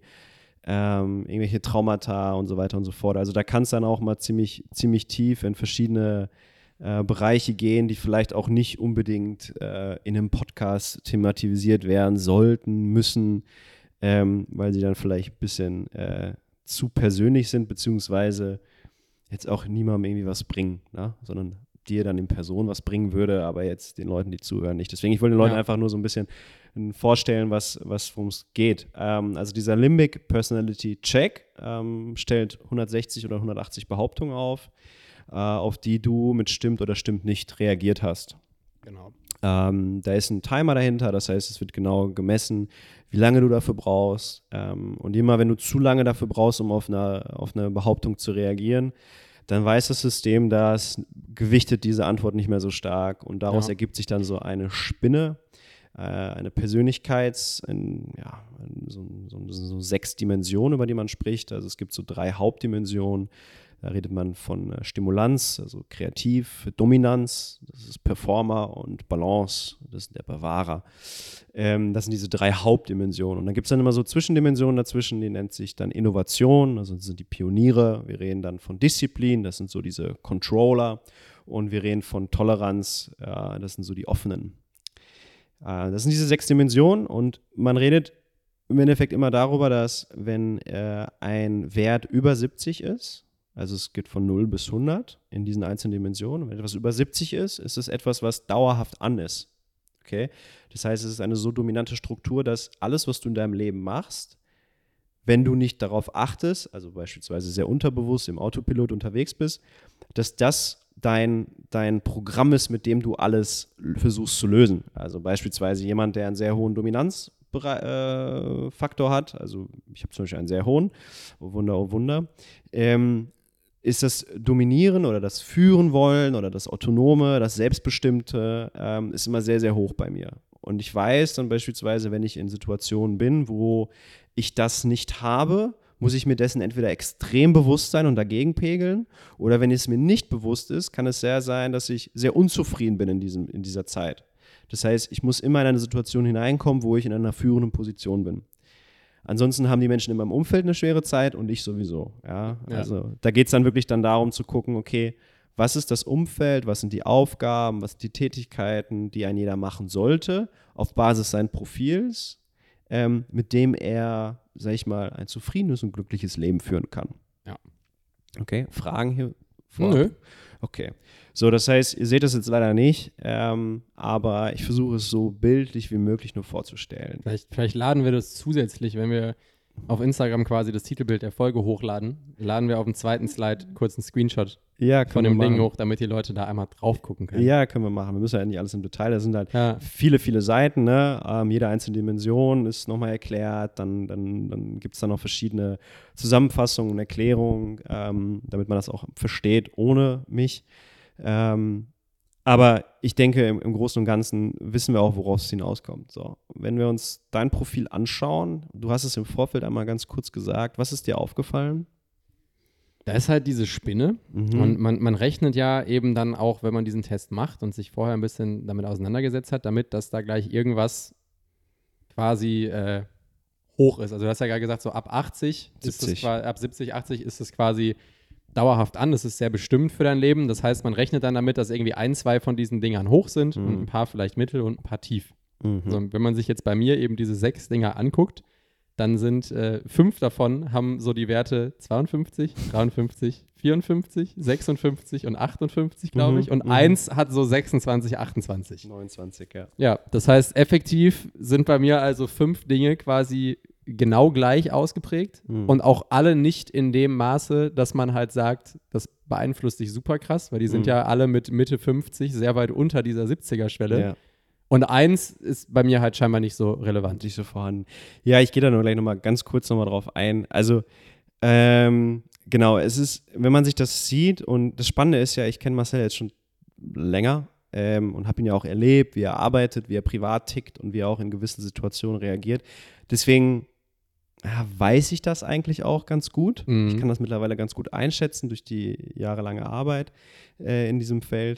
[SPEAKER 1] ähm, irgendwelche Traumata und so weiter und so fort. Also da kann es dann auch mal ziemlich, ziemlich tief in verschiedene äh, Bereiche gehen, die vielleicht auch nicht unbedingt äh, in einem Podcast thematisiert werden sollten, müssen, ähm, weil sie dann vielleicht ein bisschen äh, zu persönlich sind, beziehungsweise jetzt auch niemandem irgendwie was bringen, ne? Sondern dir dann in Person was bringen würde, aber jetzt den Leuten, die zuhören, nicht. Deswegen, ich wollte den Leuten
[SPEAKER 2] Ja.
[SPEAKER 1] einfach nur so ein bisschen vorstellen, was, was worum es geht. Ähm, also dieser Limbic Personality Check ähm, stellt hundertsechzig oder hundertachtzig Behauptungen auf, äh, auf die du mit stimmt oder stimmt nicht reagiert hast.
[SPEAKER 2] Genau.
[SPEAKER 1] Ähm, da ist ein Timer dahinter, das heißt, es wird genau gemessen, wie lange du dafür brauchst. Ähm, und immer, wenn du zu lange dafür brauchst, um auf eine, auf eine Behauptung zu reagieren, dann weiß das System, dass gewichtet diese Antwort nicht mehr so stark und daraus
[SPEAKER 2] Ja.
[SPEAKER 1] ergibt sich dann so eine Spinne, äh, eine Persönlichkeits-, ein, ja, so, so, so sechs Dimensionen, über die man spricht. Also es gibt so drei Hauptdimensionen. Da redet man von äh, Stimulanz, also kreativ, Dominanz, das ist Performer und Balance, das ist der Bewahrer. Ähm, das sind diese drei Hauptdimensionen. Und dann gibt es dann immer so Zwischendimensionen dazwischen, die nennt sich dann Innovation, also das sind die Pioniere. Wir reden dann von Disziplin, das sind so diese Controller. Und wir reden von Toleranz, äh, das sind so die Offenen. Äh, das sind diese sechs Dimensionen und man redet im Endeffekt immer darüber, dass wenn äh, ein Wert über siebzig ist, also es geht von null bis hundert in diesen einzelnen Dimensionen. Wenn etwas über siebzig ist, ist es etwas, was dauerhaft an ist. Okay? Das heißt, es ist eine so dominante Struktur, dass alles, was du in deinem Leben machst, wenn du nicht darauf achtest, also beispielsweise sehr unterbewusst im Autopilot unterwegs bist, dass das dein, dein Programm ist, mit dem du alles versuchst zu lösen. Also beispielsweise jemand, der einen sehr hohen Dominanzfaktor hat, also ich habe zum Beispiel einen sehr hohen, oh Wunder, oh Wunder, ähm, ist das Dominieren oder das Führen wollen oder das Autonome, das Selbstbestimmte, ähm, ist immer sehr, sehr hoch bei mir. Und ich weiß dann beispielsweise, wenn ich in Situationen bin, wo ich das nicht habe, muss ich mir dessen entweder extrem bewusst sein und dagegen pegeln, oder wenn es mir nicht bewusst ist, kann es sehr sein, dass ich sehr unzufrieden bin in, diesem, in dieser Zeit. Das heißt, ich muss immer in eine Situation hineinkommen, wo ich in einer führenden Position bin. Ansonsten haben die Menschen in meinem Umfeld eine schwere Zeit und ich sowieso. Ja?
[SPEAKER 2] Ja.
[SPEAKER 1] Also da geht es dann wirklich dann darum zu gucken, okay, was ist das Umfeld, was sind die Aufgaben, was sind die Tätigkeiten, die ein jeder machen sollte, auf Basis seines Profils, ähm, mit dem er, sag ich mal, ein zufriedenes und glückliches Leben führen kann.
[SPEAKER 2] Ja.
[SPEAKER 1] Okay, Fragen hier? vorab?
[SPEAKER 2] Nö.
[SPEAKER 1] Okay. So, das heißt, ihr seht das jetzt leider nicht, ähm, aber ich versuche es so bildlich wie möglich nur vorzustellen.
[SPEAKER 2] Vielleicht, vielleicht laden wir das zusätzlich, wenn wir auf Instagram quasi das Titelbild der Folge hochladen, laden wir auf dem zweiten Slide kurz einen Screenshot
[SPEAKER 1] Ja,
[SPEAKER 2] von
[SPEAKER 1] können
[SPEAKER 2] dem
[SPEAKER 1] wir
[SPEAKER 2] Ding
[SPEAKER 1] machen.
[SPEAKER 2] hoch, damit die Leute da einmal drauf gucken können.
[SPEAKER 1] Ja, können wir machen. Wir müssen ja nicht alles im Detail. Da sind halt
[SPEAKER 2] Ja.
[SPEAKER 1] viele, viele Seiten. Ne? Ähm, jede einzelne Dimension ist nochmal erklärt. Dann, dann, dann gibt es da noch verschiedene Zusammenfassungen und Erklärungen, ähm, damit man das auch versteht, ohne mich. Ähm, aber ich denke, im, im Großen und Ganzen wissen wir auch, woraus es hinauskommt. So, wenn wir uns dein Profil anschauen, du hast es im Vorfeld einmal ganz kurz gesagt, was ist dir aufgefallen?
[SPEAKER 2] Da ist halt diese Spinne
[SPEAKER 1] Mhm.
[SPEAKER 2] und man, man rechnet ja eben dann auch, wenn man diesen Test macht und sich vorher ein bisschen damit auseinandergesetzt hat, damit, dass da gleich irgendwas quasi äh, hoch ist. Also du hast ja gerade gesagt, so ab achtzig, ist das
[SPEAKER 1] siebzig.
[SPEAKER 2] qua- ab siebzig, achtzig ist es quasi dauerhaft an. Das ist sehr bestimmt für dein Leben. Das heißt, man rechnet dann damit, dass irgendwie ein, zwei von diesen Dingern hoch sind
[SPEAKER 1] Mhm.
[SPEAKER 2] und ein paar vielleicht mittel und ein paar tief.
[SPEAKER 1] Mhm.
[SPEAKER 2] Also, wenn man sich jetzt bei mir eben diese sechs Dinger anguckt, dann sind äh, fünf davon haben so die Werte zweiundfünfzig, dreiundfünfzig, vierundfünfzig, sechsundfünfzig und achtundfünfzig, glaube
[SPEAKER 1] Mhm,
[SPEAKER 2] ich. Und
[SPEAKER 1] mhm.
[SPEAKER 2] eins hat so sechsundzwanzig, achtundzwanzig.
[SPEAKER 1] neunundzwanzig, ja.
[SPEAKER 2] Ja, das heißt, effektiv sind bei mir also fünf Dinge quasi genau gleich ausgeprägt
[SPEAKER 1] Mhm.
[SPEAKER 2] und auch alle nicht in dem Maße, dass man halt sagt, das beeinflusst dich super krass, weil die sind
[SPEAKER 1] Mhm.
[SPEAKER 2] ja alle mit Mitte fünfzig sehr weit unter dieser siebziger-Schwelle.
[SPEAKER 1] Ja.
[SPEAKER 2] Und eins ist bei mir halt scheinbar nicht so relevant.
[SPEAKER 1] Nicht so vorhanden. Ja, ich gehe da nur gleich nochmal ganz kurz nochmal drauf ein. Also, ähm, genau, es ist, wenn man sich das sieht, und das Spannende ist ja, ich kenne Marcel jetzt schon länger ähm, und habe ihn ja auch erlebt, wie er arbeitet, wie er privat tickt und wie er auch in gewissen Situationen reagiert. Deswegen ja, weiß ich das eigentlich auch ganz gut.
[SPEAKER 2] Mhm.
[SPEAKER 1] Ich kann das mittlerweile ganz gut einschätzen durch die jahrelange Arbeit äh, in diesem Feld.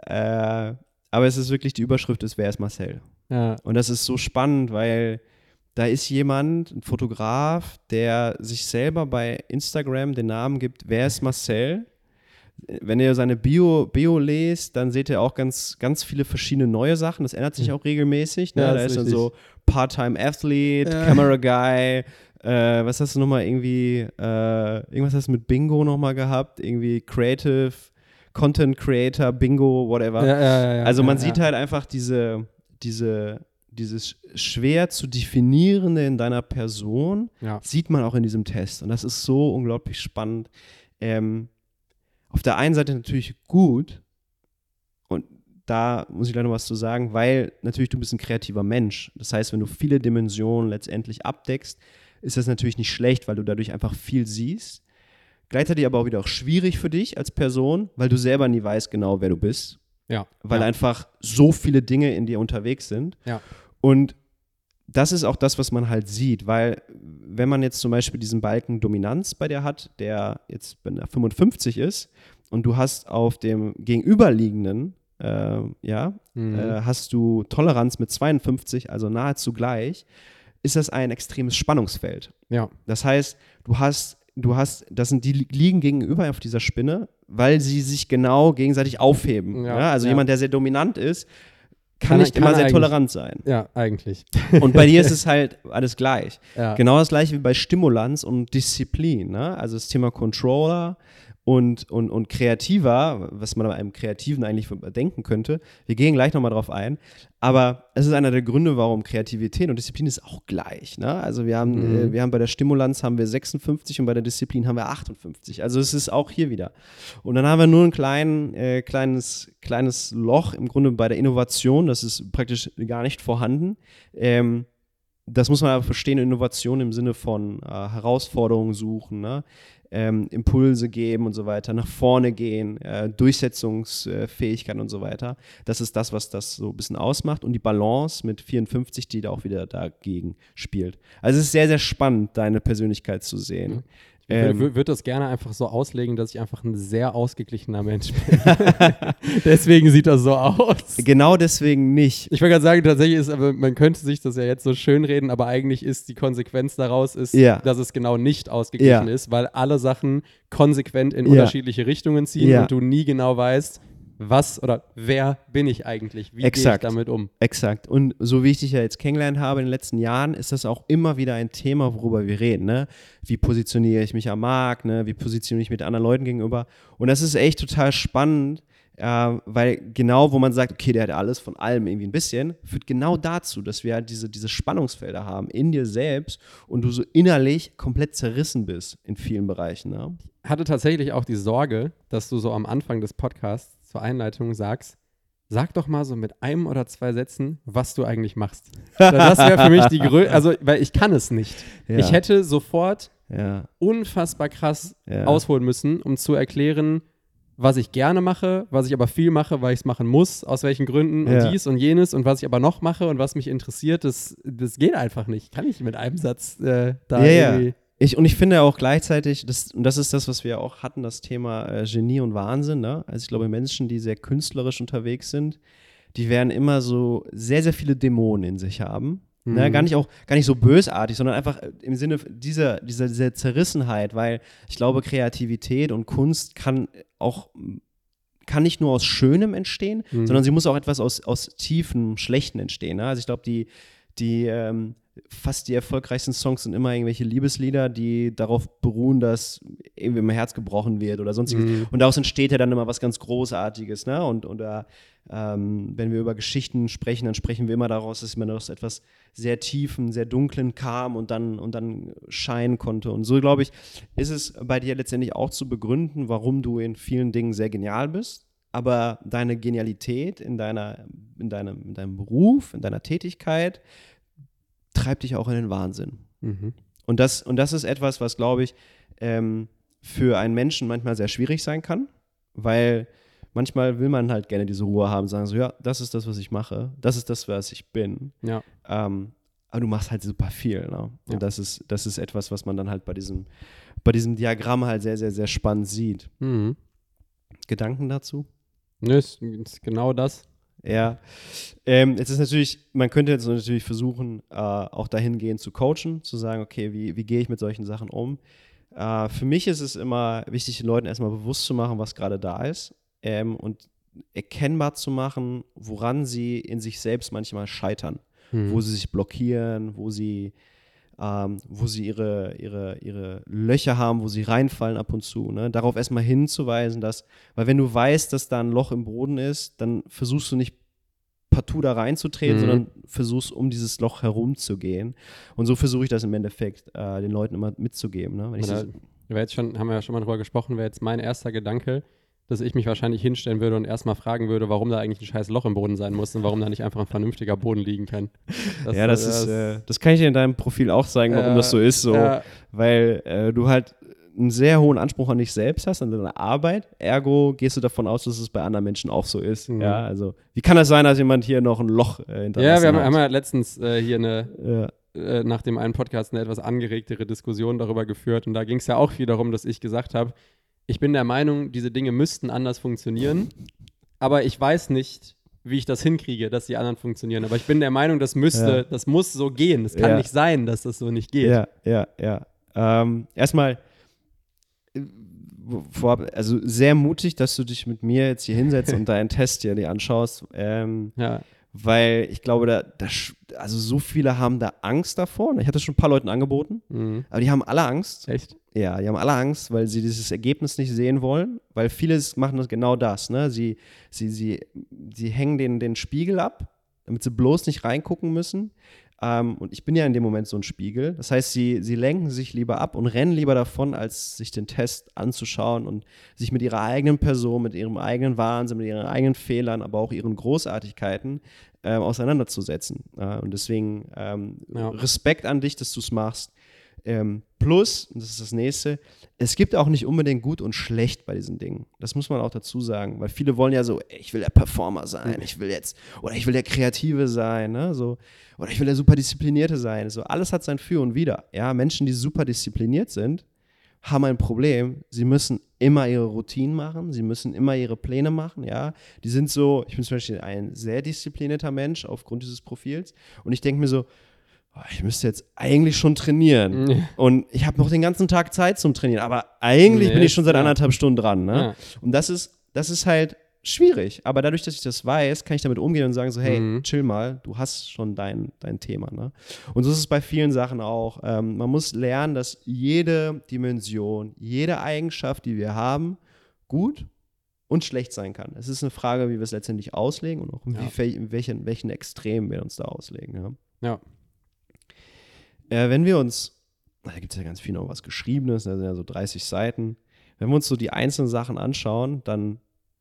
[SPEAKER 1] Äh, aber es ist wirklich, die Überschrift ist, wer ist Marcel?
[SPEAKER 2] Ja.
[SPEAKER 1] Und das ist so spannend, weil da ist jemand, ein Fotograf, der sich selber bei Instagram den Namen gibt, wer ist Marcel? Wenn ihr seine Bio, Bio lest, dann seht ihr auch ganz, ganz viele verschiedene neue Sachen. Das ändert sich auch regelmäßig. Ne?
[SPEAKER 2] Ja,
[SPEAKER 1] Da
[SPEAKER 2] ist
[SPEAKER 1] ist dann
[SPEAKER 2] richtig.
[SPEAKER 1] so Part-Time-Athlete,
[SPEAKER 2] Ja.
[SPEAKER 1] Camera Guy, äh, was hast du nochmal irgendwie, äh, irgendwas hast du mit Bingo nochmal gehabt, irgendwie Creative, Content Creator, Bingo, whatever.
[SPEAKER 2] Ja, ja, ja, ja,
[SPEAKER 1] Also man
[SPEAKER 2] ja,
[SPEAKER 1] sieht
[SPEAKER 2] ja.
[SPEAKER 1] halt einfach diese, diese, dieses schwer zu definierende in deiner Person,
[SPEAKER 2] Ja.
[SPEAKER 1] sieht man auch in diesem Test. Und das ist so unglaublich spannend. Ähm, auf der einen Seite natürlich gut, und da muss ich gleich noch was zu sagen, weil natürlich du bist ein kreativer Mensch. Das heißt, wenn du viele Dimensionen letztendlich abdeckst, ist das natürlich nicht schlecht, weil du dadurch einfach viel siehst. Gleichzeitig aber auch wieder auch schwierig für dich als Person, weil du selber nie weißt genau, wer du bist.
[SPEAKER 2] Ja.
[SPEAKER 1] Weil
[SPEAKER 2] ja.
[SPEAKER 1] einfach so viele Dinge in dir unterwegs sind.
[SPEAKER 2] Ja.
[SPEAKER 1] Und das ist auch das, was man halt sieht, weil wenn man jetzt zum Beispiel diesen Balken Dominanz bei dir hat, der jetzt wenn er fünfundfünfzig ist und du hast auf dem gegenüberliegenden, äh, ja,
[SPEAKER 2] Mhm.
[SPEAKER 1] äh, hast du Toleranz mit zweiundfünfzig, also nahezu gleich, ist das ein extremes Spannungsfeld.
[SPEAKER 2] Ja.
[SPEAKER 1] Das heißt, du hast, du hast, das sind die liegen gegenüber auf dieser Spinne, weil sie sich genau gegenseitig aufheben.
[SPEAKER 2] Ja,
[SPEAKER 1] Ja, also
[SPEAKER 2] ja.
[SPEAKER 1] jemand, der sehr dominant ist, kann,
[SPEAKER 2] Kann-
[SPEAKER 1] nicht
[SPEAKER 2] kann
[SPEAKER 1] immer sehr
[SPEAKER 2] eigentlich-
[SPEAKER 1] tolerant sein.
[SPEAKER 2] Ja, eigentlich.
[SPEAKER 1] Und bei dir ist es halt alles gleich.
[SPEAKER 2] Ja.
[SPEAKER 1] Genau das gleiche wie bei Stimulanz und Disziplin. Ne? Also das Thema Controller und, und, und Kreativer, was man bei einem Kreativen eigentlich denken könnte. Wir gehen gleich nochmal drauf ein. Aber es ist einer der Gründe, warum Kreativität und Disziplin ist auch gleich. Ne? Also wir haben,
[SPEAKER 2] Mhm.
[SPEAKER 1] äh, wir haben bei der Stimulanz haben wir sechsundfünfzig und bei der Disziplin haben wir achtundfünfzig. Also es ist auch hier wieder. Und dann haben wir nur ein klein, äh, kleines, kleines Loch im Grunde bei der Innovation. Das ist praktisch gar nicht vorhanden. Ähm, das muss man aber verstehen, Innovation im Sinne von äh, Herausforderungen suchen, ne? ähm, Impulse geben und so weiter, nach vorne gehen, äh, Durchsetzungsfähigkeit und so weiter. Das ist das, was das so ein bisschen ausmacht, und die Balance mit vierundfünfzig, die da auch wieder dagegen spielt. Also es ist sehr, sehr spannend, deine Persönlichkeit zu sehen.
[SPEAKER 2] Ich
[SPEAKER 1] Ähm,
[SPEAKER 2] würde würd das gerne einfach so auslegen, dass ich einfach ein sehr ausgeglichener Mensch bin. Deswegen sieht das so aus.
[SPEAKER 1] genau deswegen nicht.
[SPEAKER 2] Ich wollte gerade sagen, tatsächlich ist, aber man könnte sich das ja jetzt so schön reden, aber eigentlich ist die Konsequenz daraus, ist,
[SPEAKER 1] Ja.
[SPEAKER 2] dass es genau nicht ausgeglichen
[SPEAKER 1] Ja.
[SPEAKER 2] ist, weil alle Sachen konsequent in
[SPEAKER 1] Ja.
[SPEAKER 2] unterschiedliche Richtungen ziehen
[SPEAKER 1] Ja.
[SPEAKER 2] und du nie genau weißt, was oder wer bin ich eigentlich? Wie gehe ich
[SPEAKER 1] Exakt.
[SPEAKER 2] damit um?
[SPEAKER 1] Exakt. Und so wie ich dich ja jetzt kennengelernt habe in den letzten Jahren, ist das auch immer wieder ein Thema, worüber wir reden. Ne? Wie positioniere ich mich am Markt? Ne? Wie positioniere ich mich mit anderen Leuten gegenüber? Und das ist echt total spannend, äh, weil genau, wo man sagt, okay, der hat alles von allem irgendwie ein bisschen, führt genau dazu, dass wir halt diese, diese Spannungsfelder haben in dir selbst und du so innerlich komplett zerrissen bist in vielen Bereichen. Ne?
[SPEAKER 2] Hatte tatsächlich auch die Sorge, dass du so am Anfang des Podcasts zur Einleitung sagst, sag doch mal so mit einem oder zwei Sätzen, was du eigentlich machst. Das wäre für mich die größte, also, weil ich kann es nicht.
[SPEAKER 1] Ja.
[SPEAKER 2] Ich hätte sofort
[SPEAKER 1] Ja.
[SPEAKER 2] unfassbar krass
[SPEAKER 1] Ja.
[SPEAKER 2] ausholen müssen, um zu erklären, was ich gerne mache, was ich aber viel mache, weil ich es machen muss, aus welchen Gründen und
[SPEAKER 1] Ja.
[SPEAKER 2] dies und jenes und was ich aber noch mache und was mich interessiert, das, das geht einfach nicht. Kann ich mit einem Satz äh, da
[SPEAKER 1] Ja, ja.
[SPEAKER 2] irgendwie.
[SPEAKER 1] Ich, und ich finde auch gleichzeitig, das, und das ist das, was wir auch hatten, das Thema äh, Genie und Wahnsinn. Ne? Also ich glaube, Menschen, die sehr künstlerisch unterwegs sind, die werden immer so sehr, sehr viele Dämonen in sich haben.
[SPEAKER 2] Mhm.
[SPEAKER 1] Ne? Gar nicht auch, gar nicht so bösartig, sondern einfach im Sinne dieser, dieser, dieser Zerrissenheit, weil ich glaube, Kreativität und Kunst kann auch kann nicht nur aus Schönem entstehen,
[SPEAKER 2] Mhm.
[SPEAKER 1] sondern sie muss auch etwas aus, aus Tiefem, Schlechten entstehen. Ne? Also ich glaube, die, die ähm, fast die erfolgreichsten Songs sind immer irgendwelche Liebeslieder, die darauf beruhen, dass irgendwie mein Herz gebrochen wird oder sonstiges. Mhm. Und daraus entsteht ja dann immer was ganz Großartiges, ne? Und oder ähm, wenn wir über Geschichten sprechen, dann sprechen wir immer daraus, dass man aus etwas sehr Tiefen, sehr Dunklen kam und dann, und dann scheinen konnte. Und so, glaube ich, ist es bei dir letztendlich auch zu begründen, warum du in vielen Dingen sehr genial bist, aber deine Genialität in, deiner, in, deinem, in deinem Beruf, in deiner Tätigkeit treibt dich auch in den Wahnsinn. Mhm. Und, das, und das ist etwas, was, glaube ich, ähm, für einen Menschen manchmal sehr schwierig sein kann, weil manchmal will man halt gerne diese Ruhe haben, sagen so, ja, das ist das, was ich mache, das ist das, was ich bin.
[SPEAKER 2] Ja.
[SPEAKER 1] Ähm, aber du machst halt super viel. Ne? Und
[SPEAKER 2] ja.
[SPEAKER 1] das ist, das ist etwas, was man dann halt bei diesem, bei diesem Diagramm halt sehr, sehr, sehr spannend sieht.
[SPEAKER 2] Mhm.
[SPEAKER 1] Gedanken dazu?
[SPEAKER 2] Nö, ist, ist genau das.
[SPEAKER 1] Ja, ähm, jetzt ist natürlich, man könnte jetzt natürlich versuchen, äh, auch dahingehend zu coachen, zu sagen, okay, wie, wie gehe ich mit solchen Sachen um? Äh, für mich ist es immer wichtig, den Leuten erstmal bewusst zu machen, was gerade da ist ähm, und erkennbar zu machen, woran sie in sich selbst manchmal scheitern, mhm. wo sie sich blockieren, wo sie, ähm, wo sie ihre, ihre, ihre Löcher haben, wo sie reinfallen ab und zu. Ne? Darauf erstmal hinzuweisen, dass, weil wenn du weißt, dass da ein Loch im Boden ist, dann versuchst du nicht partout da reinzutreten, mhm. sondern versuchst, um dieses Loch herumzugehen. Und so versuche ich das im Endeffekt äh, den Leuten immer mitzugeben. Ne? Wenn ich
[SPEAKER 2] da, jetzt schon, haben wir ja schon mal drüber gesprochen, wäre jetzt mein erster Gedanke, dass ich mich wahrscheinlich hinstellen würde und erstmal fragen würde, warum da eigentlich ein scheiß Loch im Boden sein muss und warum da nicht einfach ein vernünftiger Boden liegen kann.
[SPEAKER 1] Das, ja, das, das ist, äh, das kann ich dir in deinem Profil auch zeigen, warum äh, das so ist, so, äh, weil äh, du halt einen sehr hohen Anspruch an dich selbst hast, an deine Arbeit, ergo gehst du davon aus, dass es bei anderen Menschen auch so ist. Mhm. Ja, also wie kann das sein, dass jemand hier noch ein Loch äh, hinterlassen
[SPEAKER 2] Ja, wir haben,
[SPEAKER 1] hat?
[SPEAKER 2] haben ja letztens äh, hier eine ja. äh, nach dem einen Podcast eine etwas angeregtere Diskussion darüber geführt und da ging es ja auch viel darum, dass ich gesagt habe, ich bin der Meinung, diese Dinge müssten anders funktionieren, aber ich weiß nicht, wie ich das hinkriege, dass die anderen funktionieren. Aber ich bin der Meinung, das müsste, ja. das muss so gehen. Es kann ja. nicht sein, dass das so nicht geht.
[SPEAKER 1] Ja, ja, ja. Ähm, erstmal, vorab, also sehr mutig, dass du dich mit mir jetzt hier hinsetzt und deinen Test hier dir anschaust. Ähm,
[SPEAKER 2] ja.
[SPEAKER 1] Weil ich glaube, da, da, also so viele haben da Angst davor. Ich hatte das schon ein paar Leuten angeboten, mhm. aber die haben alle Angst.
[SPEAKER 2] Echt?
[SPEAKER 1] Ja, die haben alle Angst, weil sie dieses Ergebnis nicht sehen wollen, weil viele machen das genau das. Ne? Sie, sie, sie, sie hängen den, den Spiegel ab, damit sie bloß nicht reingucken müssen. Ähm, und ich bin ja in dem Moment so ein Spiegel. Das heißt, sie, sie lenken sich lieber ab und rennen lieber davon, als sich den Test anzuschauen und sich mit ihrer eigenen Person, mit ihrem eigenen Wahnsinn, mit ihren eigenen Fehlern, aber auch ihren Großartigkeiten äh, auseinanderzusetzen. Äh, und deswegen ähm, ja. Respekt an dich, dass du es machst. Ähm, plus, und das ist das Nächste, es gibt auch nicht unbedingt gut und schlecht bei diesen Dingen. Das muss man auch dazu sagen, weil viele wollen ja so, ey, ich will der Performer sein, ich will jetzt, oder ich will der Kreative sein, ne, so, oder ich will der super Disziplinierte sein. So, alles hat sein Für und Wider. Ja, Menschen, die super diszipliniert sind, haben ein Problem. Sie müssen immer ihre Routinen machen, sie müssen immer ihre Pläne machen, ja. Die sind so, ich bin zum Beispiel ein sehr disziplinierter Mensch aufgrund dieses Profils und ich denke mir so, ich müsste jetzt eigentlich schon trainieren. Nee. Und ich habe noch den ganzen Tag Zeit zum Trainieren, aber eigentlich nee, bin ich schon seit ja. anderthalb Stunden dran. Ne? Ja. Und das ist, das ist halt schwierig. Aber dadurch, dass ich das weiß, kann ich damit umgehen und sagen so, hey, mhm. chill mal, du hast schon dein, dein Thema. Ne? Und so ist es bei vielen Sachen auch. Ähm, man muss lernen, dass jede Dimension, jede Eigenschaft, die wir haben, gut und schlecht sein kann. Es ist eine Frage, wie wir es letztendlich auslegen und auch in, ja. wie, in welchen, welchen Extremen wir uns da auslegen. Ja.
[SPEAKER 2] ja.
[SPEAKER 1] Äh, wenn wir uns, da gibt es ja ganz viel noch was Geschriebenes, da sind ja so dreißig Seiten, wenn wir uns so die einzelnen Sachen anschauen, dann,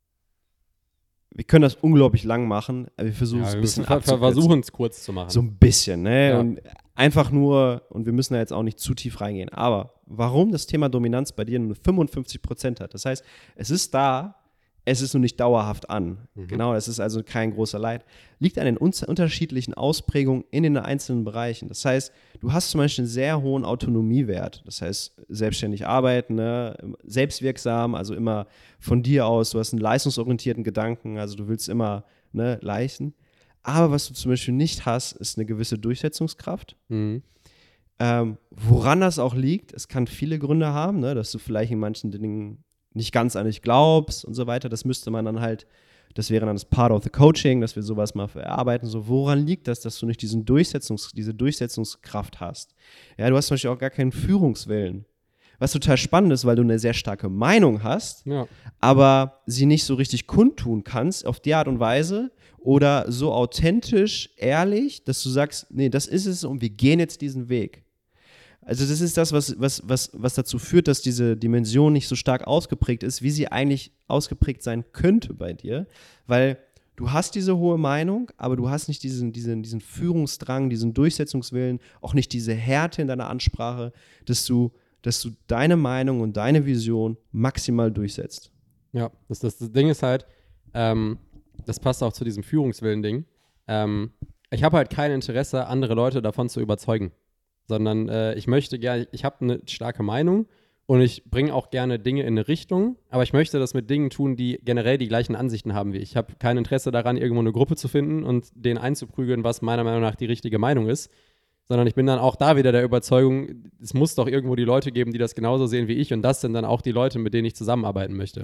[SPEAKER 1] wir können das unglaublich lang machen, aber wir versuchen ja, es ein bisschen abzukürzen.
[SPEAKER 2] Wir versuchen es kurz zu machen.
[SPEAKER 1] So ein bisschen, ne?
[SPEAKER 2] Ja.
[SPEAKER 1] Und einfach nur, und wir müssen da jetzt auch nicht zu tief reingehen, aber warum das Thema Dominanz bei dir nur fünfundfünfzig Prozent hat, das heißt, es ist da, es ist nur nicht dauerhaft an. Mhm. Genau, es ist also kein großer Leid. Liegt an den un- unterschiedlichen Ausprägungen in den einzelnen Bereichen. Das heißt, du hast zum Beispiel einen sehr hohen Autonomiewert. Das heißt, selbstständig arbeiten, ne? Selbstwirksam, also immer von dir aus. Du hast einen leistungsorientierten Gedanken, also du willst immer ne, leisten. Aber was du zum Beispiel nicht hast, ist eine gewisse Durchsetzungskraft. Mhm. Ähm, woran das auch liegt, es kann viele Gründe haben, ne? Dass du vielleicht in manchen Dingen nicht ganz an dich glaubst und so weiter, das müsste man dann halt Das wäre dann das Part of the Coaching, dass wir sowas mal erarbeiten. So, woran liegt das, dass du nicht diesen Durchsetzungs, diese Durchsetzungskraft hast? Ja, du hast zum Beispiel auch gar keinen Führungswillen. Was total spannend ist, weil du eine sehr starke Meinung hast,
[SPEAKER 2] Ja.
[SPEAKER 1] aber sie nicht so richtig kundtun kannst auf die Art und Weise oder so authentisch, ehrlich, dass du sagst, nee, das ist es und wir gehen jetzt diesen Weg. Also das ist das, was, was, was, was dazu führt, dass diese Dimension nicht so stark ausgeprägt ist, wie sie eigentlich ausgeprägt sein könnte bei dir, weil du hast diese hohe Meinung, aber du hast nicht diesen, diesen, diesen Führungsdrang, diesen Durchsetzungswillen, auch nicht diese Härte in deiner Ansprache, dass du dass du deine Meinung und deine Vision maximal durchsetzt.
[SPEAKER 2] Ja, das, das, das Ding ist halt, ähm, das passt auch zu diesem Führungswillen-Ding. Ähm, ich habe halt kein Interesse, andere Leute davon zu überzeugen, sondern äh, ich möchte gerne, ich habe eine starke Meinung und ich bringe auch gerne Dinge in eine Richtung, aber ich möchte das mit Dingen tun, die generell die gleichen Ansichten haben wie ich. Ich habe kein Interesse daran, irgendwo eine Gruppe zu finden und denen einzuprügeln, was meiner Meinung nach die richtige Meinung ist, sondern ich bin dann auch da wieder der Überzeugung, es muss doch irgendwo die Leute geben, die das genauso sehen wie ich und das sind dann auch die Leute, mit denen ich zusammenarbeiten möchte.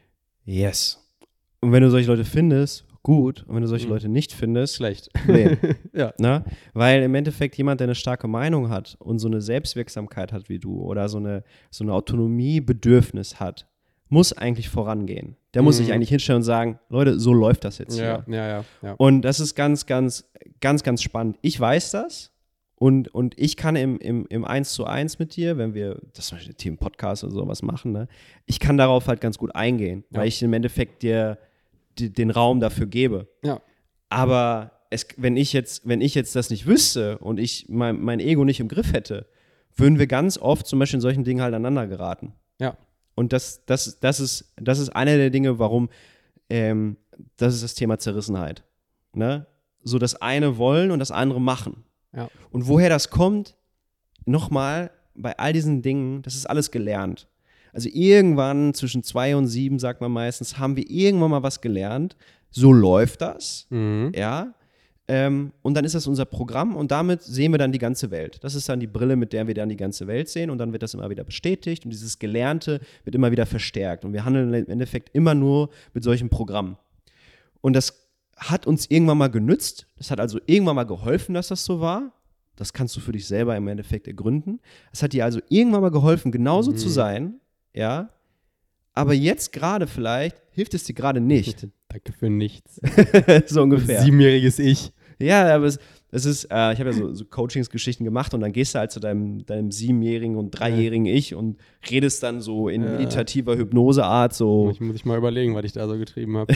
[SPEAKER 1] Yes. Und wenn du solche Leute findest, gut. Und wenn du solche
[SPEAKER 2] Mhm.
[SPEAKER 1] Leute nicht findest,
[SPEAKER 2] Schlecht.
[SPEAKER 1] nee.
[SPEAKER 2] Ja.
[SPEAKER 1] Na? Weil im Endeffekt jemand, der eine starke Meinung hat und so eine Selbstwirksamkeit hat wie du oder so eine, so eine Autonomiebedürfnis hat, muss eigentlich vorangehen. Der muss
[SPEAKER 2] Mhm.
[SPEAKER 1] sich eigentlich hinstellen und sagen, Leute, so läuft das jetzt
[SPEAKER 2] Ja,
[SPEAKER 1] hier.
[SPEAKER 2] ja, ja, ja.
[SPEAKER 1] Und das ist ganz, ganz, ganz, ganz spannend. Ich weiß das. Und, und ich kann im, im, im eins zu eins mit dir, wenn wir das zum Beispiel Team Podcast oder sowas machen, ne, ich kann darauf halt ganz gut eingehen,
[SPEAKER 2] Ja.
[SPEAKER 1] weil ich im Endeffekt dir die, den Raum dafür gebe.
[SPEAKER 2] Ja.
[SPEAKER 1] Aber es, wenn, ich jetzt, wenn ich jetzt das nicht wüsste und ich mein, mein Ego nicht im Griff hätte, würden wir ganz oft zum Beispiel in solchen Dingen halt aneinander geraten.
[SPEAKER 2] Ja.
[SPEAKER 1] Und das, das, das, ist, das ist einer der Dinge, warum, ähm, das ist das Thema Zerrissenheit. Ne? So das eine wollen und das andere machen.
[SPEAKER 2] Ja.
[SPEAKER 1] Und woher das kommt, nochmal, bei all diesen Dingen, das ist alles gelernt. Also irgendwann zwischen zwei und sieben, sagt man meistens, haben wir irgendwann mal was gelernt. So läuft das,
[SPEAKER 2] Mhm.
[SPEAKER 1] ja. Ähm, und dann ist das unser Programm und damit sehen wir dann die ganze Welt. Das ist dann die Brille, mit der wir dann die ganze Welt sehen und dann wird das immer wieder bestätigt und dieses Gelernte wird immer wieder verstärkt. Und wir handeln im Endeffekt immer nur mit solchen Programmen. Und das hat uns irgendwann mal genützt. Das hat also irgendwann mal geholfen, dass das so war. Das kannst du für dich selber im Endeffekt ergründen. Es hat dir also irgendwann mal geholfen, genauso
[SPEAKER 2] Mhm.
[SPEAKER 1] zu sein, ja. Aber jetzt gerade vielleicht hilft es dir gerade nicht.
[SPEAKER 2] Danke für nichts.
[SPEAKER 1] So ungefähr.
[SPEAKER 2] Siebenjähriges Ich.
[SPEAKER 1] Ja, aber es, es ist, äh, ich habe ja so, so Coachingsgeschichten gemacht und dann gehst du halt zu deinem, deinem siebenjährigen und dreijährigen Ich und redest dann so in
[SPEAKER 2] Ja.
[SPEAKER 1] meditativer Hypnoseart so,
[SPEAKER 2] Ich muss ich mal überlegen, was ich da so getrieben habe.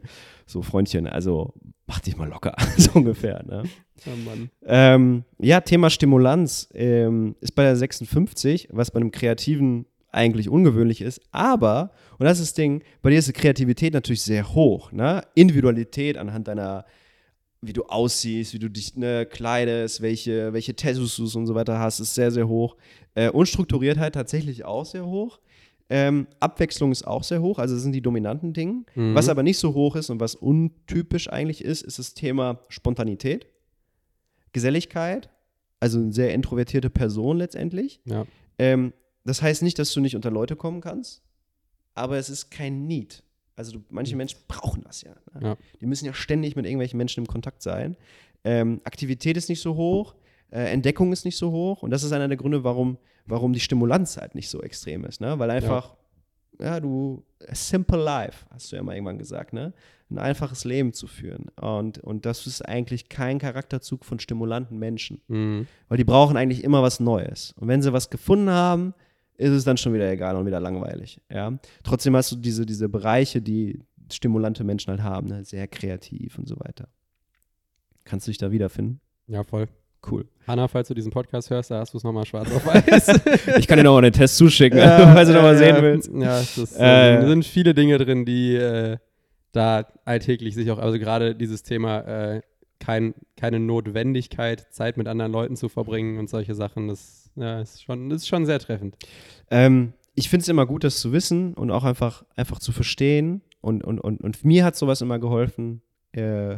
[SPEAKER 1] so Freundchen, also mach dich mal locker, so ungefähr, ne?
[SPEAKER 2] Oh Mann.
[SPEAKER 1] Ähm, ja, Thema Stimulanz ähm, ist bei der sechsundfünfzig, was bei einem Kreativen eigentlich ungewöhnlich ist, aber, und das ist das Ding, bei dir ist die Kreativität natürlich sehr hoch, ne? Individualität anhand deiner, wie du aussiehst, wie du dich ne, kleidest, welche, welche Tattoos du und so weiter hast, ist sehr, sehr hoch. Äh, Unstrukturiertheit tatsächlich auch sehr hoch. Ähm, Abwechslung ist auch sehr hoch, also das sind die dominanten Dinge.
[SPEAKER 2] Mhm.
[SPEAKER 1] Was aber nicht so hoch ist und was untypisch eigentlich ist, ist das Thema Spontanität, Geselligkeit, also eine sehr introvertierte Person letztendlich.
[SPEAKER 2] Ja.
[SPEAKER 1] Ähm, das heißt nicht, dass du nicht unter Leute kommen kannst, aber es ist kein Need. Also du, manche Menschen brauchen das ja, ne?
[SPEAKER 2] Ja.
[SPEAKER 1] Die müssen ja ständig mit irgendwelchen Menschen im Kontakt sein. Ähm, Aktivität ist nicht so hoch, äh, Entdeckung ist nicht so hoch und das ist einer der Gründe, warum, warum die Stimulanz halt nicht so extrem ist, ne? Weil einfach, ja, ja du, a simple life, hast du ja mal irgendwann gesagt, ne? Ein einfaches Leben zu führen und, und das ist eigentlich kein Charakterzug von stimulanten Menschen,
[SPEAKER 2] Mhm.
[SPEAKER 1] weil die brauchen eigentlich immer was Neues und wenn sie was gefunden haben, ist es dann schon wieder egal und wieder langweilig, ja. Trotzdem hast du diese, diese Bereiche, die stimulante Menschen halt haben, ne? Sehr kreativ und so weiter. Kannst du dich da wiederfinden?
[SPEAKER 2] Ja, voll.
[SPEAKER 1] Cool.
[SPEAKER 2] Hanna, falls du diesen Podcast hörst, da hast du es nochmal schwarz auf weiß.
[SPEAKER 1] Ich kann dir nochmal den Test zuschicken,
[SPEAKER 2] Ja,
[SPEAKER 1] falls du nochmal
[SPEAKER 2] ja,
[SPEAKER 1] sehen
[SPEAKER 2] ja.
[SPEAKER 1] willst.
[SPEAKER 2] Ja, das
[SPEAKER 1] Äh.
[SPEAKER 2] äh, sind viele Dinge drin, die äh, da alltäglich sich auch, also gerade dieses Thema, äh, kein, keine Notwendigkeit, Zeit mit anderen Leuten zu verbringen und solche Sachen, das, ja, ist, schon, das ist schon sehr treffend.
[SPEAKER 1] Ähm, ich finde es immer gut, das zu wissen und auch einfach, einfach zu verstehen. Und, und, und, und mir hat sowas immer geholfen, äh,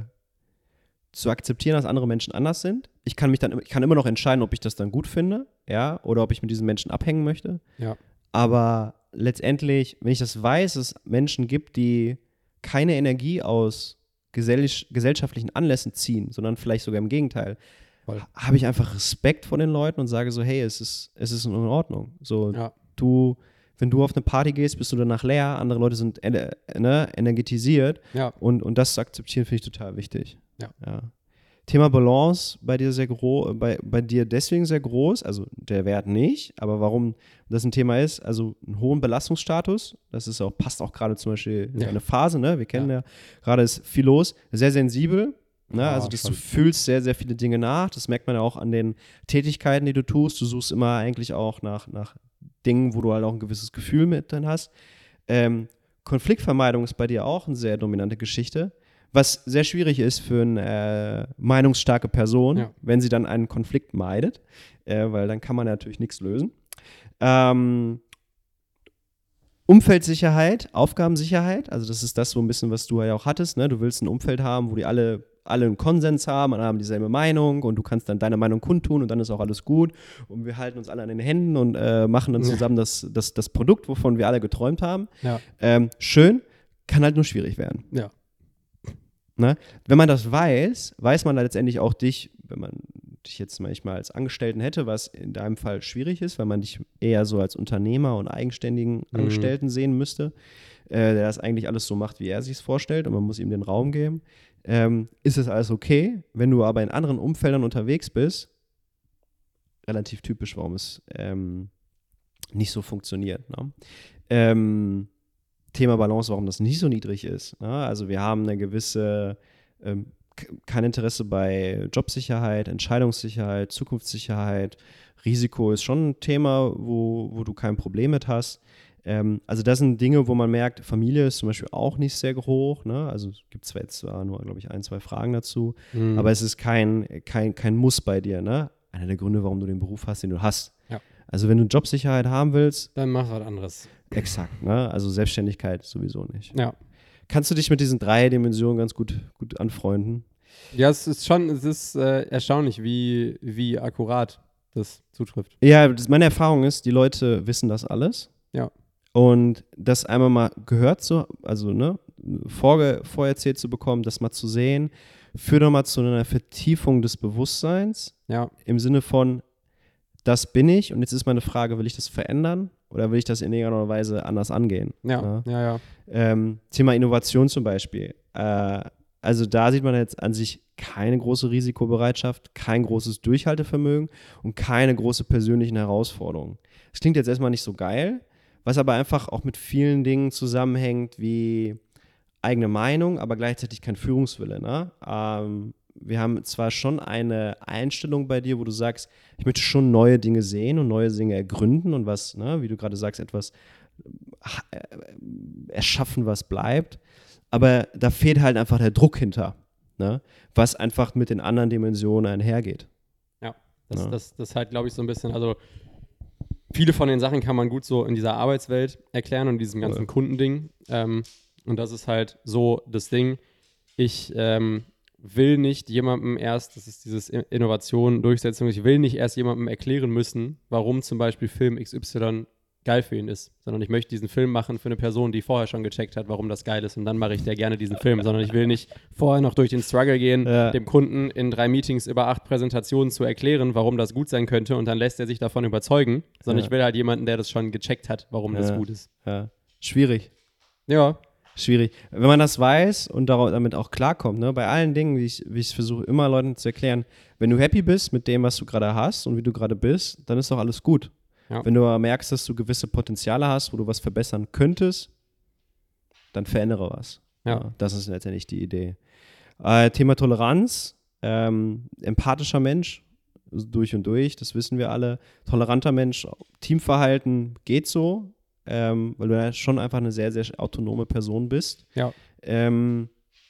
[SPEAKER 1] zu akzeptieren, dass andere Menschen anders sind. Ich kann mich dann, ich kann immer noch entscheiden, ob ich das dann gut finde, ja, oder ob ich mit diesen Menschen abhängen möchte.
[SPEAKER 2] Ja.
[SPEAKER 1] Aber letztendlich, wenn ich das weiß, dass es Menschen gibt, die keine Energie aus gesell- gesellschaftlichen Anlässen ziehen, sondern vielleicht sogar im Gegenteil, habe ich einfach Respekt vor den Leuten und sage so, hey, es ist, es ist in Ordnung. So,
[SPEAKER 2] Ja.
[SPEAKER 1] du, wenn du auf eine Party gehst, bist du danach leer, andere Leute sind ener- ne, energetisiert
[SPEAKER 2] Ja.
[SPEAKER 1] und, und das zu akzeptieren, finde ich total wichtig.
[SPEAKER 2] Ja.
[SPEAKER 1] Ja. Thema Balance bei dir sehr groß, bei, bei dir deswegen sehr groß, also der Wert nicht, aber warum das ein Thema ist, also einen hohen Belastungsstatus, das ist auch, passt auch gerade zum Beispiel in
[SPEAKER 2] Ja.
[SPEAKER 1] eine Phase, ne? Wir kennen
[SPEAKER 2] Ja.
[SPEAKER 1] ja, gerade ist viel los, sehr sensibel, ne?
[SPEAKER 2] Ja,
[SPEAKER 1] Also dass
[SPEAKER 2] schon.
[SPEAKER 1] du fühlst sehr, sehr viele Dinge nach, das merkt man ja auch an den Tätigkeiten, die du tust, du suchst immer eigentlich auch nach, nach Dingen, wo du halt auch ein gewisses Gefühl mit drin hast. Ähm, Konfliktvermeidung ist bei dir auch eine sehr dominante Geschichte. Was sehr schwierig ist für eine äh, meinungsstarke Person,
[SPEAKER 2] Ja.
[SPEAKER 1] wenn sie dann einen Konflikt meidet, äh, weil dann kann man natürlich nichts lösen. Ähm, Umfeldsicherheit, Aufgabensicherheit, also das ist das so ein bisschen, was du ja auch hattest, ne? Du willst ein Umfeld haben, wo die alle, alle einen Konsens haben, alle haben dieselbe Meinung und du kannst dann deine Meinung kundtun und dann ist auch alles gut und wir halten uns alle an den Händen und äh, machen dann zusammen das, das, das Produkt, wovon wir alle geträumt haben.
[SPEAKER 2] Ja.
[SPEAKER 1] Ähm, schön, kann halt nur schwierig werden.
[SPEAKER 2] Ja.
[SPEAKER 1] Ne? Wenn man das weiß, weiß man letztendlich auch dich, wenn man dich jetzt manchmal als Angestellten hätte, was in deinem Fall schwierig ist, weil man dich eher so als Unternehmer und eigenständigen
[SPEAKER 2] Mhm.
[SPEAKER 1] Angestellten sehen müsste, äh, der das eigentlich alles so macht, wie er sich es vorstellt und man muss ihm den Raum geben, ähm, ist es alles okay. Wenn du aber in anderen Umfeldern unterwegs bist, relativ typisch, warum es ähm, nicht so funktioniert. Ne? Ähm, Thema Balance, warum das nicht so niedrig ist. Ne? Also wir haben eine gewisse, ähm, k- kein Interesse bei Jobsicherheit, Entscheidungssicherheit, Zukunftssicherheit. Risiko ist schon ein Thema, wo, wo du kein Problem mit hast. Ähm, also das sind Dinge, wo man merkt, Familie ist zum Beispiel auch nicht sehr hoch. Ne? Also es gibt zwar jetzt zwar nur, glaube ich, ein, zwei Fragen dazu,
[SPEAKER 2] Mhm.
[SPEAKER 1] aber es ist kein, kein, kein Muss bei dir. Ne? Einer der Gründe, warum du den Beruf hast, den du hast.
[SPEAKER 2] Ja.
[SPEAKER 1] Also wenn du Jobsicherheit haben willst,
[SPEAKER 2] Dann mach was anderes.
[SPEAKER 1] exakt, ne? Also Selbstständigkeit sowieso nicht.
[SPEAKER 2] Ja.
[SPEAKER 1] Kannst du dich mit diesen drei Dimensionen ganz gut, gut anfreunden?
[SPEAKER 2] Ja, es ist schon, es ist äh, erstaunlich, wie, wie akkurat das zutrifft.
[SPEAKER 1] Ja, das, meine Erfahrung ist, die Leute wissen das alles.
[SPEAKER 2] Ja.
[SPEAKER 1] Und das einmal mal gehört zu, also ne, vorge, vorerzählt zu bekommen, das mal zu sehen, führt nochmal zu einer Vertiefung des Bewusstseins
[SPEAKER 2] Ja.
[SPEAKER 1] im Sinne von, das bin ich und jetzt ist meine Frage, will ich das verändern oder will ich das in irgendeiner Weise anders angehen?
[SPEAKER 2] Ja.
[SPEAKER 1] Ne?
[SPEAKER 2] Ja, ja.
[SPEAKER 1] Ähm, Thema Innovation zum Beispiel. Äh, also da sieht man jetzt an sich keine große Risikobereitschaft, kein großes Durchhaltevermögen und keine große persönlichen Herausforderungen. Das klingt jetzt erstmal nicht so geil, was aber einfach auch mit vielen Dingen zusammenhängt, wie eigene Meinung, aber gleichzeitig kein Führungswille. Ne? Ähm, wir haben zwar schon eine Einstellung bei dir, wo du sagst, ich möchte schon neue Dinge sehen und neue Dinge ergründen und was, ne, wie du gerade sagst, etwas äh, erschaffen, was bleibt. Aber da fehlt halt einfach der Druck hinter, ne, was einfach mit den anderen Dimensionen einhergeht.
[SPEAKER 2] Ja, das,
[SPEAKER 1] Ja.
[SPEAKER 2] das, das halt, glaube ich, so ein bisschen, also viele von den Sachen kann man gut so in dieser Arbeitswelt erklären und diesem ganzen
[SPEAKER 1] Voll.
[SPEAKER 2] Kundending. Ähm, und das ist halt so das Ding, ich ähm, will nicht jemandem erst, das ist dieses I- Innovation, Durchsetzung, ich will nicht erst jemandem erklären müssen, warum zum Beispiel Film X Y geil für ihn ist, sondern ich möchte diesen Film machen für eine Person, die vorher schon gecheckt hat, warum das geil ist und dann mache ich der gerne diesen Film, sondern ich will nicht vorher noch durch den Struggle gehen,
[SPEAKER 1] Ja.
[SPEAKER 2] dem Kunden in drei Meetings über acht Präsentationen zu erklären, warum das gut sein könnte und dann lässt er sich davon überzeugen, sondern
[SPEAKER 1] Ja.
[SPEAKER 2] ich will halt jemanden, der das schon gecheckt hat, warum das
[SPEAKER 1] Ja.
[SPEAKER 2] gut ist.
[SPEAKER 1] Ja. Schwierig.
[SPEAKER 2] Ja,
[SPEAKER 1] Schwierig. Wenn man das weiß und darauf, damit auch klarkommt, ne, bei allen Dingen, wie ich, wie ich versuche, immer Leuten zu erklären, wenn du happy bist mit dem, was du gerade hast und wie du gerade bist, dann ist doch alles gut.
[SPEAKER 2] Ja.
[SPEAKER 1] Wenn du aber merkst, dass du gewisse Potenziale hast, wo du was verbessern könntest, dann verändere was.
[SPEAKER 2] Ja.
[SPEAKER 1] das ist letztendlich die Idee. Äh, Thema Toleranz, ähm, empathischer Mensch, durch und durch, das wissen wir alle. Toleranter Mensch, Teamverhalten geht so, ähm, weil du ja schon einfach eine sehr, sehr autonome Person bist.
[SPEAKER 2] Ja.
[SPEAKER 1] Ähm,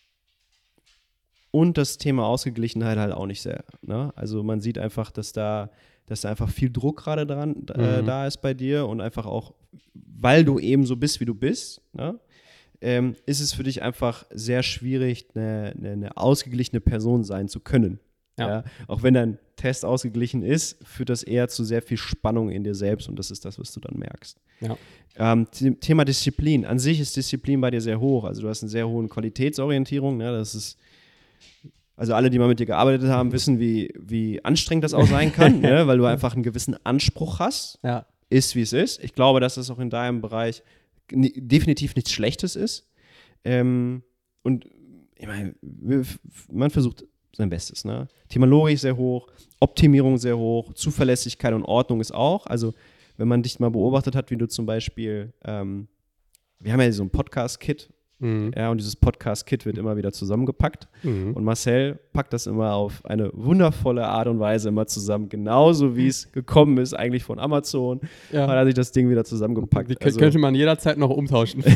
[SPEAKER 1] und das Thema Ausgeglichenheit halt auch nicht sehr. Ne? Also man sieht einfach, dass da, dass da einfach viel Druck gerade dran äh,
[SPEAKER 2] Mhm.
[SPEAKER 1] da ist bei dir und einfach auch, weil du eben so bist, wie du bist, ne? ähm, ist es für dich einfach sehr schwierig, eine, eine, eine ausgeglichene Person sein zu können.
[SPEAKER 2] Ja.
[SPEAKER 1] Ja. Auch wenn dein Test ausgeglichen ist, führt das eher zu sehr viel Spannung in dir selbst und das ist das, was du dann merkst.
[SPEAKER 2] Ja.
[SPEAKER 1] Ähm, Thema Disziplin. An sich ist Disziplin bei dir sehr hoch. Also du hast eine sehr hohe Qualitätsorientierung. Ne? Das ist, also alle, die mal mit dir gearbeitet haben, wissen, wie, wie anstrengend das auch sein kann, ne? Weil du einfach einen gewissen Anspruch hast.
[SPEAKER 2] Ja.
[SPEAKER 1] Ist, wie es ist. Ich glaube, dass das auch in deinem Bereich n- definitiv nichts Schlechtes ist. Ähm, und ich meine, man versucht sein Bestes. Ne? Thema Logik sehr hoch, Optimierung sehr hoch, Zuverlässigkeit und Ordnung ist auch. Also wenn man dich mal beobachtet hat, wie du zum Beispiel, ähm, wir haben ja so ein Podcast-Kit,
[SPEAKER 2] Mhm.
[SPEAKER 1] ja, und dieses Podcast-Kit wird immer wieder zusammengepackt.
[SPEAKER 2] Mhm.
[SPEAKER 1] Und Marcel packt das immer auf eine wundervolle Art und Weise immer zusammen, genauso wie es gekommen ist, eigentlich von Amazon.
[SPEAKER 2] Ja.
[SPEAKER 1] Hat er sich das Ding wieder zusammengepackt.
[SPEAKER 2] Die kö-
[SPEAKER 1] also,
[SPEAKER 2] könnte man jederzeit noch umtauschen.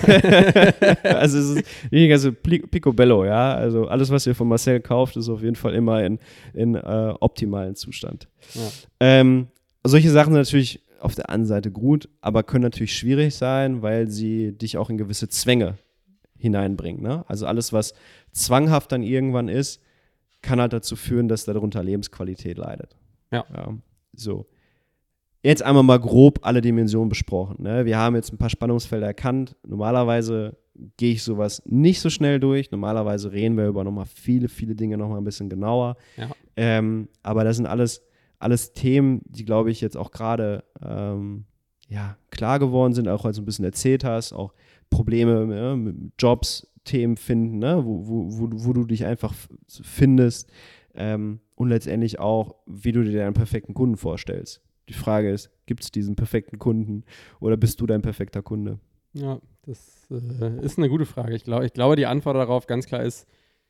[SPEAKER 1] also es ist weniger so picobello, ja. Also alles, was ihr von Marcel kauft, ist auf jeden Fall immer in, in äh, optimalen Zustand.
[SPEAKER 2] Ja.
[SPEAKER 1] Ähm, solche Sachen sind natürlich auf der einen Seite gut, aber können natürlich schwierig sein, weil sie dich auch in gewisse Zwänge hineinbringen. Ne? Also alles, was zwanghaft dann irgendwann ist, kann halt dazu führen, dass darunter Lebensqualität leidet.
[SPEAKER 2] Ja.
[SPEAKER 1] Ja, so. Jetzt einmal mal grob alle Dimensionen besprochen. Ne? Wir haben jetzt ein paar Spannungsfelder erkannt. Normalerweise gehe ich sowas nicht so schnell durch. Normalerweise reden wir über nochmal viele, viele Dinge nochmal ein bisschen genauer.
[SPEAKER 2] Ja.
[SPEAKER 1] Ähm, aber das sind alles, alles Themen, die, glaube ich, jetzt auch gerade ähm, ja, klar geworden sind, auch als du ein bisschen erzählt hast, auch Probleme ja, mit Jobs, Themen finden, ne? wo, wo, wo, wo du dich einfach f- findest ähm, und letztendlich auch, wie du dir deinen perfekten Kunden vorstellst. Die Frage ist, gibt es diesen perfekten Kunden oder bist du dein perfekter Kunde?
[SPEAKER 2] Ja, das äh, ist eine gute Frage. Ich, glaub, ich glaube, die Antwort darauf ganz klar ist,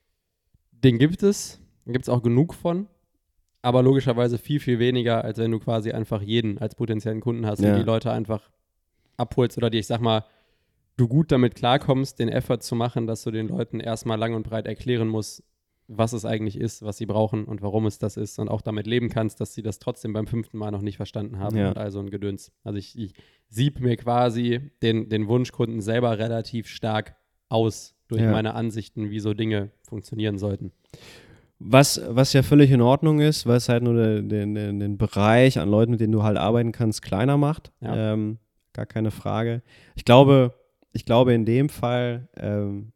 [SPEAKER 2] den gibt es, den gibt es auch genug von, aber logischerweise viel, viel weniger, als wenn du quasi einfach jeden als potenziellen Kunden hast
[SPEAKER 1] Ja.
[SPEAKER 2] und die Leute einfach abholst oder die, ich sag mal, du gut damit klarkommst, den Effort zu machen, dass du den Leuten erstmal lang und breit erklären musst, was es eigentlich ist, was sie brauchen und warum es das ist und auch damit leben kannst, dass sie das trotzdem beim fünften Mal noch nicht verstanden haben
[SPEAKER 1] Ja.
[SPEAKER 2] und all so ein Gedöns. Also ich, ich sieb mir quasi den, den Wunschkunden selber relativ stark aus durch
[SPEAKER 1] Ja.
[SPEAKER 2] meine Ansichten, wie so Dinge funktionieren sollten.
[SPEAKER 1] Was, was ja völlig in Ordnung ist, weil es halt nur den, den, den, den Bereich an Leuten, mit denen du halt arbeiten kannst, kleiner macht.
[SPEAKER 2] Ja.
[SPEAKER 1] Ähm, gar keine Frage. Ich glaube, ich glaube in dem Fall ähm,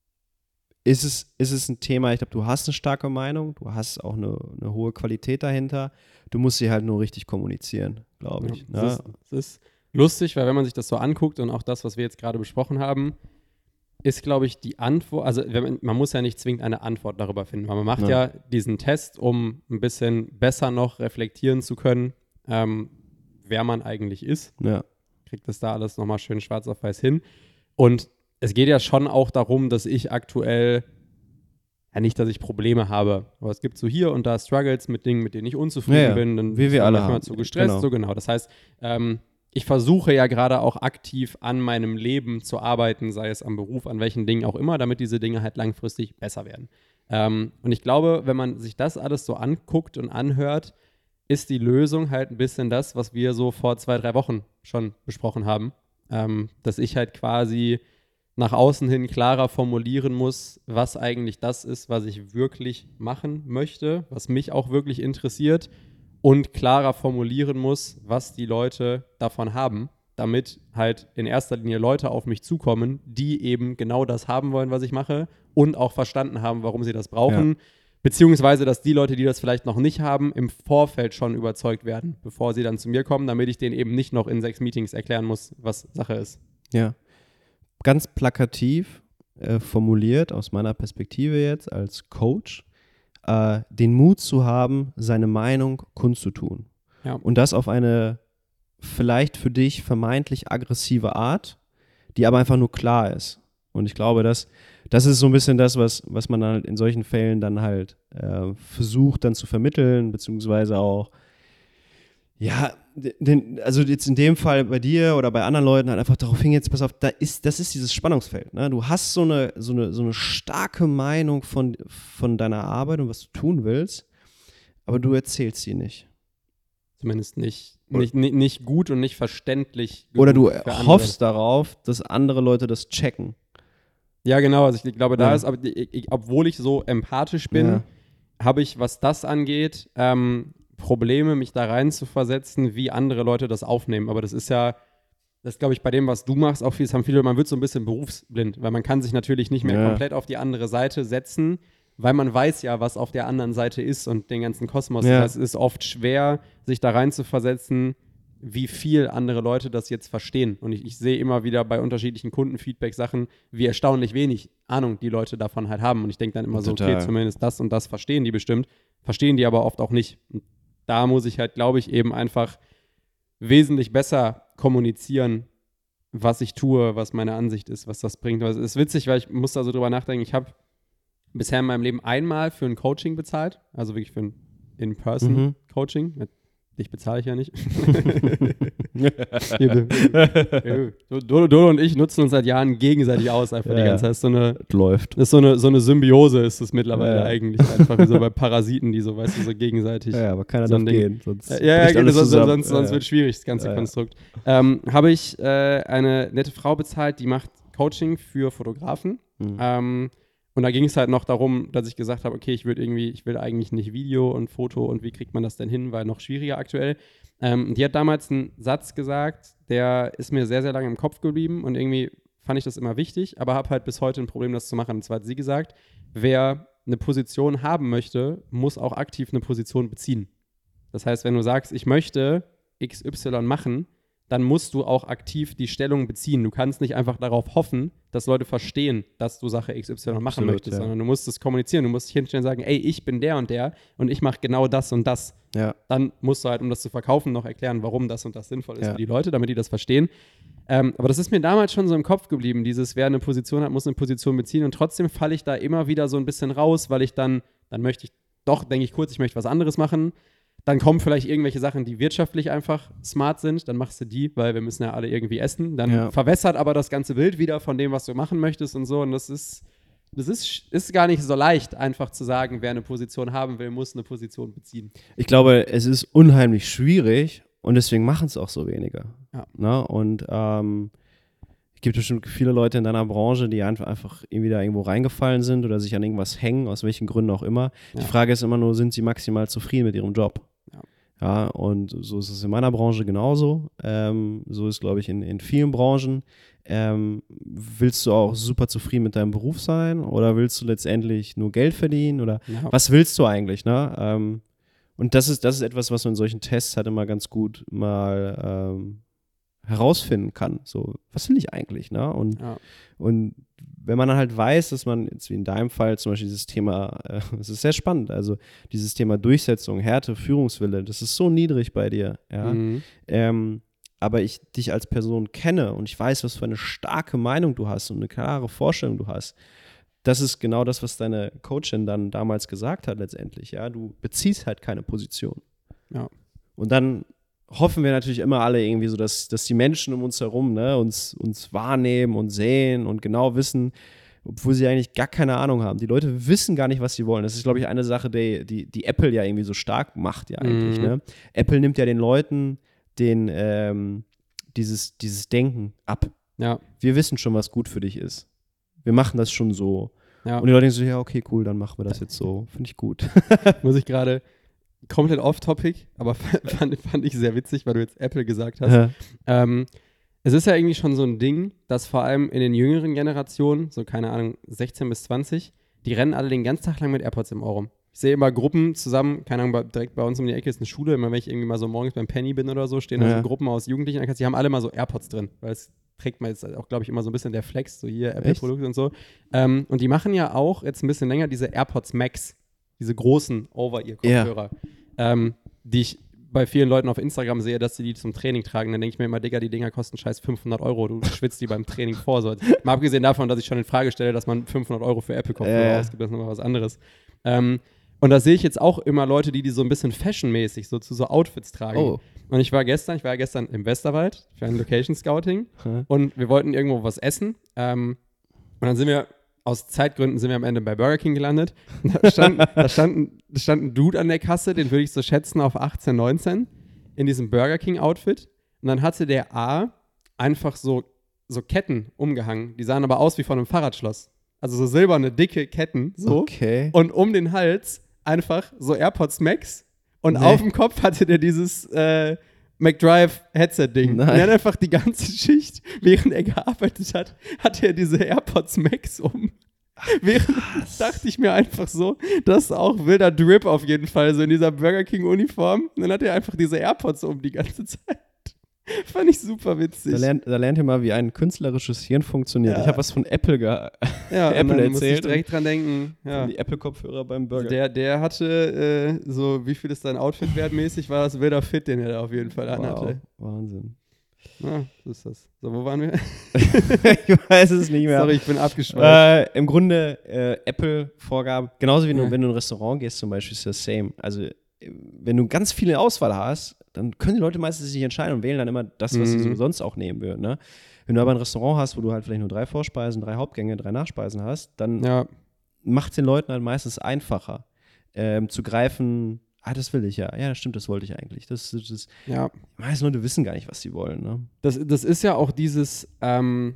[SPEAKER 1] ist es, ist es ein Thema, ich glaube, du hast eine starke Meinung, du hast auch eine, eine hohe Qualität dahinter. Du musst sie halt nur richtig kommunizieren, glaube ich.
[SPEAKER 2] Ja,
[SPEAKER 1] Ne?
[SPEAKER 2] es, ist, es ist lustig, weil wenn man sich das so anguckt und auch das, was wir jetzt gerade besprochen haben, ist, glaube ich, die Antwort, also wenn man, man muss ja nicht zwingend eine Antwort darüber finden, weil man macht
[SPEAKER 1] Ja.
[SPEAKER 2] ja diesen Test, um ein bisschen besser noch reflektieren zu können, ähm, wer man eigentlich ist.
[SPEAKER 1] Ja.
[SPEAKER 2] Kriegt das da alles nochmal schön schwarz auf weiß hin. Und es geht ja schon auch darum, dass ich aktuell, ja nicht, dass ich Probleme habe, aber es gibt so hier und da Struggles mit Dingen, mit denen ich unzufrieden
[SPEAKER 1] Ja, ja.
[SPEAKER 2] bin. Dann
[SPEAKER 1] Wie
[SPEAKER 2] ist
[SPEAKER 1] wir
[SPEAKER 2] man
[SPEAKER 1] alle
[SPEAKER 2] manchmal
[SPEAKER 1] haben.
[SPEAKER 2] zu gestresst,
[SPEAKER 1] Genau.
[SPEAKER 2] so genau. Das heißt, ähm, ich versuche ja gerade auch aktiv an meinem Leben zu arbeiten, sei es am Beruf, an welchen Dingen auch immer, damit diese Dinge halt langfristig besser werden. Ähm, und ich glaube, wenn man sich das alles so anguckt und anhört, ist die Lösung halt ein bisschen das, was wir so vor zwei, drei Wochen schon besprochen haben. Ähm, dass ich halt quasi nach außen hin klarer formulieren muss, was eigentlich das ist, was ich wirklich machen möchte, was mich auch wirklich interessiert und klarer formulieren muss, was die Leute davon haben, damit halt in erster Linie Leute auf mich zukommen, die eben genau das haben wollen, was ich mache und auch verstanden haben, warum sie das brauchen,
[SPEAKER 1] Ja.
[SPEAKER 2] beziehungsweise, dass die Leute, die das vielleicht noch nicht haben, im Vorfeld schon überzeugt werden, bevor sie dann zu mir kommen, damit ich denen eben nicht noch in sechs Meetings erklären muss, was Sache ist.
[SPEAKER 1] Ja. Ganz plakativ äh, formuliert, aus meiner Perspektive jetzt als Coach, äh, den Mut zu haben, seine Meinung kundzutun.
[SPEAKER 2] Ja.
[SPEAKER 1] Und das auf eine vielleicht für dich vermeintlich aggressive Art, die aber einfach nur klar ist. Und ich glaube, das, das ist so ein bisschen das, was, was man dann halt in solchen Fällen dann halt äh, versucht dann zu vermitteln, beziehungsweise auch ja, den, also jetzt in dem Fall bei dir oder bei anderen Leuten halt einfach darauf hin, jetzt pass auf, da ist, das ist dieses Spannungsfeld. Ne? Du hast so eine, so eine, so eine starke Meinung von, von deiner Arbeit und was du tun willst, aber du erzählst sie nicht.
[SPEAKER 2] Zumindest nicht,
[SPEAKER 1] Oder-
[SPEAKER 2] nicht, nicht, nicht gut und nicht verständlich.
[SPEAKER 1] Oder du
[SPEAKER 2] genug für andere.
[SPEAKER 1] hoffst darauf, dass andere Leute das checken.
[SPEAKER 2] Ja, genau. Also ich glaube, da
[SPEAKER 1] Ja.
[SPEAKER 2] ist, aber ich, ich, obwohl ich so empathisch bin,
[SPEAKER 1] Ja.
[SPEAKER 2] habe ich, was das angeht, ähm, Probleme, mich da rein zu versetzen, wie andere Leute das aufnehmen. Aber das ist ja, das glaube ich, bei dem, was du machst, auch viel, das haben viele, man wird so ein bisschen berufsblind, weil man kann sich natürlich nicht mehr
[SPEAKER 1] ja.
[SPEAKER 2] komplett auf die andere Seite setzen, weil man weiß ja, was auf der anderen Seite ist und den ganzen Kosmos.
[SPEAKER 1] Ja.
[SPEAKER 2] Das heißt, es ist oft schwer, sich da rein zu versetzen, wie viel andere Leute das jetzt verstehen. Und ich, ich sehe immer wieder bei unterschiedlichen Kundenfeedback-Sachen, wie erstaunlich wenig Ahnung die Leute davon halt haben. Und ich denke dann immer
[SPEAKER 1] Total.
[SPEAKER 2] so, okay, zumindest das und das verstehen die bestimmt, verstehen die aber oft auch nicht. Und da muss ich halt, glaube ich, eben einfach wesentlich besser kommunizieren, was ich tue, was meine Ansicht ist, was das bringt. Es ist witzig, weil ich muss da so drüber nachdenken, ich habe bisher in meinem Leben einmal für ein Coaching bezahlt, also wirklich für ein In-Person-Coaching. Mhm. Dich bezahle ich ja nicht. Dodo, Dodo und ich nutzen uns seit Jahren gegenseitig aus, einfach ja, die ganze Zeit. So eine,
[SPEAKER 1] läuft.
[SPEAKER 2] Ist so eine, so eine Symbiose ist es mittlerweile ja. eigentlich. Einfach wie so bei Parasiten, die so, weißt du, so gegenseitig.
[SPEAKER 1] Ja, aber keiner
[SPEAKER 2] so
[SPEAKER 1] darf gehen. Sonst
[SPEAKER 2] ja, ja, ja sonst, sonst, sonst
[SPEAKER 1] ja.
[SPEAKER 2] wird schwierig, das ganze
[SPEAKER 1] ja,
[SPEAKER 2] Konstrukt. Ähm, habe ich äh, eine nette Frau bezahlt, die macht Coaching für Fotografen. Mhm. Ähm, Und da ging es halt noch darum, dass ich gesagt habe, okay, ich will irgendwie, ich will eigentlich nicht Video und Foto und wie kriegt man das denn hin, weil noch schwieriger aktuell. Ähm, die hat damals einen Satz gesagt, der ist mir sehr, sehr lange im Kopf geblieben und irgendwie fand ich das immer wichtig, aber habe halt bis heute ein Problem, das zu machen. Und zwar hat sie gesagt, wer eine Position haben möchte, muss auch aktiv eine Position beziehen. Das heißt, wenn du sagst, ich möchte X Y machen, dann musst du auch aktiv die Stellung beziehen. Du kannst nicht einfach darauf hoffen, dass Leute verstehen, dass du Sache X Y machen Absolut, möchtest, ja. sondern du musst es kommunizieren. Du musst dich hinstellen und sagen, ey, ich bin der und der und ich mache genau das und das.
[SPEAKER 1] Ja.
[SPEAKER 2] Dann musst du halt, um das zu verkaufen, noch erklären, warum das und das sinnvoll ist
[SPEAKER 1] ja.
[SPEAKER 2] für die Leute, damit die das verstehen. Ähm, aber das ist mir damals schon so im Kopf geblieben, dieses, wer eine Position hat, muss eine Position beziehen und trotzdem falle ich da immer wieder so ein bisschen raus, weil ich dann, dann möchte ich doch, denke ich kurz, ich möchte was anderes machen. Dann kommen vielleicht irgendwelche Sachen, die wirtschaftlich einfach smart sind. Dann machst du die, weil wir müssen ja alle irgendwie essen. Dann ja. verwässert aber das ganze Bild wieder von dem, was du machen möchtest und so. Und das ist, das ist, ist gar nicht so leicht, einfach zu sagen, wer eine Position haben will, muss eine Position beziehen.
[SPEAKER 1] Ich glaube, es ist unheimlich schwierig und deswegen machen es auch so wenige.
[SPEAKER 2] Ja.
[SPEAKER 1] Ne? Und ähm, es gibt bestimmt viele Leute in deiner Branche, die einfach, einfach irgendwie da irgendwo reingefallen sind oder sich an irgendwas hängen, aus welchen Gründen auch immer. Ja. Die Frage ist immer nur, sind sie maximal zufrieden mit ihrem Job? Ja. Ja, und so ist es in meiner Branche genauso. Ähm, so ist, glaube ich, in, in vielen Branchen. Ähm, willst du auch super zufrieden mit deinem Beruf sein oder willst du letztendlich nur Geld verdienen oder ja. was willst du eigentlich? Ne? Ähm, und das ist, das ist etwas, was man in solchen Tests halt immer ganz gut mal ähm, herausfinden kann. So, was will ich eigentlich? Ne? Und,
[SPEAKER 2] ja.
[SPEAKER 1] und wenn man dann halt weiß, dass man, jetzt wie in deinem Fall zum Beispiel dieses Thema, äh, das ist sehr spannend, also dieses Thema Durchsetzung, Härte, Führungswille, das ist so niedrig bei dir, ja.
[SPEAKER 2] Mhm.
[SPEAKER 1] Ähm, aber ich dich als Person kenne und ich weiß, was für eine starke Meinung du hast und eine klare Vorstellung du hast. Das ist genau das, was deine Coachin dann damals gesagt hat letztendlich, ja. Du beziehst halt keine Position.
[SPEAKER 2] Ja.
[SPEAKER 1] Und dann hoffen wir natürlich immer alle irgendwie so, dass, dass die Menschen um uns herum ne, uns, uns wahrnehmen und sehen und genau wissen, obwohl sie eigentlich gar keine Ahnung haben. Die Leute wissen gar nicht, was sie wollen. Das ist, glaube ich, eine Sache, die, die, die Apple ja irgendwie so stark macht ja eigentlich.
[SPEAKER 2] Mhm.
[SPEAKER 1] Ne? Apple nimmt ja den Leuten den, ähm, dieses, dieses Denken ab.
[SPEAKER 2] Ja.
[SPEAKER 1] Wir wissen schon, was gut für dich ist. Wir machen das schon so.
[SPEAKER 2] Ja.
[SPEAKER 1] Und die Leute denken so, ja, okay, cool, dann machen wir das jetzt so. Finde ich gut.
[SPEAKER 2] Muss ich gerade komplett off-topic, aber fand, fand ich sehr witzig, weil du jetzt Apple gesagt hast.
[SPEAKER 1] Ja.
[SPEAKER 2] Ähm, es ist ja irgendwie schon so ein Ding, dass vor allem in den jüngeren Generationen, so keine Ahnung, sechzehn bis zwanzig, die rennen alle den ganzen Tag lang mit AirPods im Ohr rum. Ich sehe immer Gruppen zusammen, keine Ahnung, direkt bei uns um die Ecke ist eine Schule, immer wenn ich irgendwie mal so morgens beim Penny bin oder so, stehen da
[SPEAKER 1] ja.
[SPEAKER 2] so Gruppen aus Jugendlichen, die haben alle mal so AirPods drin, weil es trägt man jetzt auch, glaube ich, immer so ein bisschen der Flex, so hier Apple-Produkte und so. Ähm, und die machen ja auch jetzt ein bisschen länger diese AirPods Max, diese großen Over-Ear-Kopfhörer, ja. ähm, die ich bei vielen Leuten auf Instagram sehe, dass sie die zum Training tragen. Dann denke ich mir immer, Digga, die Dinger kosten scheiß fünfhundert Euro. Du schwitzt die beim Training vor. So. Mal abgesehen davon, dass ich schon in Frage stelle, dass man fünfhundert Euro für Apple-Kopfhörer
[SPEAKER 1] äh.
[SPEAKER 2] ausgibt, das ist nochmal was anderes. Ähm, und da sehe ich jetzt auch immer Leute, die die so ein bisschen fashionmäßig so zu so Outfits tragen.
[SPEAKER 1] Oh.
[SPEAKER 2] Und ich war gestern, ich war gestern im Westerwald für ein Location-Scouting
[SPEAKER 1] hm.
[SPEAKER 2] und wir wollten irgendwo was essen. Ähm, und dann sind wir aus Zeitgründen sind wir am Ende bei Burger King gelandet. Da stand, da, stand, da stand ein Dude an der Kasse, den würde ich so schätzen auf achtzehn, neunzehn, in diesem Burger King-Outfit. Und dann hatte der A einfach so, so Ketten umgehangen. Die sahen aber aus wie von einem Fahrradschloss. Also so silberne, dicke Ketten. So.
[SPEAKER 1] Okay.
[SPEAKER 2] Und um den Hals einfach so AirPods Max und
[SPEAKER 1] Nee.
[SPEAKER 2] auf dem Kopf hatte der dieses äh, McDrive-Headset-Ding. Und
[SPEAKER 1] Nein.
[SPEAKER 2] er hat einfach die ganze Schicht, während er gearbeitet hat, hatte er diese AirPods Max um. Während dachte ich mir einfach so, das ist auch wilder Drip auf jeden Fall, so in dieser Burger King-Uniform. Und dann hat er einfach diese AirPods um die ganze Zeit. Fand ich super witzig.
[SPEAKER 1] Da lernt, da lernt ihr mal, wie ein künstlerisches Hirn funktioniert.
[SPEAKER 2] Ja.
[SPEAKER 1] Ich habe was von Apple, ge
[SPEAKER 2] ja,
[SPEAKER 1] Apple
[SPEAKER 2] und dann musste ich
[SPEAKER 1] erzählt.
[SPEAKER 2] direkt dran denken. Ja.
[SPEAKER 1] Die Apple-Kopfhörer beim Burger.
[SPEAKER 2] Der, der hatte äh, so, wie viel ist dein Outfit wertmäßig, war das wilder Fit, den er da auf jeden Fall
[SPEAKER 1] wow,
[SPEAKER 2] anhatte.
[SPEAKER 1] Wahnsinn.
[SPEAKER 2] Ja, so ist das. So, wo waren wir?
[SPEAKER 1] Ich weiß es nicht mehr.
[SPEAKER 2] Sorry, ich bin abgeschweift.
[SPEAKER 1] Äh, Im Grunde äh, Apple-Vorgabe, genauso wie du,
[SPEAKER 2] Ja.
[SPEAKER 1] wenn du in ein Restaurant gehst zum Beispiel, ist das same. Also äh, wenn du ganz viele Auswahl hast, dann können die Leute meistens sich entscheiden und wählen dann immer das, was
[SPEAKER 2] Mhm.
[SPEAKER 1] sie so sonst auch nehmen würden. Ne? Wenn du aber ein Restaurant hast, wo du halt vielleicht nur drei Vorspeisen, drei Hauptgänge, drei Nachspeisen hast, dann
[SPEAKER 2] Ja,
[SPEAKER 1] macht es den Leuten halt meistens einfacher ähm, zu greifen, ah, das will ich ja. Ja, das stimmt, das wollte ich eigentlich. Das, das, das,
[SPEAKER 2] ja.
[SPEAKER 1] die meisten Leute wissen gar nicht, was sie wollen. Ne?
[SPEAKER 2] Das, das ist ja auch dieses, ähm,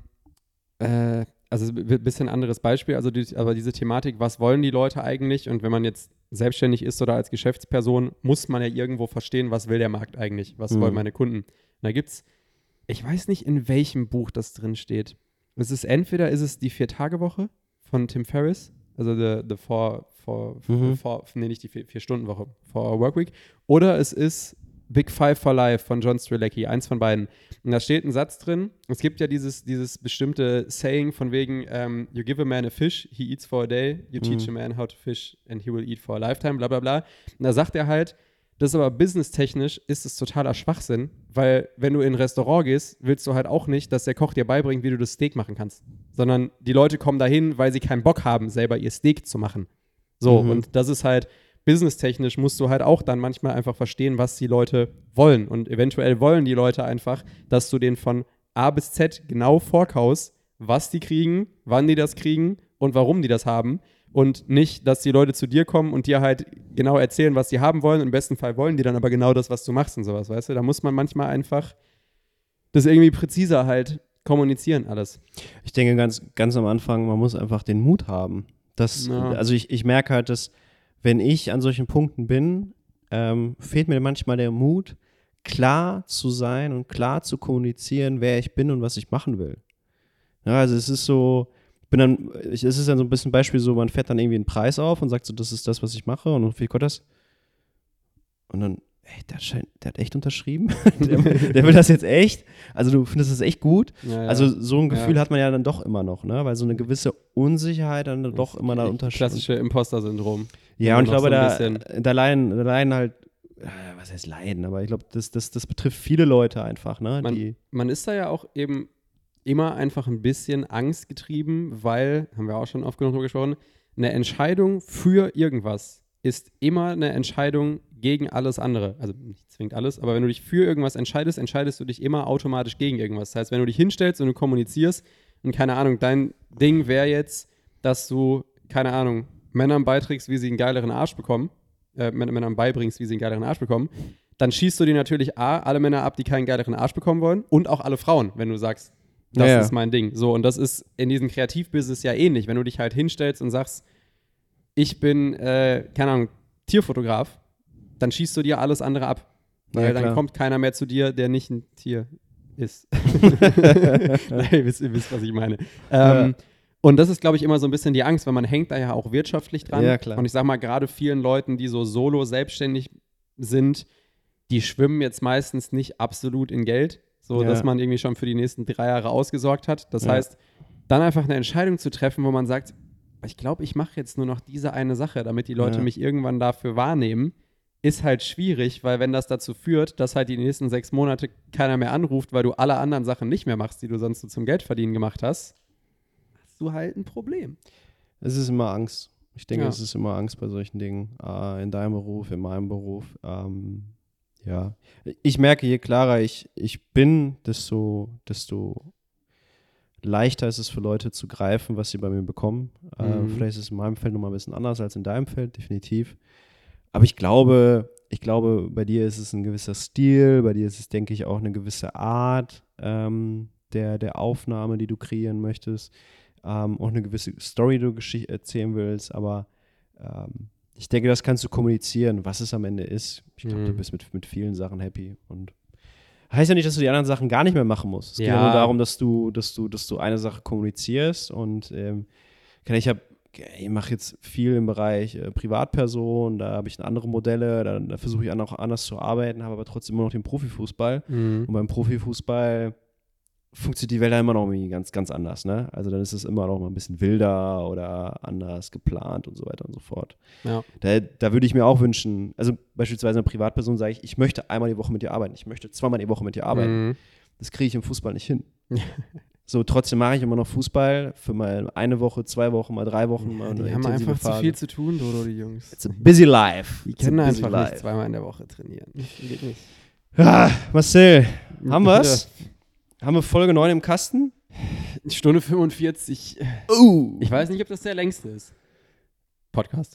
[SPEAKER 2] äh, also ein bisschen anderes Beispiel, also die, aber diese Thematik, was wollen die Leute eigentlich? Und wenn man jetzt selbstständig ist oder als Geschäftsperson, muss man ja irgendwo verstehen, was will der Markt eigentlich? Was
[SPEAKER 1] Mhm.
[SPEAKER 2] wollen meine Kunden? Und da gibt's, ich weiß nicht, in welchem Buch das drin steht. Es ist entweder ist es die Vier-Tage-Woche von Tim Ferriss, also the, the four, four,
[SPEAKER 1] Mhm.
[SPEAKER 2] four, nee, nicht die Vier- Vier-Stunden-Woche, Four Workweek, oder es ist Big Five for Life von John Strzelecki, eins von beiden. Und da steht ein Satz drin, es gibt ja dieses, dieses bestimmte Saying von wegen, ähm, you give a man a fish, he eats for a day, you teach a man how to fish and he will eat for a lifetime, bla bla bla. Und da sagt er halt, das ist aber businesstechnisch ist es totaler Schwachsinn, weil wenn du in ein Restaurant gehst, willst du halt auch nicht, dass der Koch dir beibringt, wie du das Steak machen kannst, sondern die Leute kommen dahin, weil sie keinen Bock haben, selber ihr Steak zu machen. So,
[SPEAKER 1] Mhm.
[SPEAKER 2] und das ist halt, businesstechnisch musst du halt auch dann manchmal einfach verstehen, was die Leute wollen. Und eventuell wollen die Leute einfach, dass du denen von A bis Z genau vorkaust, was die kriegen, wann die das kriegen und warum die das haben. Und nicht, dass die Leute zu dir kommen und dir halt genau erzählen, was sie haben wollen. Im besten Fall wollen die dann aber genau das, was du machst und sowas, weißt du? Da muss man manchmal einfach das irgendwie präziser halt kommunizieren alles.
[SPEAKER 1] Ich denke ganz, ganz am Anfang, man muss einfach den Mut haben. Das,
[SPEAKER 2] Ja.
[SPEAKER 1] Also ich, ich merke halt, dass wenn ich an solchen Punkten bin, ähm, fehlt mir manchmal der Mut, klar zu sein und klar zu kommunizieren, wer ich bin und was ich machen will. Ja, also es ist so, ich bin dann, ich, es ist dann so ein bisschen ein Beispiel so, man fährt dann irgendwie einen Preis auf und sagt so, das ist das, was ich mache und wie viel kostet das? Und dann, ey, der, scheint, der hat echt unterschrieben. der, der will das jetzt echt. Also du findest das echt gut.
[SPEAKER 2] Ja, ja.
[SPEAKER 1] Also so ein Gefühl
[SPEAKER 2] Ja.
[SPEAKER 1] hat man ja dann doch immer noch, ne? Weil so eine gewisse Unsicherheit dann doch immer da unterscheidet.
[SPEAKER 2] Klassische Imposter-Syndrom.
[SPEAKER 1] Ja,
[SPEAKER 2] Immer
[SPEAKER 1] und ich
[SPEAKER 2] noch
[SPEAKER 1] glaube,
[SPEAKER 2] so ein
[SPEAKER 1] da,
[SPEAKER 2] bisschen.
[SPEAKER 1] da, leiden, da leiden halt, äh, was heißt leiden, aber ich glaube, das, das, das betrifft viele Leute einfach, ne?
[SPEAKER 2] Man-
[SPEAKER 1] Die,
[SPEAKER 2] Man ist da ja auch eben immer einfach ein bisschen angstgetrieben, weil, haben wir auch schon oft genug drüber gesprochen, eine Entscheidung für irgendwas ist immer eine Entscheidung gegen alles andere. Also nicht zwingend alles, aber wenn du dich für irgendwas entscheidest, entscheidest du dich immer automatisch gegen irgendwas. Das heißt, wenn du dich hinstellst und du kommunizierst und keine Ahnung, dein Ding wäre jetzt, dass du, keine Ahnung, Männern beiträgst, wie sie einen geileren Arsch bekommen, äh, Männern beibringst, wie sie einen geileren Arsch bekommen, dann schießt du dir natürlich A, alle Männer ab, die keinen geileren Arsch bekommen wollen und auch alle Frauen, wenn du sagst, das
[SPEAKER 1] Ja, ja.
[SPEAKER 2] ist mein Ding. So, und das ist in diesem Kreativbusiness ja ähnlich. Wenn du dich halt hinstellst und sagst, ich bin, äh, keine Ahnung, Tierfotograf, dann schießt du dir alles andere ab. Weil
[SPEAKER 1] Ja,
[SPEAKER 2] dann
[SPEAKER 1] klar.
[SPEAKER 2] kommt keiner mehr zu dir, der nicht ein Tier ist. Nein, ihr wisst, ihr wisst, was ich meine. Ähm, Und das ist, glaube ich, immer so ein bisschen die Angst, weil man hängt da ja auch wirtschaftlich dran.
[SPEAKER 1] Ja, klar.
[SPEAKER 2] Und ich sag mal, gerade vielen Leuten, die so solo selbstständig sind, die schwimmen jetzt meistens nicht absolut in Geld, so
[SPEAKER 1] Ja.
[SPEAKER 2] dass man irgendwie schon für die nächsten drei Jahre ausgesorgt hat. Das
[SPEAKER 1] Ja.
[SPEAKER 2] heißt, dann einfach eine Entscheidung zu treffen, wo man sagt, ich glaube, ich mache jetzt nur noch diese eine Sache, damit die Leute
[SPEAKER 1] Ja.
[SPEAKER 2] mich irgendwann dafür wahrnehmen, ist halt schwierig, weil wenn das dazu führt, dass halt die nächsten sechs Monate keiner mehr anruft, weil du alle anderen Sachen nicht mehr machst, die du sonst so zum Geldverdienen gemacht hast, hast du halt ein Problem.
[SPEAKER 1] es ist immer Angst. Ich denke,
[SPEAKER 2] Ja.
[SPEAKER 1] es ist immer Angst bei solchen Dingen. Äh, in deinem Beruf, in meinem Beruf. Ähm, ja. Ich merke, je klarer ich, ich bin, desto, desto leichter ist es für Leute zu greifen, was sie bei mir bekommen. Äh,
[SPEAKER 2] Mhm.
[SPEAKER 1] vielleicht ist es in meinem Feld nochmal ein bisschen anders als in deinem Feld, definitiv. Aber ich glaube, ich glaube, bei dir ist es ein gewisser Stil, bei dir ist es, denke ich, auch eine gewisse Art ähm, der, der Aufnahme, die du kreieren möchtest. Ähm, auch eine gewisse Story, die du Geschichte erzählen willst. Aber ähm, ich ich denke, das kannst du kommunizieren, was es am Ende ist. Ich glaube,
[SPEAKER 2] Mhm.
[SPEAKER 1] du bist mit, mit vielen Sachen happy. Und heißt ja nicht, dass du die anderen Sachen gar nicht mehr machen musst. Es geht ja
[SPEAKER 2] Ja.
[SPEAKER 1] nur darum, dass du, dass du, dass du eine Sache kommunizierst. Und ähm, ich habe, ich mache jetzt viel im Bereich äh, Privatperson, da habe ich andere Modelle, da, da versuche ich auch anders zu arbeiten, habe aber trotzdem immer noch den Profifußball.
[SPEAKER 2] Mhm.
[SPEAKER 1] Und beim Profifußball funktioniert die Welt ja immer noch irgendwie ganz, ganz anders, ne? Also dann ist es immer noch mal ein bisschen wilder oder anders geplant und so weiter und so fort.
[SPEAKER 2] Ja.
[SPEAKER 1] Da, da würde ich mir auch wünschen, also beispielsweise einer Privatperson sage ich, ich möchte einmal die Woche mit dir arbeiten, ich möchte zweimal die Woche mit dir arbeiten.
[SPEAKER 2] Mhm.
[SPEAKER 1] Das kriege ich im Fußball nicht hin. So, trotzdem mache ich immer noch Fußball für mal eine Woche, zwei Wochen, mal drei Wochen. Mal eine
[SPEAKER 2] Die haben
[SPEAKER 1] intensive
[SPEAKER 2] einfach
[SPEAKER 1] Phase.
[SPEAKER 2] zu viel zu tun, Dodo, die Jungs.
[SPEAKER 1] It's a busy life.
[SPEAKER 2] Die
[SPEAKER 1] It's a
[SPEAKER 2] können
[SPEAKER 1] busy
[SPEAKER 2] einfach
[SPEAKER 1] life.
[SPEAKER 2] nicht zweimal in der Woche trainieren. Geht nicht.
[SPEAKER 1] Ah, Marcel, haben wir's? Haben wir Folge neun im Kasten?
[SPEAKER 2] Stunde fünfundvierzig.
[SPEAKER 1] Uh.
[SPEAKER 2] Ich weiß nicht, ob das der längste ist. Podcast.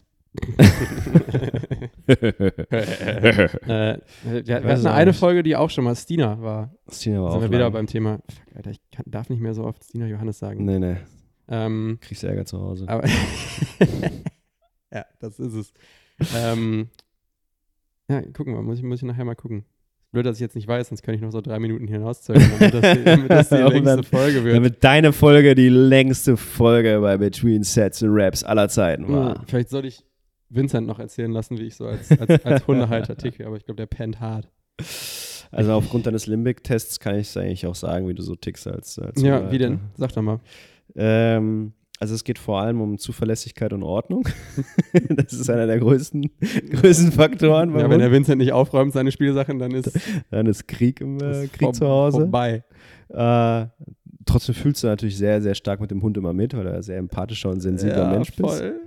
[SPEAKER 2] äh, wir wir
[SPEAKER 1] weiß
[SPEAKER 2] hatten
[SPEAKER 1] auch
[SPEAKER 2] eine
[SPEAKER 1] nicht.
[SPEAKER 2] Folge, die auch schon mal Stina war.
[SPEAKER 1] Stina war
[SPEAKER 2] Sind
[SPEAKER 1] auch
[SPEAKER 2] wir wieder
[SPEAKER 1] lang.
[SPEAKER 2] beim Thema. Fuck, Alter, ich kann, darf nicht mehr so oft Stina Johannes sagen.
[SPEAKER 1] Nee, nee.
[SPEAKER 2] Ähm,
[SPEAKER 1] Kriegst Ärger zu Hause.
[SPEAKER 2] aber ja, das ist es. ähm, ja, gucken wir, muss ich, muss ich nachher mal gucken. Blöd, dass ich jetzt nicht weiß, sonst kann ich noch so drei Minuten hinauszögern, damit das die, damit das die
[SPEAKER 1] Und
[SPEAKER 2] längste
[SPEAKER 1] dann-
[SPEAKER 2] Folge wird.
[SPEAKER 1] Damit deine Folge die längste Folge bei Between Sets and Raps aller Zeiten war.
[SPEAKER 2] Ja, vielleicht soll ich Vincent noch erzählen lassen, wie ich so als, als, als Hundehalter ticke, aber ich glaube, der pennt hart.
[SPEAKER 1] Also aufgrund deines Limbic-Tests kann ich es eigentlich auch sagen, wie du so tickst als, als
[SPEAKER 2] Ja,
[SPEAKER 1] Hundehalter.
[SPEAKER 2] wie denn? Sag doch mal.
[SPEAKER 1] Ähm, also es geht vor allem um Zuverlässigkeit und Ordnung. Das ist einer der größten, größten Faktoren. Bei
[SPEAKER 2] Ja, wenn der Vincent nicht aufräumt, seine Spielsachen, dann ist
[SPEAKER 1] Dann ist Krieg, im, äh,
[SPEAKER 2] ist
[SPEAKER 1] Krieg
[SPEAKER 2] vor-
[SPEAKER 1] zu Hause.
[SPEAKER 2] vorbei.
[SPEAKER 1] Äh, trotzdem fühlst du natürlich sehr, sehr stark mit dem Hund immer mit, weil du ein sehr empathischer und sensibler
[SPEAKER 2] Ja,
[SPEAKER 1] Mensch bist.
[SPEAKER 2] voll.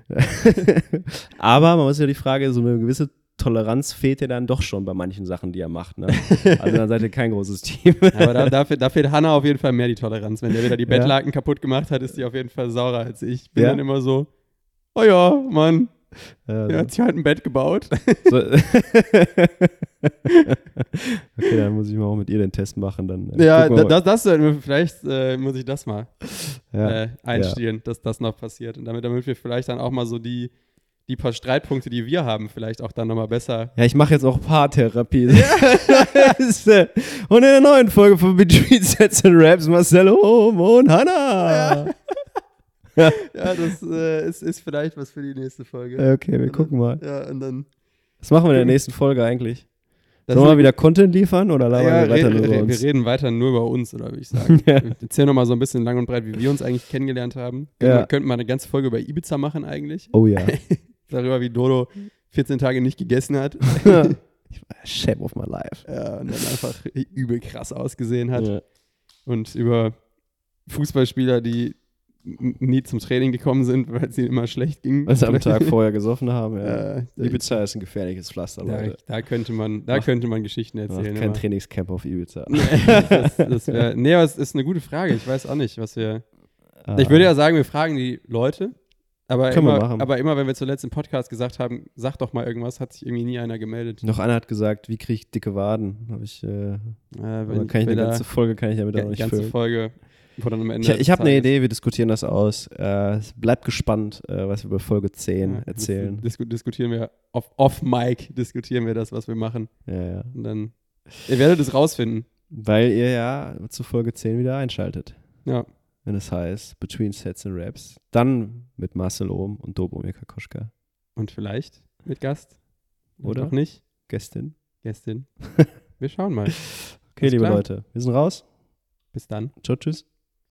[SPEAKER 1] Aber man muss ja die Frage, so eine gewisse Toleranz fehlt dir dann doch schon bei manchen Sachen, die er macht. Ne? Also dann seid ihr kein großes Team.
[SPEAKER 2] Aber da, dafür, da fehlt Hanna auf jeden Fall mehr die Toleranz. Wenn der wieder die
[SPEAKER 1] Ja.
[SPEAKER 2] Bettlaken kaputt gemacht hat, ist die auf jeden Fall saurer als ich. Ich bin
[SPEAKER 1] Ja?
[SPEAKER 2] dann immer so, oh ja, Mann,
[SPEAKER 1] Also,
[SPEAKER 2] er hat sich halt ein Bett gebaut.
[SPEAKER 1] so. Okay, dann muss ich mal auch mit ihr den Test machen. Dann, äh,
[SPEAKER 2] Ja,
[SPEAKER 1] gucken wir
[SPEAKER 2] da, das, das sollten wir, vielleicht äh, muss ich das mal
[SPEAKER 1] mal. ja.
[SPEAKER 2] äh, einstellen, dass das noch passiert. Und damit, damit wir vielleicht dann auch mal so die, die paar Streitpunkte, die wir haben, vielleicht auch dann nochmal besser.
[SPEAKER 1] Ja, ich mache jetzt auch Paartherapie. Das, äh, und in der neuen Folge von Between Sets and Raps, Marcelo und Hannah.
[SPEAKER 2] Ja, das äh, ist, ist vielleicht was für die nächste Folge.
[SPEAKER 1] Ja, okay, wir gucken mal.
[SPEAKER 2] Ja, und dann.
[SPEAKER 1] Was machen wir in der nächsten Folge eigentlich?
[SPEAKER 2] Das
[SPEAKER 1] Sollen wir
[SPEAKER 2] ist-
[SPEAKER 1] wieder Content liefern oder labern
[SPEAKER 2] ja,
[SPEAKER 1] wir weiter
[SPEAKER 2] red,
[SPEAKER 1] nur über
[SPEAKER 2] red,
[SPEAKER 1] uns?
[SPEAKER 2] wir reden weiter nur über uns, oder würde ich sagen.
[SPEAKER 1] Ja.
[SPEAKER 2] Wir erzählen nochmal so ein bisschen lang und breit, wie wir uns eigentlich kennengelernt haben. Könnten,
[SPEAKER 1] Ja.
[SPEAKER 2] wir, könnten wir eine ganze Folge über Ibiza machen eigentlich.
[SPEAKER 1] Oh ja.
[SPEAKER 2] Darüber, wie Dodo vierzehn Tage nicht gegessen hat.
[SPEAKER 1] Ich war Shape of my life.
[SPEAKER 2] Ja, und dann einfach übel krass ausgesehen hat.
[SPEAKER 1] Ja.
[SPEAKER 2] Und über Fußballspieler, die n- nie zum Training gekommen sind, weil es ihnen immer schlecht ging.
[SPEAKER 1] Was sie am Tag vorher gesoffen haben. Ja.
[SPEAKER 2] Äh,
[SPEAKER 1] Ibiza ist ein gefährliches Pflaster,
[SPEAKER 2] da,
[SPEAKER 1] Leute.
[SPEAKER 2] da könnte man, da
[SPEAKER 1] Mach-
[SPEAKER 2] könnte man Geschichten
[SPEAKER 1] Macht
[SPEAKER 2] erzählen.
[SPEAKER 1] kein
[SPEAKER 2] aber-
[SPEAKER 1] Trainingscamp auf Ibiza.
[SPEAKER 2] das, das wär, nee, aber es ist eine gute Frage. Ich weiß auch nicht, was wir.
[SPEAKER 1] Ah.
[SPEAKER 2] Ich würde ja sagen, wir fragen die Leute. Aber
[SPEAKER 1] Können wir
[SPEAKER 2] immer,
[SPEAKER 1] machen.
[SPEAKER 2] aber immer, wenn wir zuletzt im Podcast gesagt haben, sag doch mal irgendwas, hat sich irgendwie nie einer gemeldet.
[SPEAKER 1] Noch einer hat gesagt, wie kriege ich dicke Waden? Hab ich, äh,
[SPEAKER 2] Äh,
[SPEAKER 1] aber
[SPEAKER 2] wenn
[SPEAKER 1] kann ich eine
[SPEAKER 2] wieder
[SPEAKER 1] ganze Folge kann ich damit auch
[SPEAKER 2] die
[SPEAKER 1] nicht
[SPEAKER 2] ganze
[SPEAKER 1] füllen.
[SPEAKER 2] Folge, wo dann am Ende.
[SPEAKER 1] Ich, ich habe
[SPEAKER 2] des
[SPEAKER 1] eine
[SPEAKER 2] Tages-
[SPEAKER 1] Idee, wir diskutieren das aus. Äh, bleibt gespannt, äh, was wir über Folge zehn
[SPEAKER 2] Ja,
[SPEAKER 1] erzählen.
[SPEAKER 2] dis- Dis diskutieren wir off, off Mic, diskutieren wir das, was wir machen.
[SPEAKER 1] Ja, ja.
[SPEAKER 2] Und dann, ihr werdet es rausfinden.
[SPEAKER 1] Weil ihr ja zu Folge zehn wieder einschaltet.
[SPEAKER 2] Ja.
[SPEAKER 1] Wenn es heißt Between Sets and Raps. Dann mit Marcel Ohm und Dobromir Kakoschka.
[SPEAKER 2] Und vielleicht mit Gast.
[SPEAKER 1] Oder?
[SPEAKER 2] Auch nicht.
[SPEAKER 1] Gästin.
[SPEAKER 2] Gästin. Wir schauen mal.
[SPEAKER 1] Okay,
[SPEAKER 2] Alles
[SPEAKER 1] liebe
[SPEAKER 2] klar.
[SPEAKER 1] Leute, wir sind raus.
[SPEAKER 2] Bis dann.
[SPEAKER 1] Ciao, tschüss.